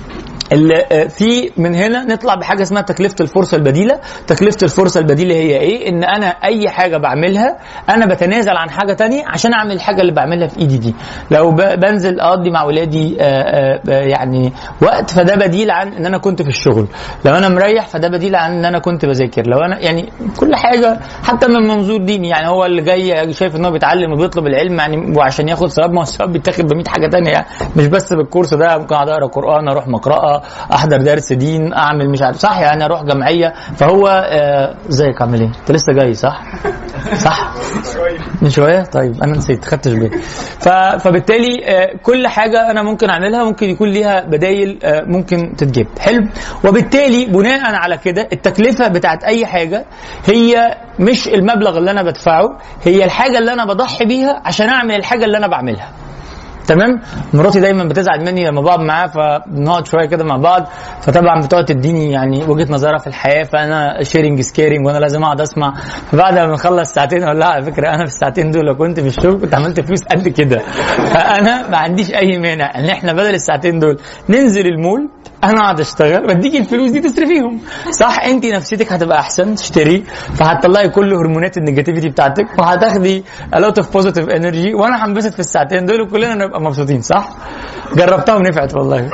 في من هنا نطلع بحاجه اسمها تكلفه الفرصه البديله. تكلفه الفرصه البديله هي ايه؟ ان انا اي حاجه بعملها انا بتنازل عن حاجه تانية عشان اعمل الحاجه اللي بعملها في ايدي دي. لو بنزل اقضي مع اولادي يعني وقت فده بديل عن ان انا كنت في الشغل. لو انا مريح فده بديل عن ان انا كنت بذاكر. لو انا يعني كل حاجه حتى من منظور ديني يعني هو اللي جاي شايف ان هو بيتعلم وبيطلب العلم يعني وعشان ياخد ثواب ما هو الثواب بيتاخد ب مية حاجه تانية يعني مش بس بالكورس ده. ممكن اقرا قران اروح مقرأه احضر درس دين اعمل مش عارف صح يعني اروح جمعيه. فهو ازيك آه عامل ايه؟ انت لسه جاي صح صح من شويه طيب انا نسيت خدتش بالي. فبالتالي آه كل حاجه انا ممكن اعملها ممكن يكون ليها بدايل آه ممكن تتجيب. حلو. وبالتالي بناء على كده التكلفه بتاعت اي حاجه هي مش المبلغ اللي انا بدفعه هي الحاجه اللي انا بضحي بيها عشان اعمل الحاجه اللي انا بعملها. تمام. مراتي دايما بتزعل مني لما بقعد معاها فبنقعد شويه كده مع بعض فطبعا بتقعد تديني يعني وجهه نظرها في الحياه فانا شيرنج سكيرنج وانا لازم اقعد اسمع. فبعد ما نخلص ساعتين اقول لها على فكره انا في الساعتين دول لو كنت في الشغل كنت عملت فلوس قد كده. فانا ما عنديش اي مانع ان احنا بدل الساعتين دول ننزل المول انا قاعد اشتغل واديكي الفلوس دي تصرفيهم صح. انت نفسيتك هتبقى احسن تشتري فهتطلعي كل هرمونات النيجاتيفيتي بتاعتك وهتاخدي a lot of positive energy وانا هنبسط في الساعتين دول وكلنا نبقى مبسوطين صح. جربتها ونفعت والله.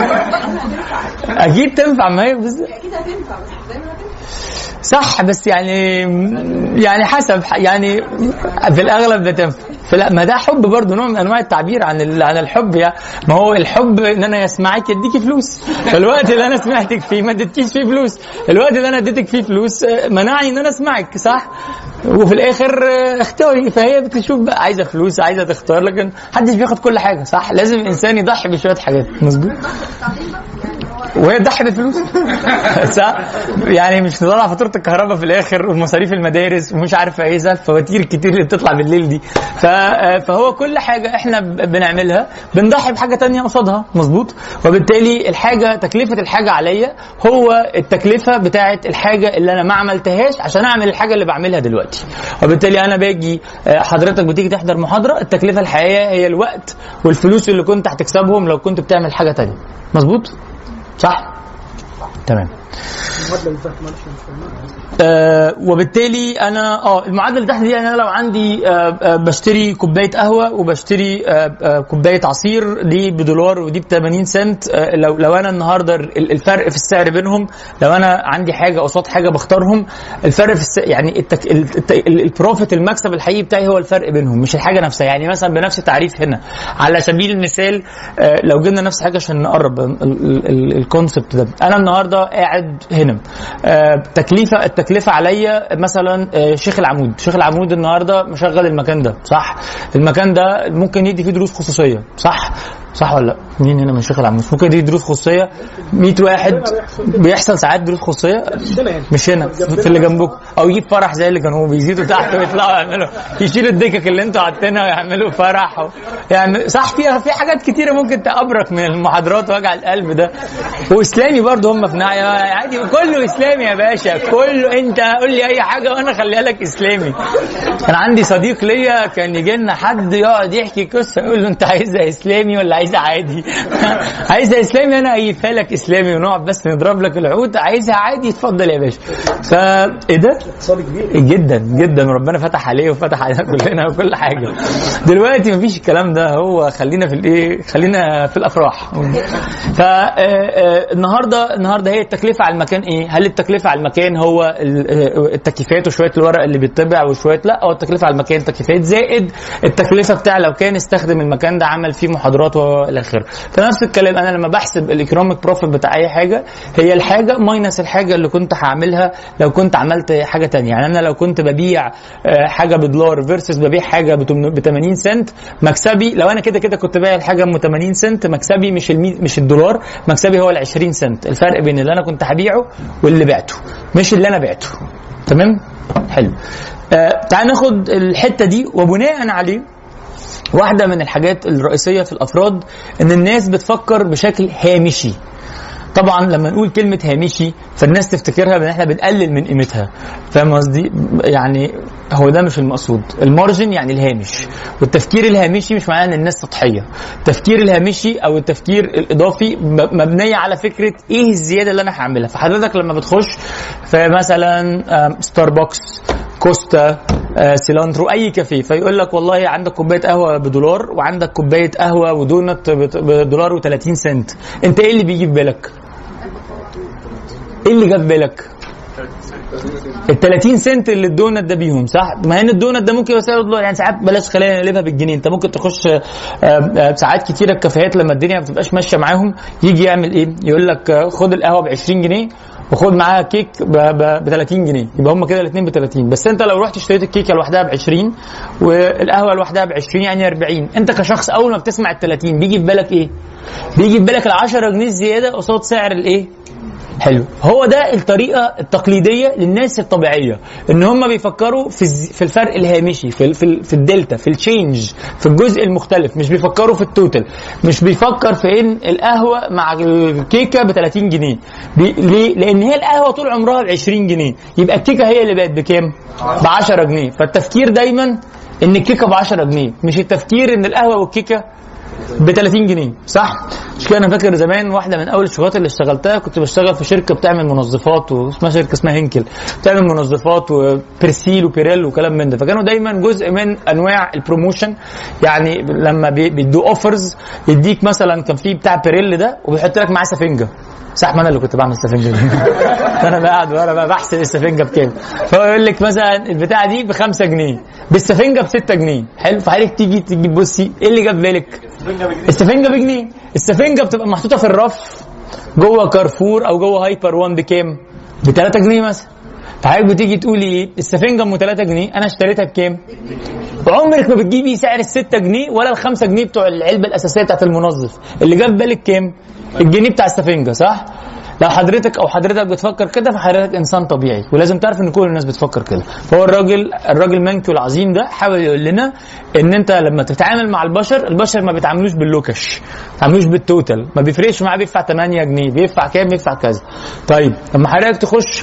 اكيد تنفع ما هي بس اكيد هتنفع صح بس يعني يعني حسب يعني في الاغلب بتنفع. فلا ما ده حب برضه نوع من انواع التعبير عن عن الحب. يعني ما هو الحب ان انا اسمعك يديكي فلوس. الوقت اللي انا سمعتك فيه ما اديتكيش فيه فلوس. الوقت اللي انا اديتك فيه فلوس منعني ان انا اسمعك صح. وفي الاخر اختاري. فهي بتشوف بقى عايزه فلوس عايزه تختار لكن محدش بياخد كل حاجه صح. لازم الانسان يضحي بشويه حاجات. مظبوط. وهي تضحي بالفلوس صح؟ يعني مش نطلع فاتوره الكهرباء في الاخر ومصاريف المدارس ومش عارف ايه زي الفواتير الكتير اللي بتطلع بالليل دي. فهو كل حاجه احنا بنعملها بنضحي بحاجه تانية قصادها، مظبوط؟ وبالتالي الحاجه تكلفه الحاجه عليا هو التكلفه بتاعه الحاجه اللي انا ما عملتهاش عشان اعمل الحاجه اللي بعملها دلوقتي. وبالتالي انا باجي حضرتك بتيجي تحضر محاضره، التكلفه الحقيقيه هي الوقت والفلوس اللي كنت هتكسبهم لو كنت بتعمل حاجه تانية، مظبوط؟ صح؟ تمام. آه وبالتالي انا اه المعادله اللي تحت دي انا لو عندي آه آه بشتري كوبايه قهوه وبشتري آه آه كوبايه عصير، دي بدولار ودي ب ثمانين سنت، آه لو لو انا النهارده الفرق في السعر بينهم، لو انا عندي حاجه قصاد حاجه بختارهم، الفرق في السعر يعني التك... البروفيت المكسب الحقيقي بتاعي هو الفرق بينهم مش الحاجه نفسها. يعني مثلا بنفس التعريف هنا على سبيل المثال، آه لو جبنا نفس حاجه عشان نقرب الكونسبت ده، انا النهارده قاعد هنا، آه تكلفه التكلفه عليا مثلا شيخ العمود، شيخ العمود النهارده مشغل المكان ده، صح؟ المكان ده ممكن يدي فيه دروس خصوصيه، صح؟ صح ولا لا؟ مين هنا من شيخ العمود ممكن يدي دروس خصوصيه؟ مية واحد بيحصل ساعات دروس خصوصيه، مش هنا في اللي جنبكم، او يجيب فرح زي اللي كانوا بيزيدوا تحت ويطلعوا يعملوا يشيلوا الدكك اللي انتوا حاطينها ويعملوا فرح و... يعني صح، فيها في حاجات كتيره ممكن تأبرك من المحاضرات وجع القلب ده. واسلامي برضه هم في ناحيه عادي، كله اسلامي يا باشا، كله انت قول لي اي حاجه وانا اخليها لك اسلامي. كان عندي صديق ليا كان يجي لنا حد يقعد يحكي قصه يقول له انت عايزها اسلامي ولا عايزها عادي؟ عايزها اسلامي انا هيفها لك اسلامي ونقعد بس نضرب لك العود، عايزها عادي اتفضل يا باشا. فايه ده؟ اقتصادي كبير جدا جدا وربنا فتح عليه وفتح علينا كلنا وكل حاجه. دلوقتي مفيش الكلام ده، هو خلينا في الايه، خلينا في الافراح. فالنهارده النهارده هي التكلفه على المكان ايه؟ هل التكلفه على المكان هو التكييفات وشويه الورق اللي بيطبع وشويه؟ لا، هو التكلفه على المكان تكييفات زائد التكلفه بتاع لو كان استخدم المكان ده عمل فيه محاضرات والى اخره. فنفس الكلام انا لما بحسب الايكونوميك بروفيت بتاع اي حاجه هي الحاجه ماينس الحاجه اللي كنت هعملها لو كنت عملت حاجه تانية. يعني انا لو كنت ببيع حاجه بدولار فيرسس ببيع حاجه ب ثمانين سنت، مكسبي لو انا كده كده كنت بايع الحاجه ب ثمانين سنت، مكسبي مش المي... مش الدولار، مكسبي هو ال عشرين سنت، الفرق بين اللي انا كنت هبيعه واللي بعته مش اللي انا بعته. تمام؟ حلو. آه تعال ناخد الحته دي، وبناء عليه واحده من الحاجات الرئيسيه في الافراد ان الناس بتفكر بشكل هامشي. طبعا لما نقول كلمه هامشي فالناس تفتكرها ان احنا بنقلل من قيمتها، فاهم قصدي؟ يعني هو ده مش المقصود. المارجن يعني الهامش، والتفكير الهامشي مش معناه ان الناس سطحيه. التفكير الهامشي او التفكير الاضافي مبنيه على فكره ايه الزياده اللي انا هعملها. فحضرتك لما بتخش في مثلا ستاربكس، كوستا، آه، سيلانترو، اي كافيه، فيقول لك والله عندك كوبايه قهوه بدولار وعندك كوبايه قهوه ودونت بدولار وثلاثين سنت، انت ايه اللي بيجي في بالك؟ ايه اللي جاب بالك؟ ال ثلاثين سنت اللي الدونت ده بيهم، صح؟ ما هي الدونت ده ممكن يساوي دولار، يعني ساعات بلاش خلينا نقلبها بالجنيه، انت ممكن تخش ساعات كتيره الكافيهات لما الدنيا ما بتبقاش ماشيه معاهم يجي يعمل ايه؟ يقول لك خد القهوه ب عشرين جنيه وخد معاها كيك ب ثلاثين جنيه، يبقى هم كده الاثنين ب ثلاثين. بس انت لو رحت اشتريت الكيكه لوحدها ب عشرين والقهوه لوحدها ب عشرين يعني أربعين، انت كشخص اول ما بتسمع ال ثلاثين بيجي في بالك ايه؟ بيجي في بالك ال عشرة جنيه زياده قصاد سعر الايه؟ حلو. هو ده الطريقه التقليديه للناس الطبيعيه، ان هم بيفكروا في في الفرق الهامشي، في في, في الدلتا، في التشينج، في الجزء المختلف، مش بيفكروا في التوتال، مش بيفكر في ان القهوه مع الكيكه ب ثلاثين جنيه. ليه؟ لان هي القهوه طول عمرها ب عشرين جنيه، يبقى الكيكه هي اللي بقت بكام؟ ب عشرة جنيه. فالتفكير دايما ان الكيكه ب عشرة جنيه، مش التفكير ان القهوه والكيكه ب ثلاثين جنيه، صح؟ مش كده؟ انا فاكر زمان واحده من اول الشغلات اللي اشتغلتها كنت بشتغل في شركه بتعمل منظفات، واسمها شركه اسمها هينكل، بتعمل منظفات وبرسيل وبيريل وكلام من ده. فكانوا دايما جزء من انواع البروموشن، يعني لما بيدوا اوفرز يديك مثلا كان في بتاع بيريل ده وبيحط لك معاه سفنجه، صح؟ ما انا اللي كنت بعمل السفنجه دي انا قاعد وانا بقى بحسب السفنجه بكام، فهو يقول لك مثلا البتاعه دي ب خمسة جنيه بالسفنجه ب ستة جنيه. حلو. فحضرتك تيجي تيجي تبصي ايه اللي جاب بالك؟ السفنجه بجنيه. السفنجه بتبقى محطوطه في الرف جوه كارفور او جوه هايبر وان بكام؟ ب ثلاثة جنيه مثلا. فحضرتك بتيجي تقولي ايه؟ السفنجه ام ثلاثة جنيه انا اشتريتها بكام؟ عمرك ما بتجيبي سعر ال ستة جنيه ولا ال خمسة جنيه بتوع العلبه الاساسيه بتاعت المنظف. اللي جاب بالك كام؟ الجنيه بتاع السفنجه، صح؟ لو حضرتك او حضرتك بتفكر كده فحضرتك انسان طبيعي، ولازم تعرف ان كل الناس بتفكر كده. فهو الراجل الراجل مانكيو العظيم ده حاول يقول لنا ان انت لما تتعامل مع البشر، البشر ما بيتعاملوش باللوكش، ما بيتعاملوش بالتوتال، ما بيفرقش معاه بيدفع ثمانية جنيه بيدفع كام بيدفع كذا. طيب لما حضرتك تخش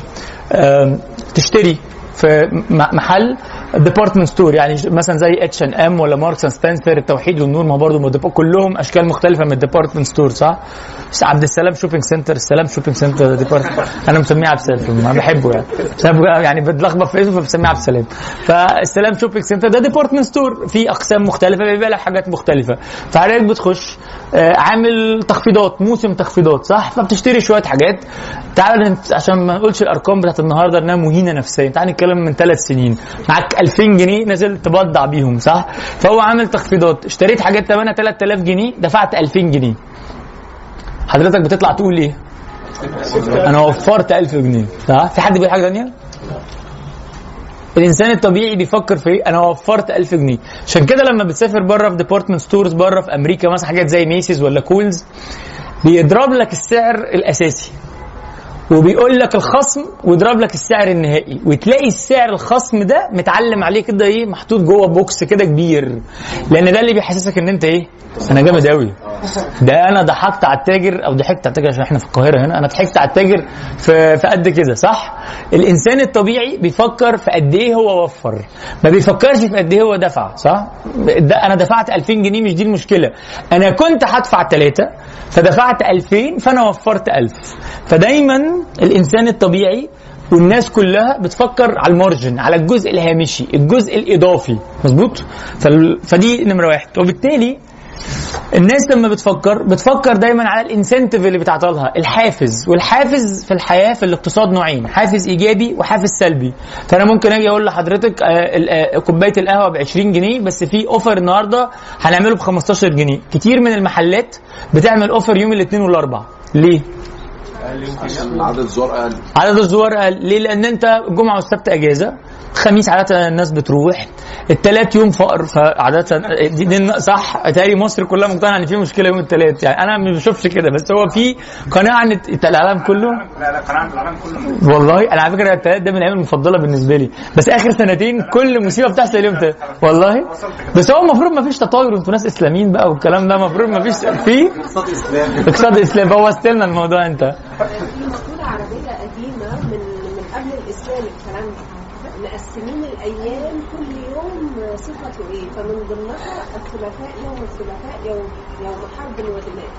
تشتري في محل ديبارتمنت ستور، يعني مثلا زي اتش ان ام ولا ماركس اند سبنسر، التوحيد والنور، ما برضه كلهم اشكال مختلفه من الديبارتمنت ستور صح؟ عبد السلام شوبينج سنتر، السلام شوبينج سنتر ديبارتمنت، انا مسميه عبد السلام، انا بحبه يعني يعني بتلخبط في اسمه فبسميه عبد السلام. فالسلام شوبينج سنتر ده ديبارتمنت ستور في اقسام مختلفه بيبيع لك حاجات مختلفه، فحضرتك بتخش عامل تخفيضات، موسم تخفيضات صح؟ فبتشتري شويه حاجات. تعال عشان ما نقولش الارقام بتاعت النهارده انها مهينه نفسيا، تعال نتكلم من ثلاث سنين معاك ألفين جنيه نزل تبضع بيهم صح؟ فهو عامل تخفيضات، اشتريت حاجات ثمنها ثلاثة آلاف جنيه دفعت ألفين جنيه. حضرتك بتطلع تقول ايه؟ انا وفرت ألف جنيه صح؟ في حد بيقول حاجه ثانيه؟ الانسان الطبيعي بيفكر في ايه؟ انا وفرت ألف جنيه. عشان كده لما بتسافر بره في ديبارتمنت ستورز بره في امريكا مثلا حاجات زي ميسيز ولا كولز، بيضرب لك السعر الاساسي وبيقول لك الخصم ويضرب لك السعر النهائي، وتلاقي السعر الخصم ده متعلم عليه كده ايه، محطوط جوه بوكس كده كبير، لان ده اللي بيحسسك ان انت ايه، انا جامد قوي، ده انا ضحكت على التاجر او ضحكت على التاجر عشان احنا في القاهره هنا، انا ضحكت على التاجر في في قد كده صح؟ الانسان الطبيعي بيفكر في قد ايه هو وفر، ما بيفكرش في قد ايه هو دفع صح؟ ده انا دفعت ألفين جنيه مش دي المشكله، انا كنت هدفع ثلاثة فدفعت ألفين فانا وفرت ألف. فدايما الانسان الطبيعي والناس كلها بتفكر على المارجن، على الجزء الهامشي، الجزء الاضافي مظبوط. فدي نمره واحد. وبالتالي الناس لما بتفكر بتفكر دايما على الانسنتيف اللي بتعطلها، الحافز. والحافز في الحياه في الاقتصاد نوعين، حافز ايجابي وحافز سلبي. فانا ممكن اجي اقول لحضرتك كوبايه القهوه ب عشرين جنيه بس في اوفر النهارده هنعمله ب خمستاشر جنيه. كتير من المحلات بتعمل اوفر يوم الاثنين والاربعاء. ليه؟ عدد الزوار اقل. عدد الزوار اقل ليه؟ لان انت الجمعه والسبت اجازه، الخميس عاده الناس بتروح، الثلاث يوم فقر، فعاده دي, دي صح. تاني مصر كلها مقتنعه ان في مشكله يوم الثلاث، يعني انا ما بشوفش كده، بس هو في قناعه ان العالم كله، لا لا قناعه العالم كله والله. انا على فكره الثلاث ده من الايام المفضله بالنسبه لي، بس اخر سنتين كل مصيبه بتحصل اليوم ده والله. بس هو المفروض ما فيش تطاير، انتوا ناس اسلاميين بقى والكلام ده، المفروض ما فيش في اقتصاد اسلامي. بوظت لنا الموضوع انت. مقولة عربية قديمة من من قبل الإسلام الكلام ده، مقسمين الأيام كل يوم صفته إيه، فمن ضمنها الثلاثاء يوم الثلاثاء يوم يوم حرب ودماء.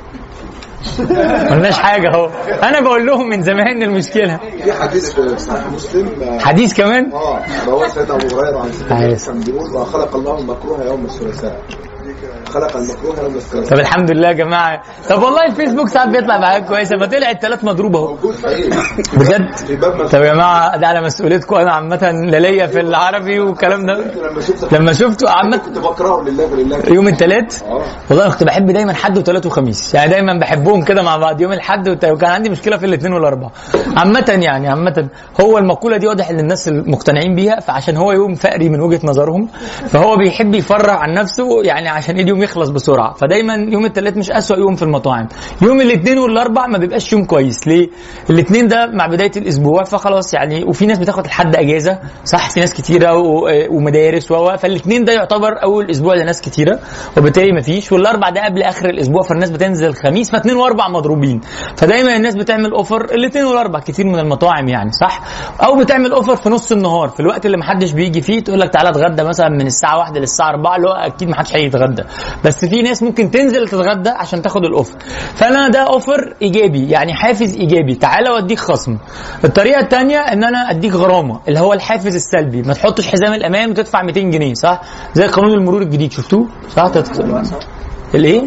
ملناش حاجة اهو، أنا بقول لهم من زمان المشكلة. في حديث في صحيح مسلم، حديث كمان؟ اه هو سيدنا أبو هريرة عن سيدنا كان بيقول خلق الله المكروه يوم الثلاثاء، خلق المكروه يوم الثلاثاء. طب الحمد لله يا جماعه. طب والله الفيسبوك ساعات بيطلع معاك كويسه، ما طلع الثلاث مضروب اهو بجد. طب يا جماعه ده على مسؤوليتكم، انا عامه لا ليا في العربي والكلام ده. لما شفته عامه كنت بكرهه لله بالله يوم الثلاث. والله انا كنت بحب دايما حد وثلاث وخميس، يعني دايما بحبهم كده مع بعض، يوم الاحد وكان عندي مشكله في الاثنين والاربعاء عامه. يعني عامه هو المقوله دي واضح ان الناس المقتنعين بيها، فعشان هو يوم فقري من وجهه نظرهم، فهو بيحب يفرح عن نفسه، يعني عشان اليوم يخلص بسرعه. فدايما يوم الثلاث مش اسوأ يوم في المطاعم، يوم الاثنين والاربع ما بيبقاش يوم كويس. ليه؟ الاثنين ده مع بدايه الاسبوع فخلاص يعني، وفي ناس بتاخد الحد اجازه صح، في ناس كتيره ومدارس و فالاثنين ده يعتبر اول اسبوع لناس كتيره، وبالتالي ما فيش. والاربع ده قبل اخر الاسبوع، فالناس بتنزل الخميس، فاثنين واربع مضروبين. فدايما الناس بتعمل اوفر الاثنين والاربع كتير من المطاعم يعني صح، او بتعمل اوفر في نص النهار في الوقت اللي ما حدش بيجي فيه، تقول لك تعالى اتغدى مثلا من الساعه واحدة للساعه أربعة، اللي هو اكيد ما حدش هيتغدى، بس في ناس ممكن تنزل تتغدى عشان تاخد الاوفر. فانا ده اوفر ايجابي، يعني حافز ايجابي، تعالى واديك خصم. الطريقه الثانيه ان انا اديك غرامه، اللي هو الحافز السلبي، ما تحطش حزام الامان وتدفع مئتين جنيه صح، زي قانون المرور الجديد شفتوه صح؟ الايه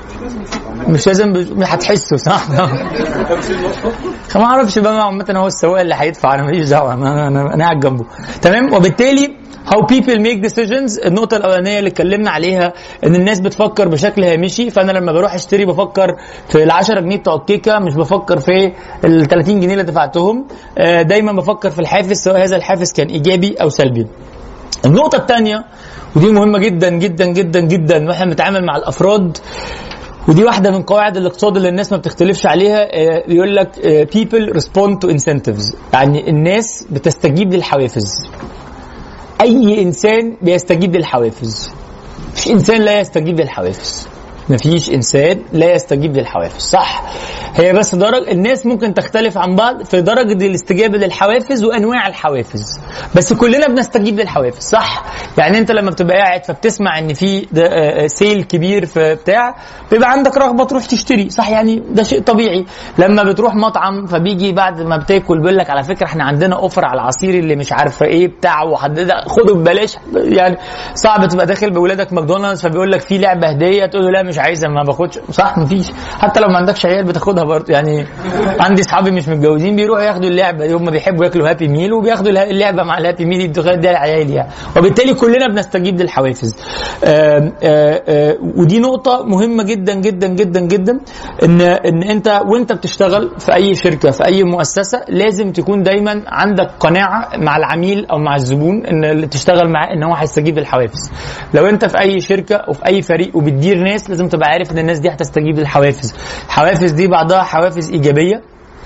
مش لازم ب... هتحسه صح. ما اعرفش بقى عامه، هو السواق اللي هيدفع، انا ماليش دعوه، انا انا, أنا قاعد جنبه تمام. وبالتالي how people make decisions، النقطة الأولانية اللي اتكلمنا عليها إن الناس بتفكر بشكل هامشي. فأنا لما بروح أشتري بفكر في العشرة جنيه بتوع الكيكة، مش بفكر في الثلاثين جنيه اللي دفعتهم. دايما بفكر في الحافز، سواء هذا الحافز كان إيجابي أو سلبي. النقطة الثانية ودي مهمة جدا جدا جدا جدا واحنا بنتعامل مع الأفراد، ودي واحدة من قواعد الاقتصاد اللي الناس ما بتختلفش عليها. بيقول لك people respond to incentives، يعني الناس بتستجيب للحوافز. أي إنسان بيستجيب للحوافز، مفيش إنسان لا يستجيب للحوافز، مفيش إنسان لا يستجيب للحوافز، صح؟ هي بس درجة الناس ممكن تختلف عن بعض في درجة الاستجابة للحوافز وأنواع الحوافز، بس كلنا بنستجيب للحوافز، صح؟ يعني أنت لما بتبقى قاعد فبتسمع إن في سيل كبير في بتاع، بيبقى عندك رغبة تروح تشتري، صح؟ يعني ده شيء طبيعي. لما بتروح مطعم فبيجي بعد ما بتاكل بيقول لك على فكرة إحنا عندنا أوفر على العصير اللي مش عارفة إيه بتاع وحدد خده ببلاش. يعني صعب تبقى داخل بولادك ماكدونالدز فبيقول لك في لعبة هدية تقول له لا مش عايزة ما باخدش، صح؟ مفيش. حتى لو ما عندكش عيال بتاخدها برضه. يعني عندي اصحابي مش متجوزين بيروحوا ياخدوا اللعبه، هم بيحبوا ياكلوا هابي ميل وبياخدوا اللعبه مع الهابي ميل يدوها دي العيال يعني. وبالتالي كلنا بنستجيب للحوافز. آآ آآ ودي نقطه مهمه جدا جدا جدا جدا، ان ان انت وانت بتشتغل في اي شركه في اي مؤسسه لازم تكون دايما عندك قناعه مع العميل او مع الزبون ان اللي تشتغل معاه ان هو هيستجيب للحوافز. لو انت في اي شركه او في اي فريق وبتدير ناس لازم تبقى عارف ان الناس دي هتستجيب للحوافز. الحوافز دي بعضها حوافز إيجابية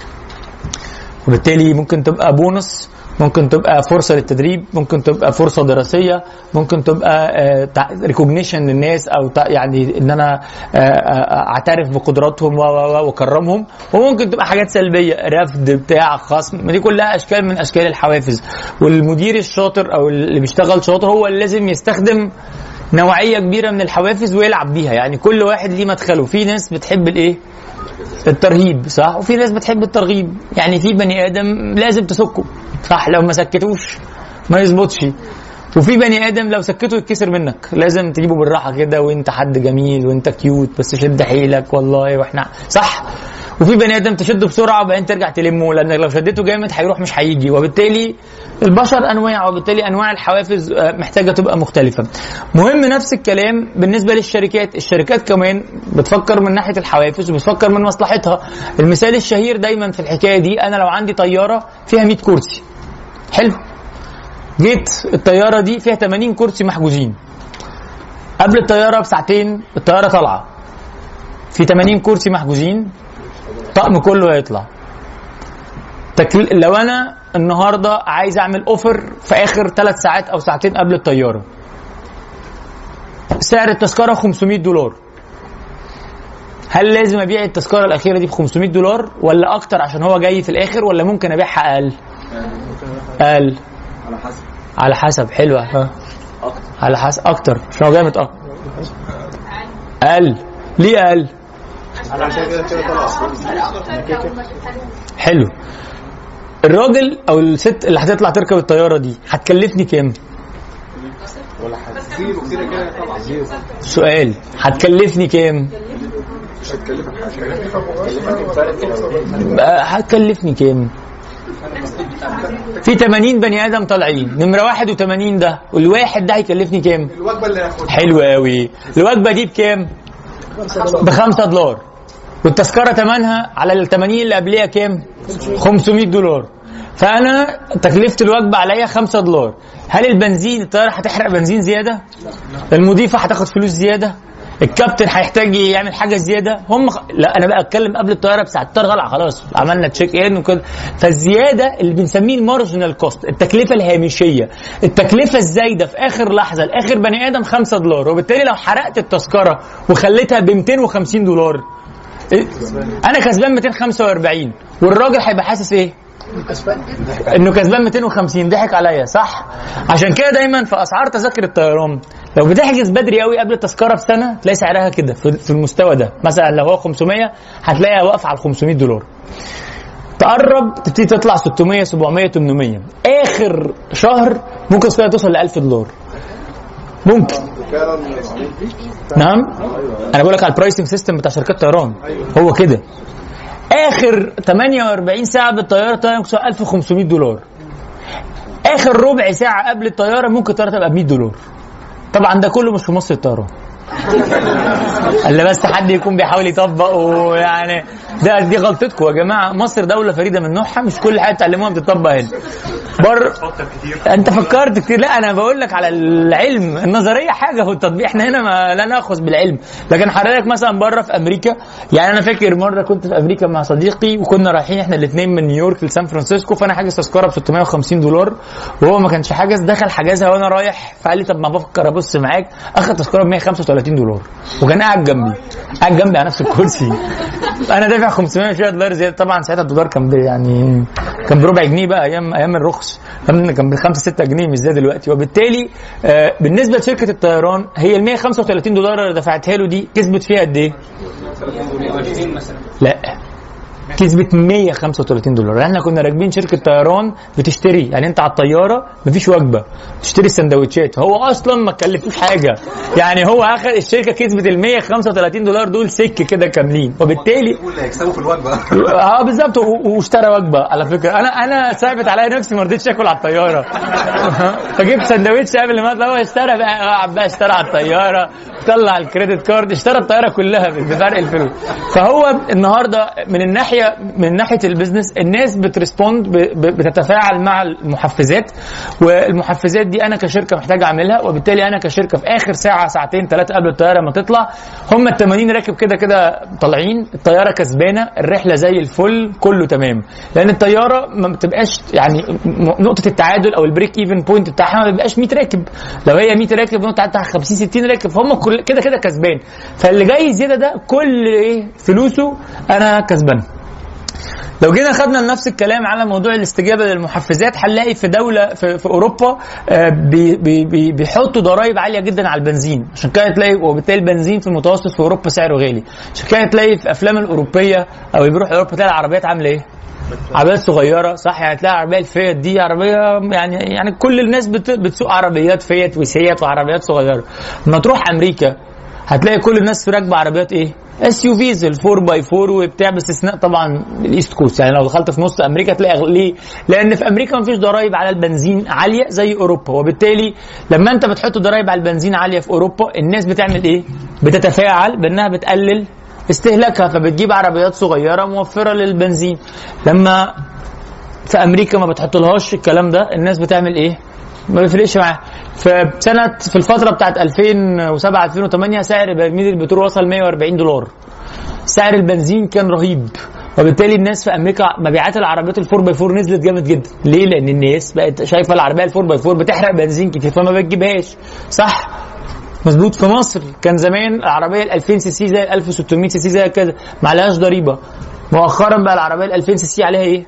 وبالتالي ممكن تبقى بونص، ممكن تبقى فرصة للتدريب، ممكن تبقى فرصة دراسية، ممكن تبقى ريكوجنيشن للناس أو يعني إن أنا أعترف بقدراتهم وأكرمهم، وممكن تبقى حاجات سلبية رفض بتاع خصم. دي كلها أشكال من أشكال الحوافز. والمدير الشاطر أو اللي بيشتغل شاطر هو اللي لازم يستخدم نوعية كبيرة من الحوافز ويلعب بيها. يعني كل واحد ليه مدخله. في ناس بتحب الايه؟ الترهيب، صح؟ وفي ناس بتحب الترغيب. يعني في بني ادم لازم تسكه، صح؟ لو ما سكتوش ما يظبطش. وفي بني ادم لو سكته يتكسر منك، لازم تجيبه بالراحه كده وانت حد جميل وانت كيوت بس شد حيلك والله واحنا، صح؟ وفي بني ادم تشده بسرعه وبعدين ترجع تلمه، لانك لو شدته جامد هيروح مش هيجي. وبالتالي البشر انواع، وبالتالي انواع الحوافز محتاجه تبقى مختلفه. مهم نفس الكلام بالنسبه للشركات. الشركات كمان بتفكر من ناحيه الحوافز وبتفكر من مصلحتها. المثال الشهير دايما في الحكايه دي، انا لو عندي طياره فيها مية كرسي، حلو، جيت الطياره دي فيها ثمانين كرسي محجوزين، قبل الطياره بساعتين الطياره طالعه في ثمانين كرسي محجوزين، الطقم كله هيطلع. تكل... لو انا النهارده عايز اعمل اوفر في اخر ثلاث ساعات او ساعتين قبل الطياره، سعر التذكره خمسمية دولار، هل لازم ابيع التذكره الاخيره دي ب خمسمية دولار ولا اكتر عشان هو جاي في الاخر، ولا ممكن ابيعها اقل؟ اقل على حسب على حسب حلوه ها على حسب اكتر عشان هو جاي متاخر. اقل ليه اقل؟ حلو. الراجل او الست اللي هتطلع تركب الطياره دي هتكلفني كام؟ ولا زيرو كده كده طبعا زيرو. سؤال، هتكلفني كام؟ مش هتكلفك حاجه. هتكلفني كام؟ في ثمانين بني ادم طالعين، نمره واحد وثمانين ده، والواحد ده هيكلفني كام؟ الوجبه اللي هاخدها. حلو قوي. الوجبه دي بكام؟ بخمسة دولار، والتذكره ثمنها على ال ثمانين اللي قبليها كام؟ خمسمية دولار. فانا تكلفه الوجبه عليا خمسة دولار. هل البنزين الطياره هتحرق بنزين زياده؟ المضيفه هتاخد فلوس زياده؟ الكابتن هيحتاج يعمل حاجه زياده؟ هم خ... لا انا بقى اتكلم قبل الطياره بساعه، الطياره طالعه خلاص عملنا تشيك ان وكده. فالزياده اللي بنسميه المارجنال كوست، التكلفه الهامشيه، التكلفه الزايده في اخر لحظه لاخر بني ادم خمسة دولار. وبالتالي لو حرقت التذكره وخليتها ب مئتين وخمسين دولار انا كسبان مئتين وخمسة وأربعين، والراجل هيبقى حاسس ايه؟ انه كسبان مئتين وخمسين، ضحك عليا، صح؟ عشان كده دايما في اسعار تذاكر الطيران لو بتحجز بدري قوي قبل التذكره بسنه تلاقي سعرها كده في المستوى ده. مثلا لو هو خمسمية هتلاقيها واقفه على خمسمية دولار، تقرب تبتدي تطلع ستمية سبعمية ثمانمية، اخر شهر ممكن تلاقيها توصل ل ألف دولار ممكن. نعم انا بقول لك على البرايسنج سيستم بتاع شركات الطيران هو كده. اخر ثمانية وأربعين ساعه بالطياره الطياره ممكن ألف وخمسمية دولار، اخر ربع ساعه قبل الطياره ممكن الطياره تبقى ب مية دولار. طبعا ده كله مش في مصر الطيران الا بس حد يكون بيحاول يطبق، ويعني ده دي غلطتكم يا جماعه. مصر دوله فريده من نوعها، مش كل حاجه تعلموها بتطبق هنا. بر انت فكرت كتير. لا انا بقول لك على العلم، النظريه حاجه والتطبيق احنا هنا ما لا ناخذ بالعلم. لكن حضرتك مثلا بره في امريكا، يعني انا فاكر مره كنت في امريكا مع صديقي وكنا رايحين احنا الاثنين من نيويورك لسان فرانسيسكو، فانا حاجز تذكره ب ستمائة وخمسين دولار وهو ما كانش حاجز، دخل حجزها وانا رايح، فقال لي طب ما بفكر ابص معاك، اخذ تذكره ب مائة وخمسة وثلاثين دولار وكان قاعد جنبي قاعد جنبي على نفس الكرسي. انا دافع خمسمائة دولار زياده، طبعا ساعتها الدولار كان يعني كان بربع جنيه بقى، ايام ايام الرخص كان بخمسة ستة جنيه مش زي دلوقتي. وبالتالي آه بالنسبه لشركه الطيران، هي ال مائة وخمسة وثلاثين دولار اللي دفعتها له دي كسبت فيها قد ايه؟ لا كسبت مائة وخمسة وثلاثين دولار. احنا كنا راكبين شركه طيران بتشتري، يعني انت على الطياره مفيش وجبه، تشتري السندوتشات، هو اصلا ما كلفوش حاجه، يعني هو اخر الشركه كسبت ال مائة وخمسة وثلاثين دولار دول سك كده كاملين. وبالتالي اللي هيكسبوا في الوجبه اه بالظبط، واشترى وجبه. على فكره انا انا ثابت عليا نفسي ما رضيتش اكل على الطياره فجبت سندوتش قبل ما اطلع، هو اشترى بقى قاعد بقى اشترى على الطياره، طلع الكريدت كارد، اشترى الطياره كلها بفرق الفلوس. فهو النهارده من الناحيه من ناحيه البيزنس الناس بتريسبوند، بتتفاعل مع المحفزات، والمحفزات دي انا كشركه محتاج اعملها. وبالتالي انا كشركه في اخر ساعه ساعتين ثلاثه قبل الطياره ما تطلع، هم ال ثمانين راكب كده كده طالعين، الطياره كسبانه، الرحله زي الفل، كله تمام. لان الطياره ما بتبقاش يعني نقطه التعادل او البريك ايفن بوينت بتاعها ما بيبقاش مئة راكب، لو هي مئة راكب النقطه بتاعتها خمسين ستين راكب، فهم كده كده كسبان. فاللي جاي زياده ده كل ايه فلوسه انا كسبان. لو جينا خدنا نفس الكلام على موضوع الاستجابه للمحفزات، هنلاقي في دوله في, في اوروبا بي بي بيحطوا ضرائب عاليه جدا على البنزين، عشان كده تلاقي وبالتالي البنزين في المتوسط في اوروبا سعره غالي. عشان كده تلاقي في افلام الاوروبيه او بيروح اوروبا تلاقي العربيات عامله ايه؟ عربيات صغيره، صح؟ يعني تلاقي عربيه الفيات دي عربيه يعني يعني كل الناس بتسوق عربيات فيات وسيات وعربيات صغيره. لما تروح امريكا هتلاقي كل الناس راكبه عربيات ايه؟ اس يو فيز الفور باي فور وبتاع، باستثناء طبعا الايست كوست. يعني لو دخلت في نص امريكا تلاقي ليه؟ لان في امريكا مفيش ضرائب على البنزين عاليه زي اوروبا. وبالتالي لما انت بتحط ضرائب على البنزين عاليه في اوروبا، الناس بتعمل ايه؟ بتتفاعل بانها بتقلل استهلاكها، فبتجيب عربيات صغيره موفره للبنزين. لما في امريكا ما بتحطلهاش الكلام ده، الناس بتعمل ايه؟ ما بيفرقش معاه. في سنه في الفتره بتاعت ألفين وسبعة ألفين وثمانية سعر برميل البترول وصل مائة وأربعين دولار، سعر البنزين كان رهيب. وبالتالي الناس في امريكا مبيعات العربيات الفور باي فور نزلت جامد جدا. ليه؟ لان الناس بقت شايفه العربيه الفور باي فور بتحرق بنزين كتير فما بتجيبهاش، صح؟ مظبوط. في مصر كان زمان العربيه ال ألفين سي سي زي ال ألف وستمائة سي سي زي كده ما عليهاش ضريبه. مؤخرا بقى العربيه ال ألفين سي سي عليها ايه؟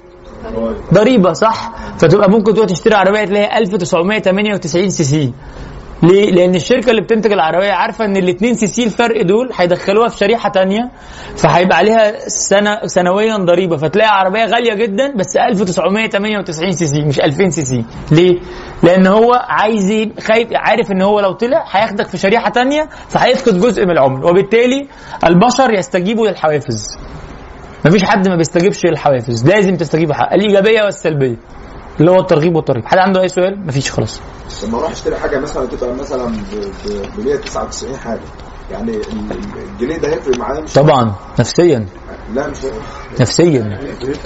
ضريبه، صح؟ فتبقى ممكن تروح تشتري عربيه تلاقيها ألف وتسعمائة وثمانية وتسعين سي سي. ليه؟ لان الشركه اللي بتنتج العربيه عارفه ان الاثنين سي سي الفرق دول هيدخلوها في شريحه تانية، فهيبقى عليها سنه سنويا ضريبه، فتلاقي عربيه غاليه جدا بس ألف وتسعمائة وثمانية وتسعين سي سي مش ألفين سي سي. ليه؟ لان هو عايز خايف، عارف ان هو لو طلع هياخدك في شريحه تانية فهيفقد جزء من العمر. وبالتالي البشر يستجيبوا للحوافز، مفيش حد ما بيستجيبش للحوافز، لازم تستجيب حق الايجابيه والسلبيه اللي هو الترغيب والترهيب. حد عنده اي سؤال؟ مفيش، خلاص. لما اروح اشتري حاجه مثلا تبقى مثلا ب مائة وتسعة وتسعين حاجه، يعني الجنيه ده هيفرق معايا؟ مش طبعا نفسيا. لا مش نفسيا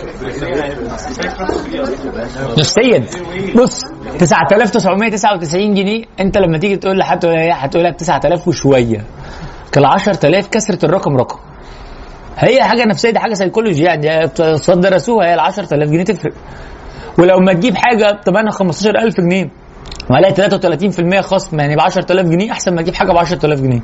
نفسيا. بص تسعة آلاف وتسعمائة وتسعة وتسعين جنيه، انت لما تيجي تقول لحد هتقولها ب تسعة آلاف وشويه، كل عشرة آلاف كسرة الرقم رقم. هي حاجه نفسيه، دي حاجه سيكولوجي يعني درسوها. هي ال عشرة آلاف جنيه تفرق. ولو ما تجيب حاجه ثمنها خمستاشر ألف جنيه وعليها ثلاثة وثلاثين بالمئة خصم، يعني ب عشرة آلاف جنيه احسن ما تجيب حاجه ب عشرة آلاف جنيه.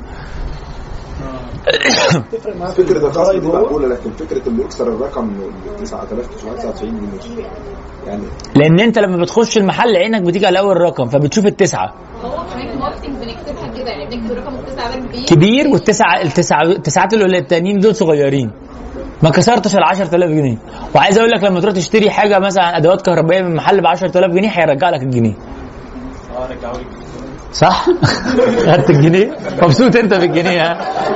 فكره الضرائب دي مقبوله، لكن فكره انه يكسر الرقم تسعة آلاف وتسعمائة وتسعة وتسعين جنيه يعني، لان انت لما بتخش المحل عينك بتيجي على اول رقم فبتشوف التسعه. هو كمان ماركتنج بنكتبها كده، يعني بنكتب رقم التسعه ده كبير كبير والتسعه التسعه التسعات اللي التانيين دول صغيرين، ما كسرتش ال عشرة آلاف جنيه. وعايز اقول لك لما تروح تشتري حاجه مثلا ادوات كهربائيه من محل ب عشرة آلاف جنيه هيرجع لك الجنيه. اه رجعوا لي صح؟ خدت الجنيه؟ مبسوط انت بالجنيه؟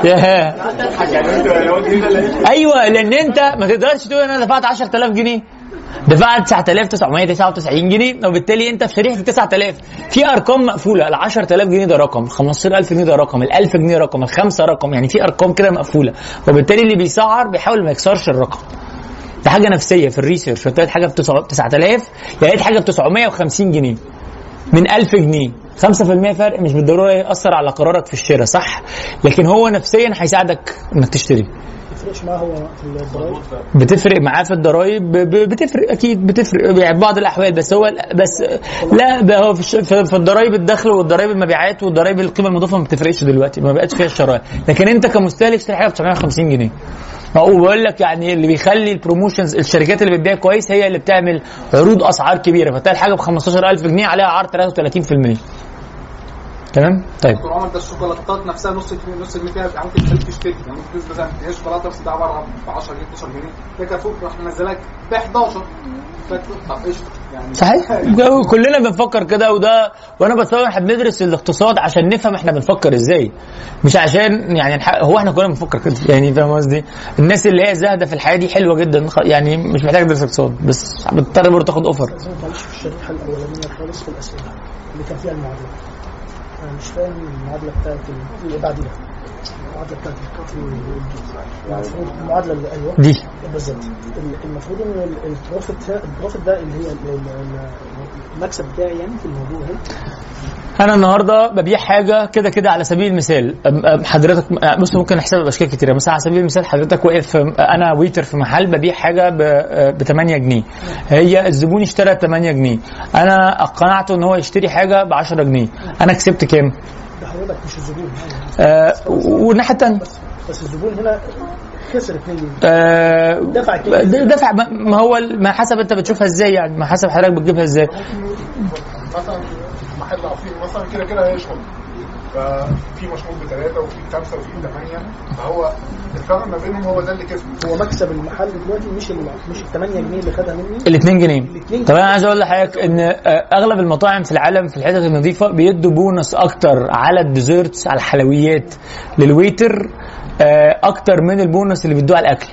ها؟ ايوه، لان انت ما تقدرش تقول انا دفعت عشرة آلاف جنيه دفعت تسعة آلاف وتسعمائة وتسعة وتسعين جنيه، وبالتالي انت في شريحه تسعة آلاف. في ارقام مقفوله، ال عشرة آلاف جنيه ده رقم، ال خمستاشر ألف جنيه ده رقم، ال ألف جنيه رقم، الخمسه رقم، يعني في ارقام كده مقفوله، وبالتالي اللي بيسعر بيحاول ما يكسرش الرقم. ده حاجه نفسيه في الريسيرش، لقيت حاجه ب تسعة آلاف، لقيت حاجه ب تسعمائة وخمسين جنيه من ألف جنيه، خمسة في المية فرق مش بالضروره ياثر على قرارك في الشراء، صح؟ لكن هو نفسيا هيساعدك انك تشتري. بتفرقش معاه هو في الضرايب؟ بتفرق معاه في الضرايب، بتفرق اكيد، بتفرق يعني بعض الاحوال، بس هو بس لا هو في, في الضرايب الدخل والضرايب المبيعات والضرايب القيمه المضافه ما بتفرقش دلوقتي، ما بقتش فيها الشرايح. لكن انت كمستهلك تشتري حاجه ب تسعمائة وخمسين جنيه. وبقول لك يعني اللي بيخلي البروموشنز، الشركات اللي بتبيع كويس هي اللي بتعمل عروض اسعار كبيره، فتلاقي الحاجه ب خمستاشر ألف جنيه عليها عرض ثلاثة وثلاثين في المية. تمام. طيب دكتور عمر، ده الشوكولاتات نفسها نص نص جنيه فيها ممكن تخليك تشتري، يعني ممكن مثلا هي شوكولاته بس ده عباره ب عشرة جنيه اتناشر جنيه، فكره فوق راح منزلك ب احداشر، طب قشطه يعني. صحيح، كلنا بنفكر كده، وده وانا بتصور احنا بندرس الاقتصاد عشان نفهم احنا بنفكر ازاي، مش عشان يعني هو احنا كلنا بنفكر كده، يعني فاهم قصدي؟ الناس اللي هي زاهده في الحياه دي حلوه جدا، يعني مش محتاج تدرس اقتصاد، بس بتضطر برضه تاخد اوفر. معلش في الشريحه الاولانيه خالص في الاسئله اللي كان فيها المعادله، انا مش فاهم المعادله بتاعت اللي بعديها، المعادله بتاعت الكفر والمفروض المعادله اللي ايوه دي بالظبط. المفروض ان البروفيت البروفيت ده اللي هي المكسب بتاعي يعني في الموضوع هنا. انا النهارده ببيع حاجه كده كده على سبيل المثال، حضرتك بص ممكن احسبها باشكال كتيره، مثلا على سبيل المثال حضرتك واقف، انا ويتر في محل ببيع حاجه ب ثمانية جنيه، هي الزبون اشترى ثمانية جنيه، انا اقنعته ان هو يشتري حاجه ب عشرة جنيه، انا كسبت كام؟ ده حضرتك مش الزبون آه، والناحيه الثانيه بس, بس الزبون هنا خسر اتنين جنيه. آه دفع دفع ما هو ما حسب انت بتشوفها ازاي، يعني ما حسب حضرتك بتجيبها ازاي. مثلا محل عصير مثلا كده كده هيشرب، ففي مشروب بثلاثه وفي خمسه وفي ثمانيه، فهو الفرق ما بينهم هو ده اللي كسبه. هو مكسب المحل دلوقتي مش مش ال ثمانية جنيه اللي خدها مني، ال اتنين جنيه. طب انا عايز اقول لحضرتك ان اغلب المطاعم في العالم في الحتت النظيفه بيدوا بونص اكتر على الديزرتس، على الحلويات للويتر اكتر من البونص اللي بيدوه على الاكل.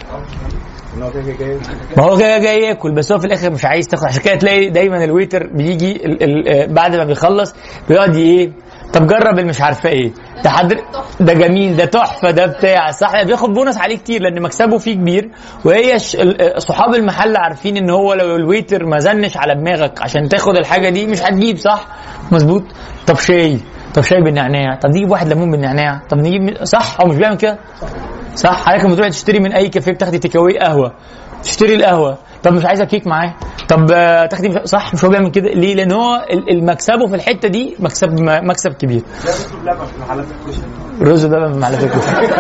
ما هو جاي جاي ياكل، بس هو في الاخر مش عايز تاخد، عشان كده تلاقي دايما الويتر بيجي ال ال بعد ما بيخلص بيقعد ايه، طب جرب المش عارفه ايه ده، حضر ده جميل، ده تحفه، ده بتاع صح، بياخد بونص عليه كتير لان مكسبه فيه كبير، وهي صحاب المحل عارفين ان هو لو الويتر ما زنش على دماغك عشان تاخد الحاجه دي مش هتجيب، صح مظبوط. طب شاي، طب شاي بالنعناع، طب نجيب واحد ليمون بالنعناع، طب نجيب، صح هو مش بيعمل كده صح. حضرتك لما تروح تشتري من اي كافيه بتاخدي تيك اواي قهوه، تشتري القهوه، طب مش عايزه كيك معاه، طب تاخدي، صح مش هو بيعمل كده ليه؟ لان هو المكسبه في الحته دي مكسب مكسب كبير. رز ولبن في محلات الكشري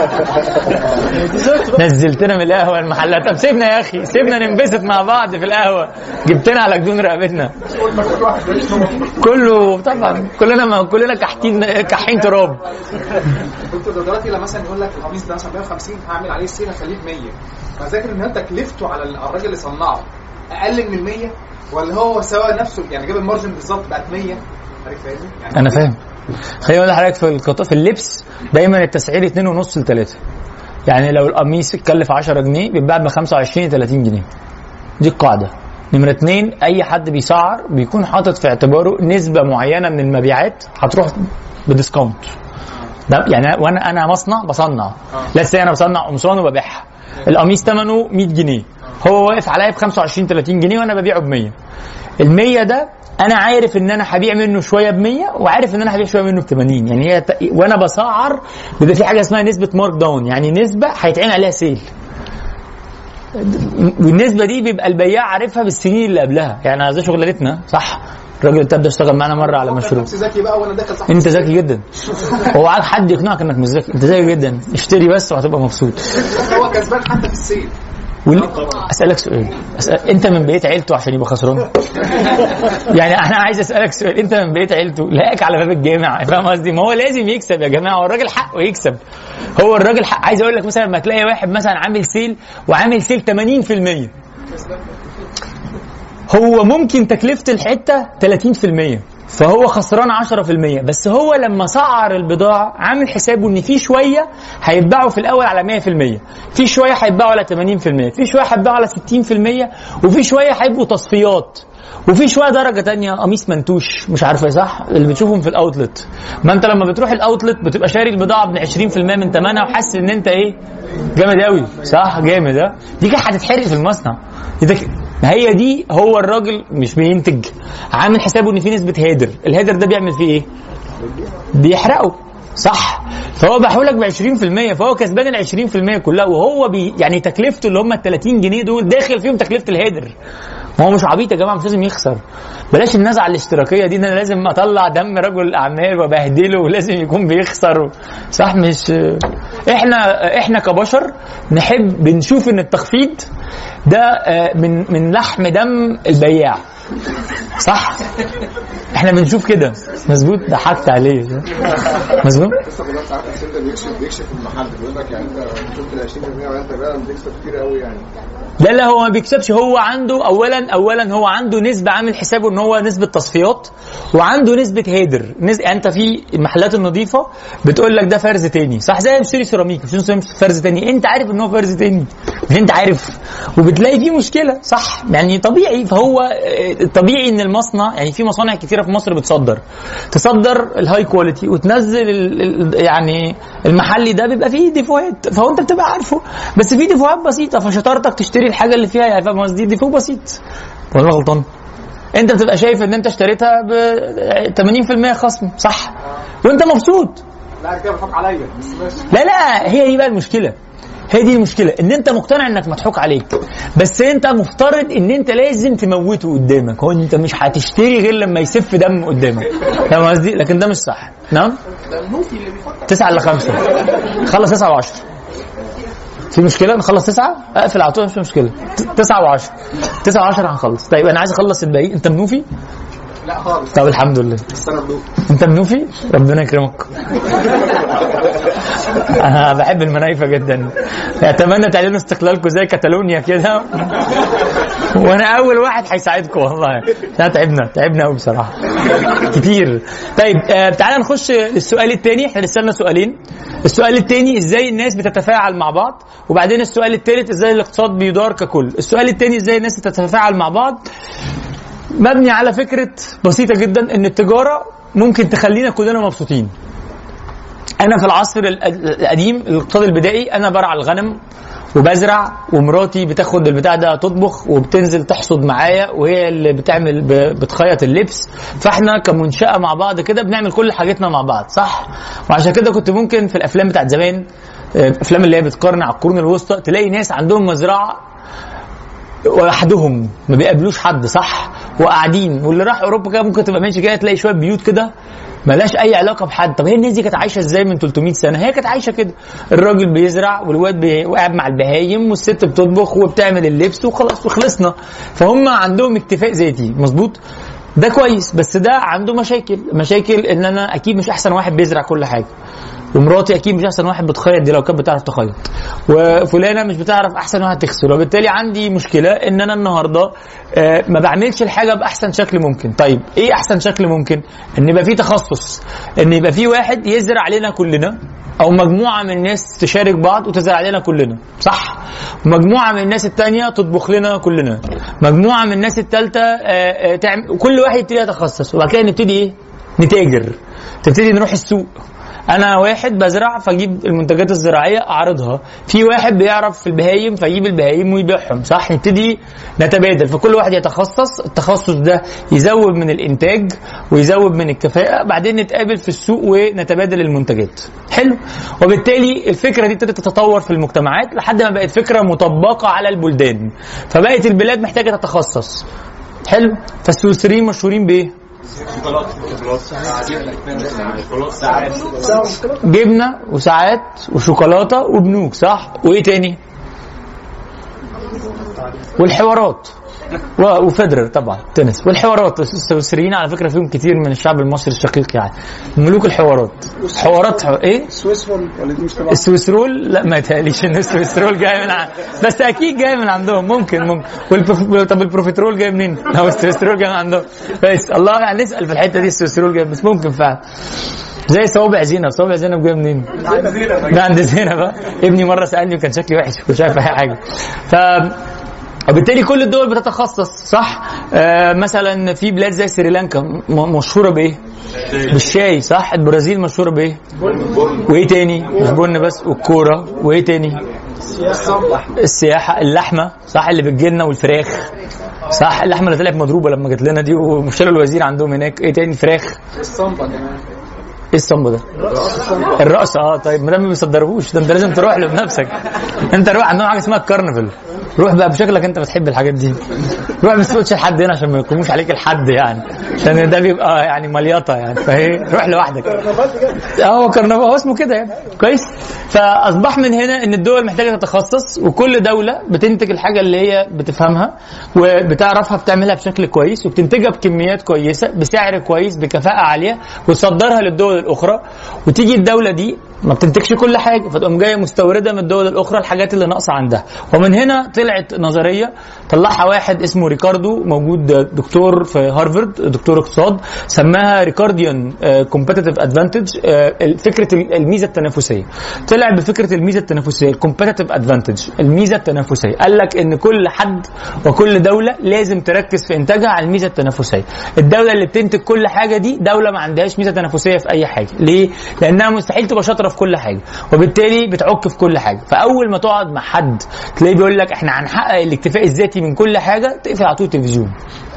نزلتنا من القهوه المحلات. طب سيبنا يا اخي، سيبنا ننبسط مع بعض في القهوه، جبتنا على جدون رقبتنا كله طبعا، كلنا ما كلنا كحتين كحين تراب. انت دلوقتي لما مثلا يقول لك القميص ده مثلا مية وخمسين هعمل عليه سيل هخليه ب مية، فذاكر ان انت كلفته على الراجل اللي صنعه اقل من مية، ولا هو سوى نفسه يعني جاب المارجن بالظبط بقت مية؟ عارف فاهمني يعني؟ انا فاهم. خليني اقول لحضرتك في القطاع في اللبس دايما التسعير اتنين ونص لتلاتة، يعني لو القميص اتكلف عشرة جنيه بيتباع ب خمسة وعشرين ثلاثين جنيه، دي القاعده. نمره اتنين، اي حد بيسعر بيكون حاطط في اعتباره نسبه معينه من المبيعات هتروح بديسكاونت. ده يعني وانا انا مصنع بصنع، لسه انا بصنع قمصان وببيعها، القميص ثمنه مية جنيه، هو واقف عليا ب خمسة وعشرين ثلاثين جنيه وانا ببيعه ب مية. ال مية ده انا عارف ان انا هبيع منه شويه ب مية، وعارف ان انا هبيع شويه منه ب ثمانين، يعني هي ت... وانا بسعر بيبقى في حاجه اسمها نسبه مارك داون، يعني نسبه هيتعمل عليها سيل، والنسبه دي بيبقى البياع عارفها بالسنين اللي قبلها. يعني زي شغلتنا صح، الراجل بتاع ده اشتغل معانا مره على مشروع. ذكي بقى وانا داخل صح، انت ذكي جدا، هو عاد حد يقنعك انك مش ذكي، انت ذكي جدا، اشتري بس وهتبقى مبسوط. هو كسبان حتى في السيل. اسالك سؤال، أسأل... انت من بقيت عيلته عشان يبقى خسران؟ يعني انا عايز اسالك سؤال، انت من بقيت عيلته لقاك على باب الجامع، فاهم قصدي؟ ما هو لازم يكسب يا جماعه، هو الراجل حقه يكسب، هو الراجل حق. عايز اقول لك مثلا لما تلاقي واحد مثلا عامل سيل وعامل سيل ثمانين في المية، هو ممكن تكلفه الحته ثلاثين في المية، فهو خسران عشرة في المية. بس هو لما سعر البضاعة عامل حسابه ان في شوية هيتباعوا في الاول على مية في المية، في شوية هيتباعوا على ثمانين في المية، في شوية هيتباعوا على ستين في المية، وفي شوية هيبقوا تصفيات، وفي شويه درجه تانية قميص منتوش مش عارفه صح اللي بتشوفهم في الاوتلت. ما انت لما بتروح الاوتلت بتبقى شاري البضاعه ب عشرين في المية من ثمنها وحاسس ان انت ايه جامد قوي صح جامد. ده دي كده هتتحرق في المصنع. ما هي دي هو الراجل مش بينتج عامل حسابه ان في نسبه هادر، الهادر ده بيعمل فيه ايه؟ بيحرقه صح. فهو بحولك ب عشرين في المية، فهو كسبان ال عشرين في المية كلها، وهو بي يعني تكلفته اللي هم ال ثلاثين جنيه دول داخل فيهم تكلفه الهادر. ما هو مش عبيط يا جماعه، مش لازم يخسر. بلاش النزعه الاشتراكيه دي ان انا لازم اطلع دم رجل الاعمال وبهدله ولازم يكون بيخسر صح. مش احنا احنا كبشر نحب بنشوف ان التخفيض ده من من لحم دم البياع صح. احنا بنشوف كده مظبوط. ضحكت عليه مظبوط. بيكشف بيكشف المحل بيقول لك يعني انت شفت ال عشرين في المية وانت فعلا بتكسب كتير قوي يعني. لا لا هو ما بيكسبش. هو عنده اولا اولا هو عنده نسبه عامل حسابه ان هو نسبه تصفيات وعنده نسبه هيدر. نسبة انت في المحلات النظيفه بتقول لك ده فرز تاني صح، زي بشتري سيراميك مش فرز تاني، انت عارف ان هو فرز تاني مش انت عارف، وبتلاقي فيه مشكله صح يعني طبيعي. فهو طبيعي ان المصنع يعني في مصانع كتيره في مصر بتصدر تصدر الهاي كواليتي وتنزل يعني المحلي ده بيبقى فيه ديفوهات، فهو انت بتبقى عارفه بس فيه ديفوهات بسيطه، فشطارتك تشتري الحاجه اللي فيها يعني فاهم قصدي ديفو بسيط ولا غلطان؟ انت بتبقى شايف ان انت اشتريتها ب ثمانين في المية خصم صح وانت مبسوط. لا كده بتضحك عليا. لا لا هي دي بقى المشكله، هي دي المشكله ان انت مقتنع انك مضحوك عليك، بس انت مفترض ان انت لازم تموته قدامك. هو انت مش هتشتري غير لما يسف دم قدامك فاهم قصدي؟ لكن ده مش صح. نعم تسعة إلا خمسة خلص تسعة وعشرة في مشكله نخلص تسعة اقفل على طول مش مشكله. تسعة وعشرة تسعة وعشرة هنخلص. طيب انا عايز اخلص الباقي. انت منوفي؟ لا خالص. طب الحمد لله. انت منوفي؟ ربنا يكرمك. انا بحب المنايفه جدا، اتمنى تعلنوا استقلالكم زي كاتالونيا كده وانا اول واحد هيساعدكم والله. احنا تعبنا تعبنا قوي بصراحه كتير. طيب آه تعالى نخش للسؤال الثاني. احنا لسه لنا سؤالين. السؤال الثاني ازاي الناس بتتفاعل مع بعض، وبعدين السؤال الثالث ازاي الاقتصاد بيدار ككل. السؤال الثاني ازاي الناس بتتفاعل مع بعض مبني على فكره بسيطه جدا ان التجاره ممكن تخلينا كلنا مبسوطين. انا في العصر القديم الاقتصاد البدائي انا برعى الغنم وبزرع ومراتي بتاخد البتاع ده تطبخ وبتنزل تحصد معايا وهي اللي بتعمل بتخيط اللبس، فاحنا كمنشأة مع بعض كده بنعمل كل حاجتنا مع بعض صح. وعشان كده كنت ممكن في الافلام بتاعت زمان افلام اللي هي بتقارن على القرون الوسطى تلاقي ناس عندهم مزرعة وحدهم ما بيقابلوش حد صح وقاعدين، واللي راح اوروبا كده ممكن تبقى ماشي كده تلاقي شويه بيوت كده ملاش اي علاقه بحد. طب هي الناس دي كانت عايشه ازاي من ثلاثمية سنه؟ هي كانت عايشه كده، الراجل بيزرع والواد قاعد مع البهايم والست بتطبخ وبتعمل اللبس وخلاص وخلصنا. فهم عندهم اكتفاء ذاتي مظبوط. ده كويس بس ده عنده مشاكل. مشاكل ان انا اكيد مش احسن واحد بيزرع كل حاجه، ومراتي اكيد مش احسن واحد بتخيط دي لو كانت بتعرف تخيط، وفلانه مش بتعرف احسن واحد تغسل، وبالتالي عندي مشكله ان انا النهارده آه ما بعملش الحاجه باحسن شكل ممكن. طيب ايه احسن شكل ممكن؟ ان يبقى في تخصص، ان يبقى في واحد يزرع علينا كلنا او مجموعه من الناس تشارك بعض وتزرع علينا كلنا صح، ومجموعه من الناس الثانيه تطبخ لنا كلنا، مجموعه من الناس الثالثه آه آه تعمل، كل واحد يبتدي يتخصص، وبعد كده نبتدي ايه؟ نتاجر، تبتدي نروح السوق. انا واحد بزرع فاجيب المنتجات الزراعيه اعرضها، في واحد بيعرف في البهايم فيجيب البهايم ويبيعهم صح، نبتدي نتبادل، فكل واحد يتخصص، التخصص ده يزود من الانتاج ويزود من الكفاءه، بعدين نتقابل في السوق ونتبادل المنتجات. حلو. وبالتالي الفكره دي ابتدت تتطور في المجتمعات لحد ما بقت فكره مطبقه على البلدان، فبقت البلاد محتاجه تتخصص. حلو. فالسويسريين مشهورين بايه؟ جبنه وساعات وشوكولاته وبنوك صح. وايه تاني؟ والحوارات وفيدرر طبعا تنس. والحوارات السويسريين على فكره فيهم كتير من الشعب المصري الشقيق، يعني ملوك الحوارات. حوارات حو... ايه سويسرول ولا دي مش تبع السويسرول؟ لا ما يتهيأليش ان السويسرول جاي من ع... بس اكيد جاي من عندهم، ممكن ممكن والبروف... طب البروفيترول جاي منين؟ لو السويسرول جاي من عندهم بس الله يعني نسال في الحته دي السويسرول جاي، بس ممكن فعلا. زي صوابع زينب، صوابع زينب جايه منين؟ من عند زينب بقى. ابني مره سالني وكان شكلي وحش مش شايف اي حاجه. ف وبالتالي كل الدول بتتخصص صح. آه مثلا في بلاد زي سريلانكا مشهوره بايه؟ بالشاي صح. البرازيل مشهوره بايه؟ وايه تاني؟ مش بن بس، والكوره. وايه تاني؟ السياحه. اللحمه صح اللي بتجيلنا، والفراخ صح. اللحمه اللي طلعت مضروبه لما جت لنا دي وشالوا الوزير عندهم هناك. ايه تاني؟ فراخ. الصنبه كمان. ايه الصنبه ده؟ الرقص. اه طيب ما دام ما بيصدروهوش ده انت لازم تروح له بنفسك. انت روح، عندهم حاجه اسمها الكارنفال، روح بقى بشكلك انت بتحب الحاجات دي. روح ما تسوقش لحد هنا عشان ما يقوموش عليك الحد يعني، عشان ده بيبقى يعني مليطه يعني، فايه روح لوحدك. اه هو كرنفال هو اسمه كده يعني كويس. فاصبح من هنا ان الدول محتاجه تتخصص، وكل دوله بتنتج الحاجه اللي هي بتفهمها وبتعرفها بتعملها بشكل كويس، وبتنتجها بكميات كويسه بسعر كويس بكفاءه عاليه، وتصدرها للدول الاخرى. وتيجي الدوله دي ما بتنتجش كل حاجه، فتقوم جايه مستورده من الدول الاخرى الحاجات اللي ناقصه عندها. ومن هنا طلعت نظريه طلعها واحد اسمه ريكاردو، موجود دكتور في هارفارد، دكتور اقتصاد، سماها ريكارديان كومبيتيتيف ادفانتج، فكره الميزه التنافسيه. طلع بفكره الميزه التنافسيه، الكومبيتيتيف ادفانتج، الميزه التنافسيه. قال لك ان كل حد وكل دوله لازم تركز في انتاجها على الميزه التنافسيه. الدوله اللي بتنتج كل حاجه دي دوله ما عندهاش ميزه تنافسيه في اي حاجه. ليه؟ لانها مستحيل تبقى شاطره في كل حاجه، وبالتالي بتعك في كل حاجه. فاول ما تقعد مع حد تلاقيه بيقول لك احنا هنحقق الاكتفاء الذاتي من كل حاجه، تقفل على طول التلفزيون.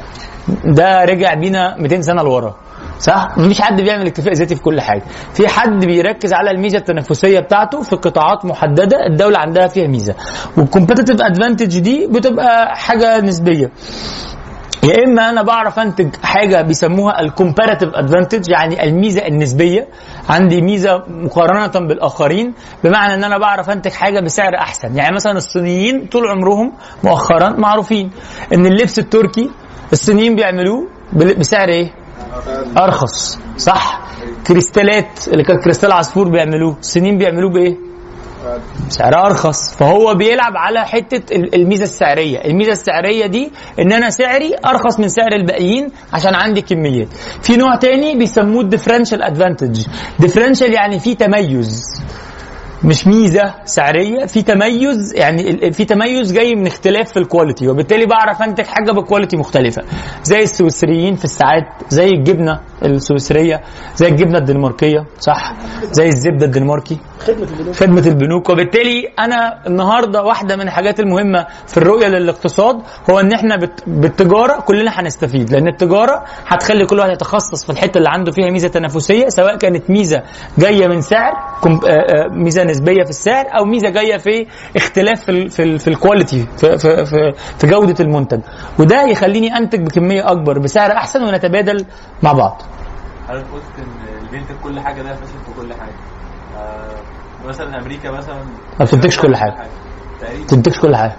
ده رجع بينا مئتين سنه لورا صح. مفيش حد بيعمل اكتفاء ذاتي في كل حاجه، في حد بيركز على الميزه التنافسيه بتاعته في قطاعات محدده الدوله عندها فيها ميزه. والكومبيتيتيف ادفانتج دي بتبقى حاجه نسبيه. يا اما انا بعرف انتج حاجه بيسموها الكومباراتيف ادفانتج، يعني الميزه النسبيه، عندي ميزه مقارنه بالاخرين، بمعنى ان انا بعرف انتج حاجه بسعر احسن. يعني مثلا الصينيين طول عمرهم مؤخرا معروفين ان اللبس التركي الصينيين بيعملوه بسعر ايه؟ ارخص صح. كريستالات اللي كان كريستال عصفور بيعملوه الصينيين بيعملوه بايه؟ سعرها ارخص. فهو بيلعب على حته الميزه السعريه. الميزه السعريه دي ان انا سعري ارخص من سعر الباقيين عشان عندي كميات. في نوع تاني بيسموه الديفرنشال ادفانتج. ديفرنشال يعني في تميز، مش ميزه سعريه، في تميز، يعني في تميز جاي من اختلاف في الكواليتي، وبالتالي بعرف انتج حاجه بكواليتي مختلفه. زي السويسريين في الساعات، زي الجبنه السويسريه، زي الجبنه الدنماركيه صح، زي الزبده الدنماركي، خدمه البنوك خدمه البنوك. وبالتالي انا النهارده واحده من الحاجات المهمه في الرؤيه للاقتصاد هو ان احنا بالتجاره كلنا هنستفيد، لان التجاره هتخلي كل واحد يتخصص في الحته اللي عنده فيها ميزه تنافسيه، سواء كانت ميزه جايه من سعر، ميزه نسبيه في السعر، او ميزه جايه في اختلاف في في, في الكواليتي، في, في, في, في جوده المنتج. وده يخليني انتج بكميه اكبر بسعر احسن ونتبادل مع بعض. حضرتك قلت ان اللي بينتج كل حاجه ده فاشل في كل حاجه. آه مثلا امريكا مثلا ما بتنتجش كل حاجه، ما بتنتجش كل حاجه.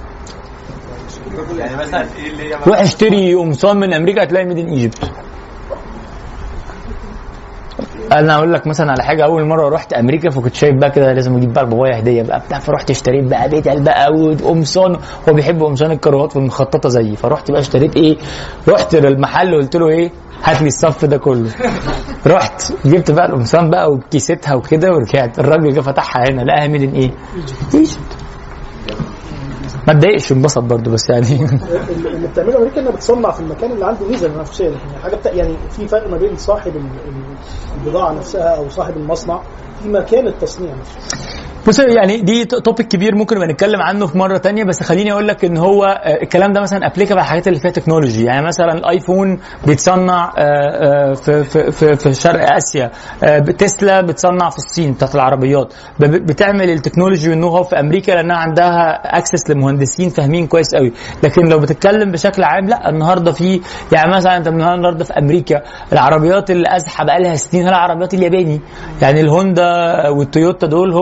يعني مثلا ايه اللي هي روح اشتري قمصان من امريكا هتلاقي ميد ان ايجيبت. انا اقول لك مثلا على حاجه، اول مره رحت امريكا فكنت شايف بقى كده لازم اجيب بقى لبابايا هديه بقى بتاع، فرحت اشتريت بقى بدل بقى وقمصان، هو بيحب قمصان الكروات والمخططه زيي، فرحت بقى اشتريت ايه، رحت للمحل وقلت له ايه هات لي الصف ده كله. رحت جبت بقى القمصان بقى وكيستها وكده ورجعت، الراجل جه فتحها هنا لقاها ميد ان ايه ايجيبت. ما اتضايقش انبسط برضه، بس يعني اللي بتعمله امريكا انها بتصنع في المكان اللي عنده ميزه تنافسيه، يعني حاجه بتا... يعني في فرق ما بين صاحب البضاعه نفسها او صاحب المصنع في مكان التصنيع نفسه. بص يعني دي توبيك كبير ممكن نتكلم عنه في مره تانية، بس خليني اقول لك ان هو الكلام ده مثلا ابليكابل على الحاجات اللي فيها تكنولوجي. يعني مثلا الايفون بيتصنع في في في, في شرق اسيا، تسلا بتصنع في الصين بتاعت العربيات، بتعمل التكنولوجي والنو هاو في امريكا لانها عندها اكسس لمهندسين فاهمين كويس قوي. لكن لو بتتكلم بشكل عام لا، النهارده في يعني مثلا انت النهارده في امريكا العربيات اللي ازحى بقى لها سنين هي العربيات الياباني، يعني الهوندا والتويوتا دول هم العربيات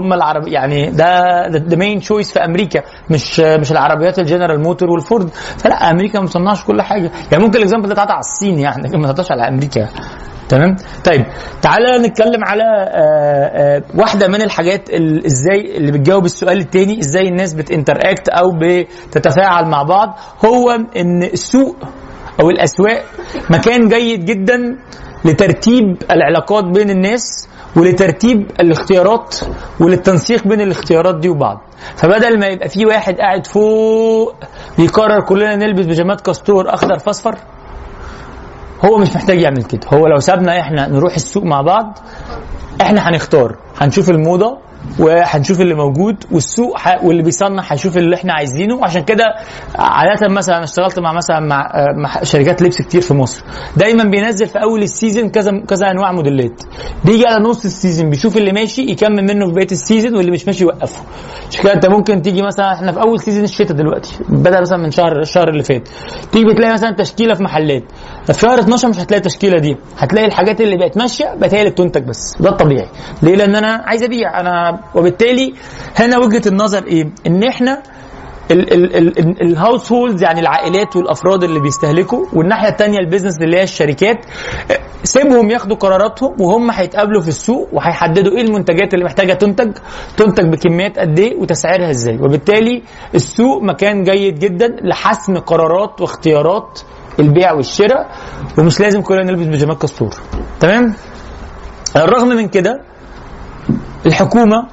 يعني ده ده مين تشويس في امريكا، مش مش العربيات الجنرال موتور والفورد. فلا امريكا ما بتصنعش كل حاجه، يعني ممكن الاكزامبل ده اتعطى على الصين يعني ما اتعطاش على امريكا. تمام. طيب تعالى نتكلم على آآ آآ واحده من الحاجات ازاي اللي بتجاوب السؤال الثاني، ازاي الناس بتنتراكت او بتتفاعل مع بعض. هو ان السوق او الاسواق مكان جيد جدا لترتيب العلاقات بين الناس ولترتيب الاختيارات وللتنسيق بين الاختيارات دي وبعض. فبدل ما يبقى في واحد قاعد فوق بيقرر كلنا نلبس بيجامات كاستور اخضر فاصفر، هو مش محتاج يعمل كده. هو لو سابنا احنا نروح السوق مع بعض، احنا هنختار، هنشوف الموضة وهنشوف اللي موجود، والسوق ح... واللي بيصنع هيشوف اللي احنا عايزينه. وعشان كده عادة مثلا اشتغلت مع مثلا مع... مع شركات لبس كتير في مصر، دايما بينزل في اول السيزون كذا كذا انواع موديلات، بيجي على نص السيزون بيشوف اللي ماشي يكمل منه في بقيه السيزون، واللي مش ماشي يوقفه. عشان كده انت ممكن تيجي مثلا، احنا في اول سيزون الشتاء دلوقتي بدا مثلا من شهر الشهر اللي فات، تيجي بتلاقي مثلا تشكيله في محلات، في شهر اتناشر مش هتلاقي التشكيله دي، هتلاقي الحاجات اللي بقت ماشيه بقت هي اللي بتنتج بس. ده الطبيعي. ليه؟ لان انا عايز ابيع انا، وبالتالي هنا وجهة النظر ايه؟ ان احنا الهاوس هولدز يعني العائلات والافراد اللي بيستهلكوا، والناحيه الثانيه البيزنس اللي هي الشركات، سيبهم ياخدوا قراراتهم وهم هيتقابلوا في السوق وهيحددوا ايه المنتجات اللي محتاجه تنتج تنتج بكميات قد ايه وتسعيرها ازاي. وبالتالي السوق مكان جيد جدا لحسم قرارات واختيارات البيع والشراء، ومش لازم كلنا نلبس بيجامات كاستور. تمام. الرغم من كده الحكومه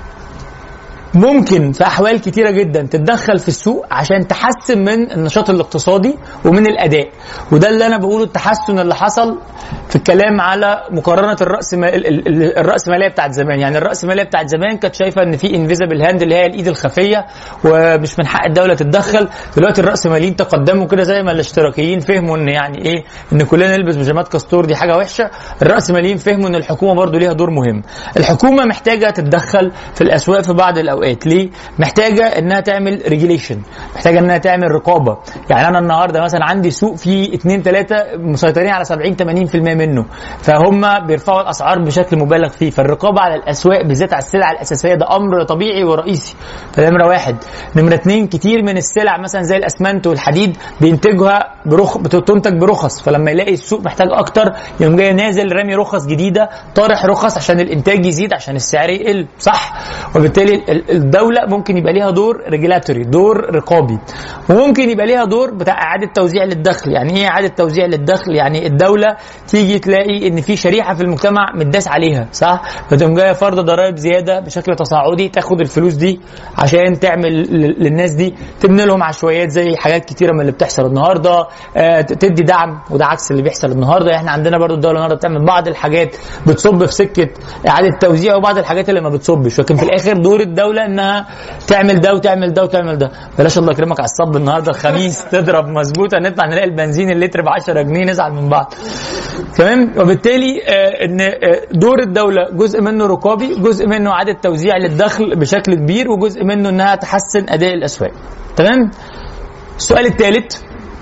ممكن في احوال كتيره جدا تتدخل في السوق عشان تحسن من النشاط الاقتصادي ومن الاداء. وده اللي انا بقوله التحسن اللي حصل في الكلام على مقارنه الراس الراسماليه بتاعت زمان. يعني الراسماليه بتاعت زمان كانت شايفه ان في انفيزبل هاند اللي هي الايد الخفيه ومش من حق الدوله تتدخل. دلوقتي الراسماليين تقدموا كده زي ما الاشتراكيين فهموا ان يعني ايه ان كلنا نلبس بيجامات كاستور دي حاجه وحشه، الراسماليين فهموا ان الحكومه برضو ليها دور مهم. الحكومه محتاجه تتدخل في الاسواق في بعض الاوقات. ليه؟ محتاجه انها تعمل ريجيليشن، محتاجه انها تعمل رقابه. يعني انا النهارده مثلا عندي سوق فيه اتنين تلاته مسيطرين على سبعين ثمانين بالمية منه، فهم بيرفعوا الاسعار بشكل مبالغ فيه. فالرقابه على الاسواق بالذات على السلع الاساسيه ده امر طبيعي ورئيسي. فنمره واحد. نمره اتنين، كتير من السلع مثلا زي الاسمنت والحديد بينتجها برخ بتنتج برخص، فلما يلاقي السوق محتاج اكتر يقوم جاي نازل رامي رخص جديده، طارح رخص عشان الانتاج يزيد عشان السعر يقل. صح؟ وبالتالي الدولة ممكن يبقى ليها دور ريجولاتوري، دور رقابي، وممكن يبقى ليها دور بتاع إعادة توزيع للدخل. يعني ايه إعادة توزيع للدخل؟ يعني الدولة تيجي تلاقي ان في شريحة في المجتمع متداس عليها، صح؟ فتقوم جاية فرض ضرائب زيادة بشكل تصاعدي، تاخد الفلوس دي عشان تعمل للناس دي، تبني لهم عشوائيات زي حاجات كتيرة من اللي بتحصل النهارده، آه تدي دعم، وده عكس اللي بيحصل النهارده. احنا عندنا برضو الدولة النهارده بتعمل بعض الحاجات بتصب في سكة إعادة توزيع، وبعض الحاجات اللي ما بتصبش، لكن في الآخر دور الدولة انها تعمل ده وتعمل ده وتعمل ده. بلاش الله يكرمك على الصب النهارده الخميس تضرب مظبوطه، نطلع نلاقي البنزين اللتر ب عشرة جنيه نزعل من بعض. تمام. وبالتالي آه ان آه دور الدوله جزء منه رقابي، جزء منه اعاده توزيع للدخل بشكل كبير، وجزء منه انها تحسن اداء الاسواق. تمام. السؤال الثالث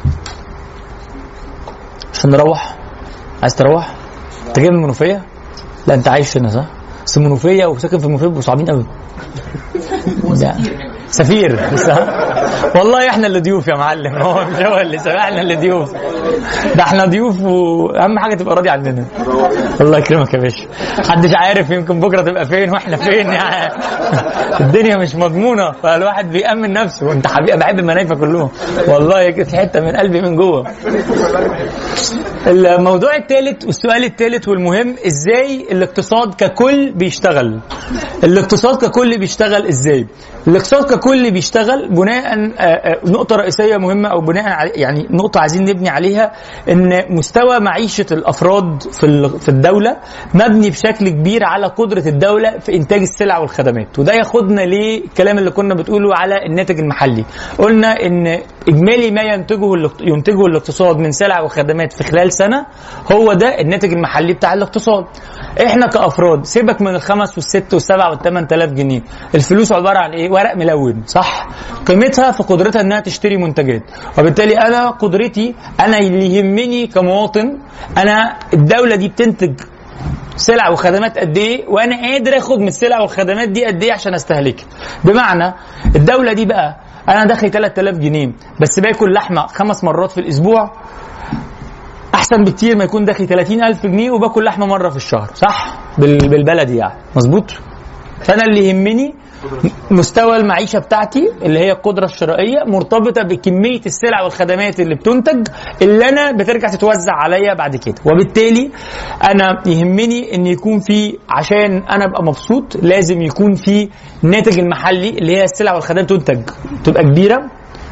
عشان نروح. عايز تروح؟ انت جاي من المنوفيه؟ لا انت عايش هنا صح؟ بس المنوفيه وساكن في المنوفيه بيبقوا صعبين قوي. سفير والله احنا اللي ضيوف يا معلم، هو مش هو اللي سفير، احنا اللي ضيوف. ده احنا ضيوف، واهم حاجه تبقى راضي عننا. الله يكرمك يا باشا. محدش عارف يمكن بكره تبقى فين واحنا فين، يعني الدنيا مش مضمونه، فالواحد بيأمن نفسه. وانت حبيبي بحب المنايفه كلهم والله، في حته من قلبي من جوه. الموضوع الثالث والسؤال الثالث والمهم، ازاي الاقتصاد ككل بيشتغل؟ الاقتصاد ككل بيشتغل ازاي؟ الاقتصاد ككل بيشتغل بناء نقطة رئيسية مهمة، او بناء يعني نقطة عايزين نبني عليها، ان مستوى معيشة الافراد في في الدولة مبني بشكل كبير على قدرة الدولة في انتاج السلع والخدمات. وده ياخدنا للكلام اللي كنا بتقوله على الناتج المحلي. قلنا ان اجمالي ما ينتجه ينتجه الاقتصاد من سلع وخدمات في خلال سنة هو ده الناتج المحلي بتاع الاقتصاد. احنا كافراد سيبك من الخمس والست والسبع والثمان تلاف جنيه، الفلوس عبارة عن ايه؟ ورق ملون، صح؟ قيمتها في قدرتها انها تشتري منتجات. وبالتالي انا قدرتي، انا اللي يهمني كمواطن، انا الدولة دي بتنتج سلع وخدمات قد ايه وانا قادر اخد من السلع والخدمات دي قد ايه عشان استهلكها. بمعنى الدوله دي بقى انا داخل ثلاثة آلاف جنيه بس باكل لحمه خمس مرات في الاسبوع، احسن بكتير ما يكون داخل ثلاثين ألف جنيه وباكل لحمه مره في الشهر، صح؟ بالبلدي يعني، مظبوط. فانا اللي يهمني مستوى المعيشه بتاعتي اللي هي القدره الشرائيه مرتبطه بكميه السلع والخدمات اللي بتنتج اللي انا بترجع تتوزع عليا بعد كده. وبالتالي انا يهمني ان يكون في، عشان انا ابقى مبسوط لازم يكون في الناتج المحلي اللي هي السلع والخدمات تنتج تبقى كبيره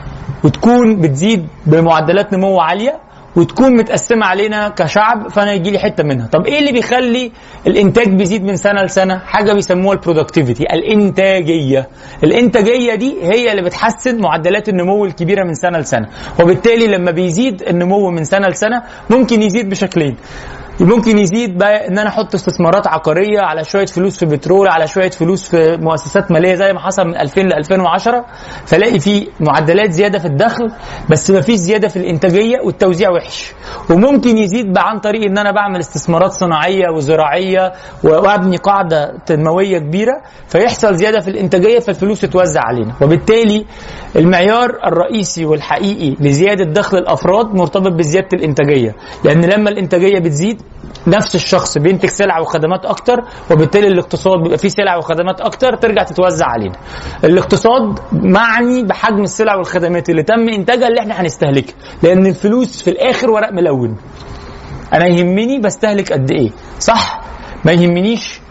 وتكون بتزيد بمعدلات نمو عاليه وتكون متقسمه علينا كشعب، فانا يجي لي حته منها. طب ايه اللي بيخلي الانتاج بيزيد من سنه لسنه؟ حاجه بيسموها البرودكتيفيتي، الانتاجيه. الانتاجيه دي هي اللي بتحسن معدلات النمو الكبيره من سنه لسنه. وبالتالي لما بيزيد النمو من سنه لسنه ممكن يزيد بشكلين. ممكن يزيد بقى ان انا احط استثمارات عقاريه على شويه فلوس في بترول على شويه فلوس في مؤسسات ماليه زي ما حصل من ألفين ل ألفين وعشرة، فلاقي في معدلات زياده في الدخل بس ما فيش زياده في الانتاجيه والتوزيع وحش. وممكن يزيد بقى عن طريق ان انا بعمل استثمارات صناعيه وزراعيه وابني قاعده تنمويه كبيره فيحصل زياده في الانتاجيه فالفلوس تتوزع علينا. وبالتالي المعيار الرئيسي والحقيقي لزياده دخل الافراد مرتبط بزياده الانتاجيه، لان لما الانتاجيه بتزيد نفس الشخص بينتج سلع وخدمات اكتر وبالتالي الاقتصاد بيبقى فيه سلع وخدمات اكتر ترجع تتوزع علينا. الاقتصاد معني بحجم السلع والخدمات اللي تم انتاجها اللي احنا هنستهلكها، لان الفلوس في الاخر ورق ملون. انا يهمني بستهلك قد ايه، صح؟ ما يهمنيش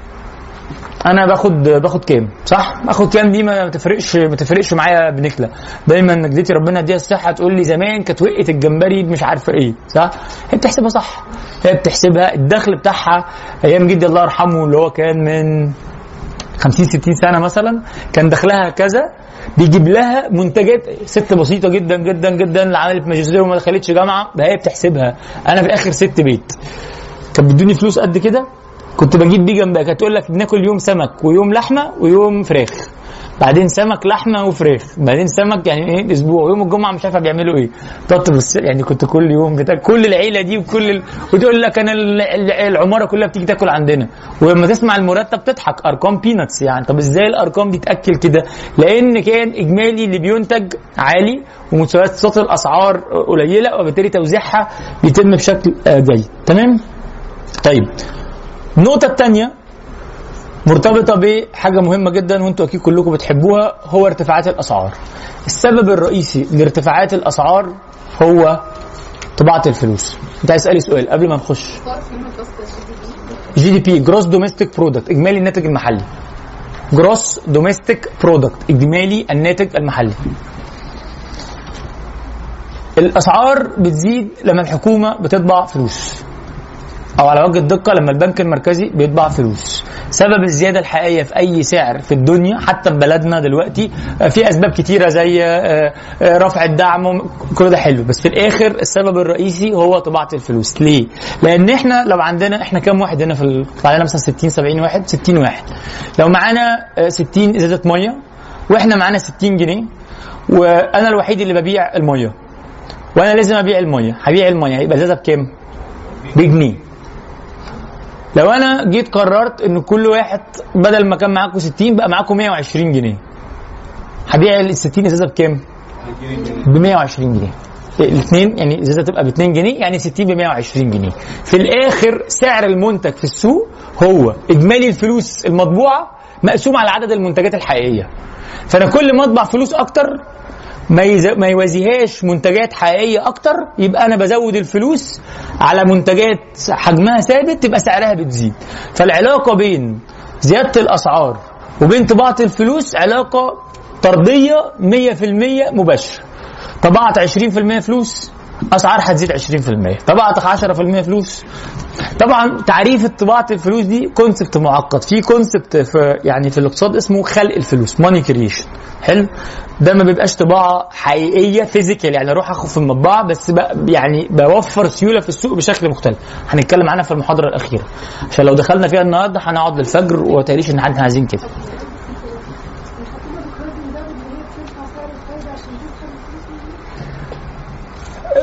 انا باخد باخد كام، صح؟ باخد كام دي ما تفرقش ما تفرقش معايا بنكله. دايما نجدتي ربنا يديها الصحه تقول لي زمان كانت وقت الجمبري مش عارفه ايه، صح؟ هي بتحسبها صح، هي بتحسبها الدخل بتاعها. ايام جدي الله يرحمه اللي هو كان من خمسين ستين سنه مثلا كان دخلها كذا، بيجيب لها منتجات ست بسيطه جدا جدا جدا اللي عملت ماجستير وما دخلتش جامعه، هي بتحسبها. انا في الاخر ست بيت كانت بتدوني فلوس قد كده كنت بجيب بيه جنبها، كانت تقول لك بناكل يوم سمك ويوم لحمه ويوم فراخ، بعدين سمك لحمه وفراخ، بعدين سمك يعني ايه اسبوع، ويوم الجمعه مش عارفه بيعملوا ايه. بس يعني كنت كل يوم بتاكل كل العيله دي وكل ال... وتقول لك انا العماره كلها بتيجي تاكل عندنا. ولما تسمع المرتب تضحك، ارقام بيناتس يعني. طب ازاي الارقام دي تاكل كده؟ لان كان اجمالي اللي بينتج عالي ومستويات الاسعار قليله وبالتالي توزيعها بيتم بشكل جيد. تمام؟ طيب النقطه الثانيه مرتبطة بحاجة مهمة جدا وانتوا اكيد كلكم بتحبوها، هو ارتفاعات الاسعار. السبب الرئيسي لارتفاعات الاسعار هو طباعة الفلوس. انت عايز تسألي سؤال قبل ما نخش؟ جي دي بي جروس دوميستيك برودكت، اجمالي الناتج المحلي. جروس دوميستيك برودكت، اجمالي الناتج المحلي. الاسعار بتزيد لما الحكومة بتطبع فلوس، او على وجه الدقه لما البنك المركزي بيطبع فلوس. سبب الزياده الحقيقيه في اي سعر في الدنيا حتى في بلدنا دلوقتي في اسباب كتيره زي رفع الدعم، كل ده حلو، بس في الاخر السبب الرئيسي هو طباعه الفلوس. ليه؟ لان احنا لو عندنا احنا كام واحد هنا في ال... عندنا مثلا ستين سبعين واحد، ستين واحد، لو معانا ستين ازازه ميه واحنا معانا ستين جنيه وانا الوحيد اللي ببيع الميه وانا لازم ابيع الميه، هبيع الميه هيبقى ازازه بكام؟ بجنيه. لو انا جيت قررت ان كل واحد بدل ما كان معاكم ستين بقى معاكم مية وعشرين جنيه، هبيع ال ستين ازازه بكام؟ ب مية وعشرين جنيه. الاثنين يعني ازازه تبقى ب اتنين جنيه، يعني ستين ب مية وعشرين جنيه. في الاخر سعر المنتج في السوق هو اجمالي الفلوس المطبوعه مقسوم على عدد المنتجات الحقيقيه. فانا كل ما اطبع فلوس اكتر ما ما يوازيهاش منتجات حقيقيه اكتر، يبقى انا بزود الفلوس على منتجات حجمها ثابت تبقى سعرها بتزيد. فالعلاقه بين زياده الاسعار وبين طباعه الفلوس علاقه طرديه مية في المية مباشره. طبعت عشرين في المية فلوس اسعار هتزيد عشرين في المية، طبعت عشرة في المية فلوس. طبعا تعريف طباعه الفلوس دي كونسبت معقد، في كونسبت في يعني في الاقتصاد اسمه خلق الفلوس، ماني كرييشن. حلو؟ ده ما بيبقاش طباعه حقيقيه فيزيكال، يعني اروح اخد في المطبعه، بس يعني بوفر سيوله في السوق بشكل مختلف. هنتكلم عنها في المحاضره الاخيره عشان لو دخلنا فيها النهارده هنقعد للفجر وتقريش ان احنا عايزين كده.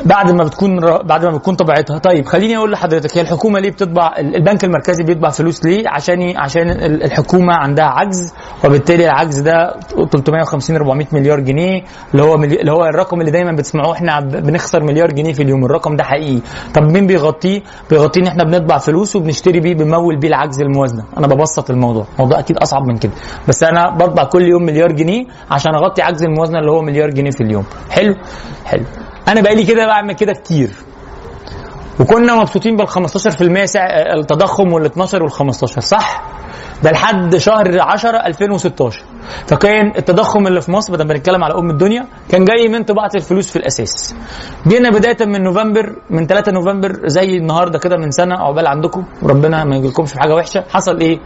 بعد ما بتكون بعد ما بتكون طبيعتها. طيب خليني اقول لحضرتك، هي الحكومه ليه بتطبع، البنك المركزي بيطبع فلوس ليه؟ عشان عشان الحكومه عندها عجز، وبالتالي العجز ده ثلاثمائة وخمسين أربعمائة مليار جنيه، اللي هو اللي هو الرقم اللي دايما بتسمعوه احنا بنخسر مليار جنيه في اليوم. الرقم ده حقيقي. طب مين بيغطيه؟ بيغطيه ان احنا بنطبع فلوس وبنشتري بيه، بنمول بيه العجز الموازنه. انا ببسط الموضوع، الموضوع اكيد اصعب من كده، بس انا بطبع كل يوم مليار جنيه عشان اغطي عجز الموازنه اللي هو مليار جنيه في اليوم. حلو حلو. انا بقالي كده بعمل كده كتير، وكنا مبسوطين بال خمستاشر في المية التضخم وال اتناشر وال خمستاشر، صح؟ ده لحد شهر عشرة ألفين وستاشر. فكان التضخم اللي في مصر بدل ما بنتكلم على ام الدنيا كان جاي من طباعه الفلوس في الاساس. جينا بدايه من نوفمبر، من ثلاثة نوفمبر زي النهارده كده من سنه عقبال عندكم وربنا ما يجيلكمش في حاجه وحشه، حصل ايه؟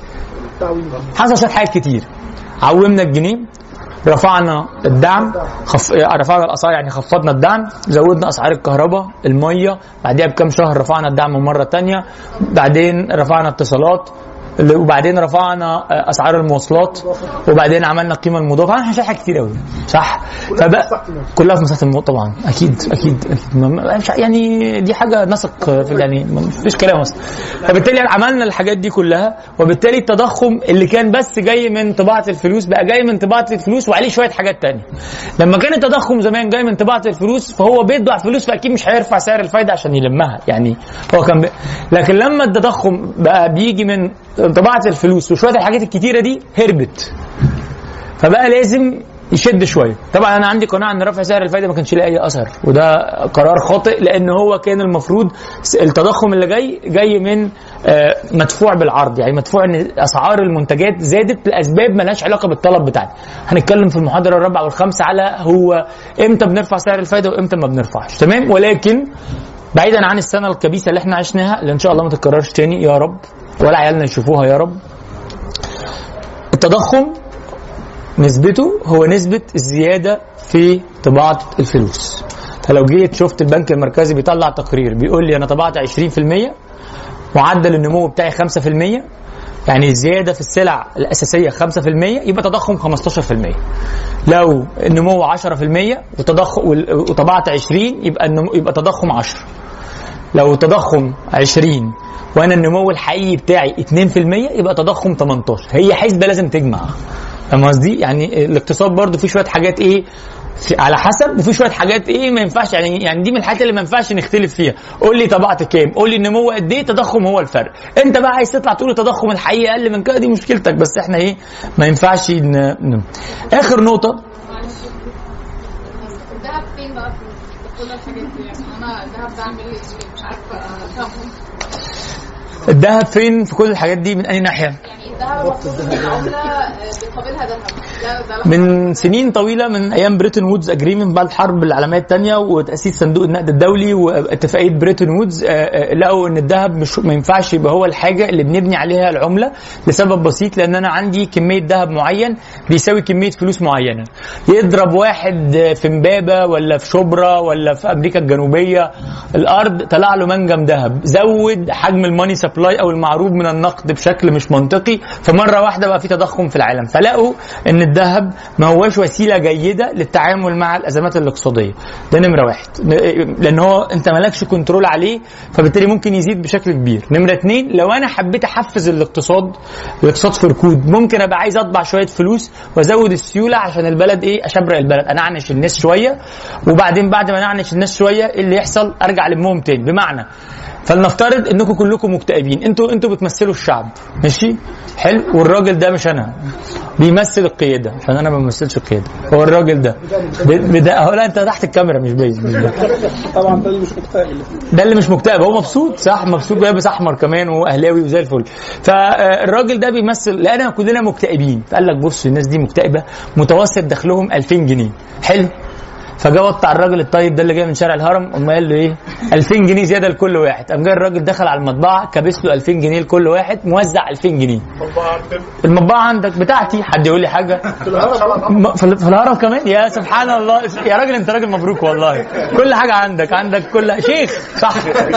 حصل شويه حاجات كتير. عومنا الجنيه، رفعنا الدعم، خف... رفعنا الاسعار، يعني خفضنا الدعم، زودنا اسعار الكهرباء، الميه، بعديها بكام شهر رفعنا الدعم مره تانية، بعدين رفعنا اتصالات، وبعدين رفعنا اسعار المواصلات، وبعدين عملنا القيمه المضافه. احنا شايف حاجات كتير قوي، صح؟ فبقى كلها في مساحه الموت طبعا، اكيد اكيد, أكيد. يعني دي حاجه نسق في، يعني مفيش كلام اصلا. فبالتالي عملنا الحاجات دي كلها، وبالتالي التضخم اللي كان بس جاي من طباعه الفلوس بقى جاي من طباعه الفلوس وعليه شويه حاجات تانية. لما كان التضخم زمان جاي من طباعه الفلوس فهو بيطبع فلوس، فاكيد مش هيرفع سعر الفايده عشان يلمها، يعني هو كان ب... لكن لما التضخم بقى بيجي من طباعه الفلوس وشويه الحاجات الكتيره دي هربت، فبقى لازم يشد شويه. طبعا انا عندي قناعه ان رفع سعر الفايده ما كانش له اي اثر، وده قرار خاطئ، لان هو كان المفروض التضخم اللي جاي جاي من مدفوع بالعرض، يعني مدفوع ان اسعار المنتجات زادت لاسباب ما لهاش علاقه بالطلب بتاعنا. هنتكلم في المحاضره الرابعه والخامسه على هو امتى بنرفع سعر الفايده وامتى ما بنرفعش، تمام؟ ولكن بعيدا عن السنه الكبيسه اللي احنا عشناها اللي ان شاء الله ما تتكررش تاني يا رب، ولا عيالنا يشوفوها يا رب، التضخم نسبته هو نسبة الزيادة في طباعة الفلوس. فلو جيت شفت البنك المركزي بيطلع تقرير بيقول لي أنا طبعت عشرين في المية، معدل النمو بتاعي خمسة في المية، يعني الزيادة في السلع الأساسية خمسة في المية، يبقى تضخم خمستاشر في المية. لو النمو عشرة في المية وتضخم وطبعت عشرين يبقى النمو يبقى تضخم عشرة. لو تضخم عشرين وأنا النمو الحقيقي بتاعي اتنين في المية يبقى تضخم تمنتاشر. هي حسبة لازم تجمع، فاهم قصدي؟ يعني الاقتصاد برضو في شويه حاجات ايه على حسب، وفي شويه حاجات ايه ما ينفعش، يعني يعني دي من الحاجات اللي ما ينفعش نختلف فيها. قول لي طبعت كام، قول لي النمو قد ايه، تضخم هو الفرق. انت بقى عايز تطلع تقول التضخم الحقيقي اقل من كده، دي مشكلتك، بس احنا ايه ما ينفعش ن... ن... اخر نقطه، الذهب فين بقى في كل الحاجات دي؟ يعني انا الذهب ده عامل ايه مش عارفه افهمه. الذهب فين في كل الحاجات دي؟ من اي ناحيه؟ يعني الذهب المفروض العمله بيقابلها ذهب من سنين طويله، من ايام بريتون وودز اجريمنت بعد الحرب العالميه الثانيه وتاسيس صندوق النقد الدولي واتفاقيه بريتون وودز، لقوا ان الذهب مش ما ينفعش يبقى هو الحاجه اللي بنبني عليها العمله، لسبب بسيط، لان انا عندي كميه ذهب معين بيساوي كميه فلوس معينه. يضرب واحد في امبابه ولا في شبرا ولا في امريكا الجنوبيه الارض طلع له منجم ذهب، زود حجم الماني سبلاي او المعروض من النقد بشكل مش منطقي، فمره واحده بقى في تضخم في العالم. فلقوا ان الذهب ما هوش وسيله جيده للتعامل مع الازمات الاقتصاديه. ده نمره واحد، لان هو انت مالكش كنترول عليه، فبالتالي ممكن يزيد بشكل كبير. نمره اتنين، لو انا حبيت احفز الاقتصاد، الاقتصاد في ركود، ممكن ابقى عايز اطبع شويه فلوس وازود السيوله عشان البلد ايه، اشبرق البلد، انعنش الناس شويه، وبعدين بعد ما انعنش الناس شويه ايه اللي يحصل؟ ارجع لمهم تاني. بمعنى فلنفترض انكم كلكم مكتئبين، انتوا انتوا بتمثلوا الشعب، ماشي حلو، والراجل ده مش انا بيمثل القياده، عشان انا ما بمثلش القياده، هو الراجل ده بدا اهو. لا انت تحت الكاميرا مش باين طبعا. ده اللي مش مكتئب، ده اللي مش مكتئب، هو مبسوط، صح، مبسوط، لابس احمر كمان واهلاوي وزي الفل. فالراجل ده بيمثل، لان كلنا مكتئبين، فقال لك بص الناس دي مكتئبه، متوسط دخلهم ألفين جنيه، حلو. فجاء بتاع الراجل الطيب ده اللي جاي من شارع الهرم، قام قال له ايه؟ ألفين جنيه زياده لكل واحد. قام جاي الراجل دخل على المطبعه كابس له ألفين جنيه لكل واحد، موزع ألفين جنيه. المطبعه عندك بتاعتي، حد يقول لي حاجه؟ في الهرم كمان، يا سبحان الله يا راجل، انت راجل مبروك والله، كل حاجه عندك، عندك كل شيخ، صح.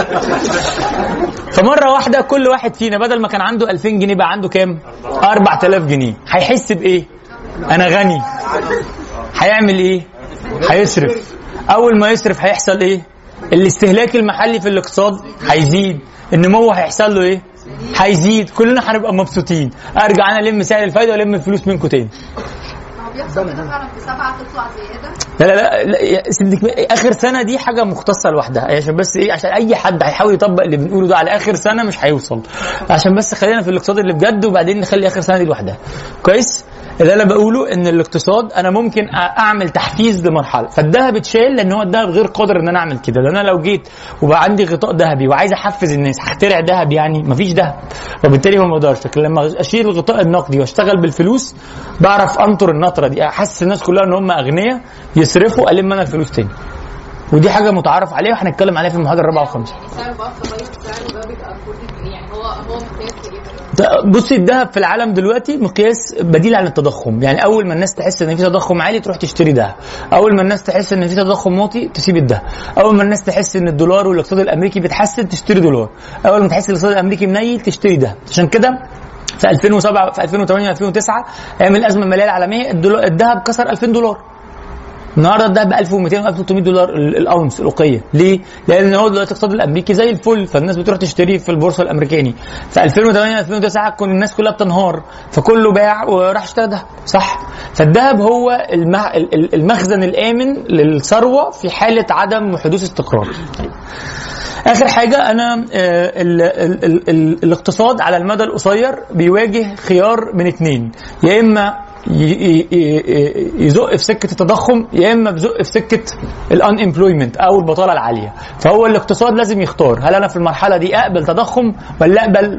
فمره واحده كل واحد فينا بدل ما كان عنده ألفين جنيه بقى عنده كام؟ أربعة آلاف جنيه. هيحس بايه؟ انا غني. هيعمل ايه؟ هيصرف. اول ما يصرف هيحصل ايه؟ الاستهلاك المحلي في الاقتصاد هيزيد، النمو هيحصل له ايه؟ هيزيد، كلنا هنبقى مبسوطين. ارجع انا الم سعر الفايده والم الفلوس منكم تاني. بيحصل كده فعلا في سبعة تطلع زيادة. لا لا لا, لا سيدك، اخر سنه دي حاجه مختصه لوحدها، عشان بس ايه، عشان اي حد هيحاول يطبق اللي بنقوله ده على اخر سنه مش هيوصل، عشان بس خلينا في الاقتصاد اللي بجد وبعدين نخلي اخر سنه دي لوحدها. كويس؟ اللي انا بقوله ان الاقتصاد انا ممكن اعمل تحفيز لمرحله، فالذهب اتشال لان هو الذهب غير قادر ان انا اعمل كده، لان انا لو جيت وبقى عندي غطاء ذهبي وعايز احفز الناس هخترع ذهب، يعني مفيش ذهب وبالتالي ما بقدرش. لكن لما اشيل الغطاء النقدي واشتغل بالفلوس بعرف انطر النطره دي، احسس الناس كلها ان هم اغنياء يصرفوا، الم انا الفلوس تاني. ودي حاجه متعارف عليها وهنتكلم عليها في المحاضره الرابعه والخامسه. يعني سعر بقى تغير سعره ده بيبقى يعني هو هو مقياس ايه؟ بصي الذهب في العالم دلوقتي مقياس بديل عن التضخم، يعني اول ما الناس تحس ان في تضخم عالي تروح تشتري ذهب، اول ما الناس تحس ان في تضخم واطي تسيب الذهب، اول ما الناس تحس ان الدولار والاقتصاد الامريكي بيتحسن تشتري دولار، اول ما تحس الاقتصاد الامريكي منيل تشتري ذهب. عشان كده في ألفين وسبعة في ألفين وثمانية ألفين وتسعة ايام الازمه الماليه العالميه الذهب كسر ألفين دولار. النهارده الذهب ب ألف ومئتين ألف وثلاثمئة دولار الاونس الاوقيه. ليه؟ لان هو دلوقتي الاقتصاد الامريكي زي الفل، فالناس بتروح تشتري في البورصه الامريكاني. في ألفين وثمانية ألفين وتسعة كل الناس كلها بتنهار، فكله باع وراح اشترى ذهب، صح؟ فالذهب هو المخزن الامن للثروه في حاله عدم حدوث استقرار. اخر حاجه انا ال ال ال ال الاقتصاد على المدى القصير بيواجه خيار من اتنين، يا اما يزق في سكه التضخم يا اما بيزق في سكه الان امبلويمنت او البطاله العاليه. فهو الاقتصاد لازم يختار، هل انا في المرحله دي اقبل تضخم ولا اقبل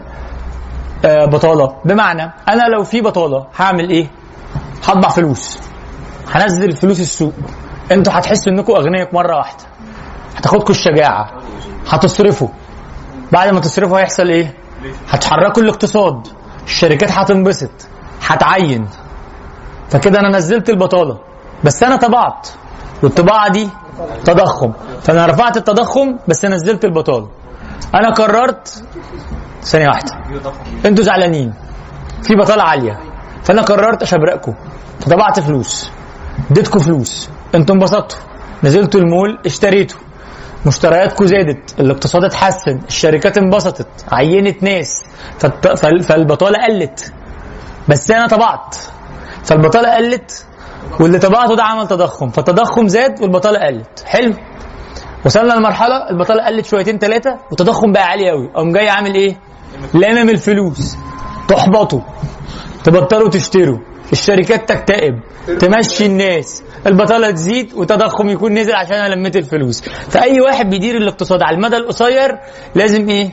بطاله؟ بمعنى انا لو في بطاله هعمل ايه؟ هطبع فلوس، هنزل فلوس السوق، انتوا هتحسوا انكم اغنياء مره واحده، هتاخدكم الشجاعه، هتصرفوا، بعد ما تصرفوا هيحصل ايه؟ هتحركوا الاقتصاد، الشركات هتنبسط، هتعين، فكده انا نزلت البطاله بس انا طبعت، والطباعه دي تضخم، فانا رفعت التضخم بس نزلت البطاله. انا قررت ثانيه واحده، انتوا زعلانين في بطاله عاليه، فانا قررت اشبرقكم، فطبعت فلوس، اديتكم فلوس، انتوا انبسطتوا، نزلتوا المول اشتريتوا، مشترياتكم زادت، الاقتصاد اتحسن، الشركات انبسطت، عينت ناس، فالبطاله قلت، بس انا طبعت، فالبطاله قلت، واللي طبعته ده عمل تضخم، فالتضخم زاد والبطاله قلت. حلو، وصلنا لمرحله البطاله قلت شويتين ثلاثه والتضخم بقى عالي قوي، قام جاي عامل ايه؟ لامم الفلوس، تحبطوا، تبطلوا تشتروا، الشركات تكتئب، تمشي الناس، البطاله تزيد والتضخم يكون نزل عشان انا لميت الفلوس. فاي واحد بيدير الاقتصاد على المدى القصير لازم ايه؟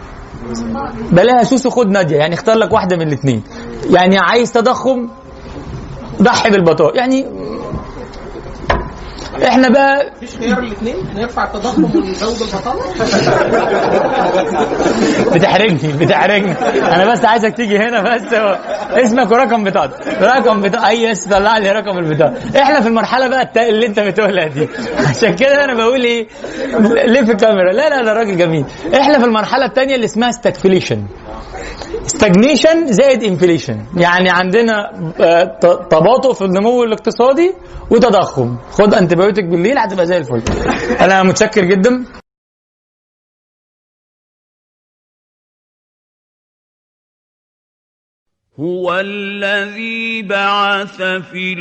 بلاها سوس وخد ناديه، يعني اختار لك واحده من الاثنين. يعني عايز تضخم ضحي بالبطاله، يعني احنا بقى مفيش خيار الاثنين، نرفع التضخم ونزود البطاله. بتحرجني بتحرجني انا بس عايزك تيجي هنا بس اسمك ورقم بطاقتك، رقم بطاقه اي اس طلع لي رقم البطاقه. احنا في المرحله بقى اللي انت بتقولها دي، عشان كده انا بقول ايه ليه في الكاميرا، لا لا ده راجل جميل. احنا في المرحله الثانيه اللي اسمها ستاجفليشن، ستاجنيشن زائد انفليشن، يعني عندنا تباطؤ في النمو الاقتصادي وتضخم. خد انتبيوتك بالليل هتبقى زي الفل. انا متشكر جدا. هو الذي بعث في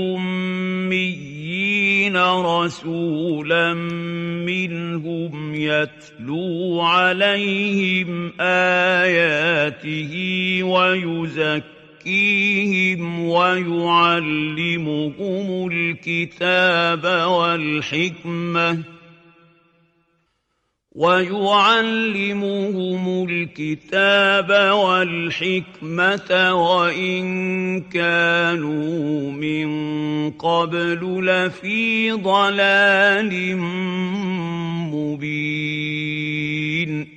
الأميين رسولا منهم يتلو عليهم آياته ويزكيهم ويعلمهم الكتاب والحكمة ويعلمهم الكتاب والحكمة وإن كانوا من قبل لفي ضلال مبين.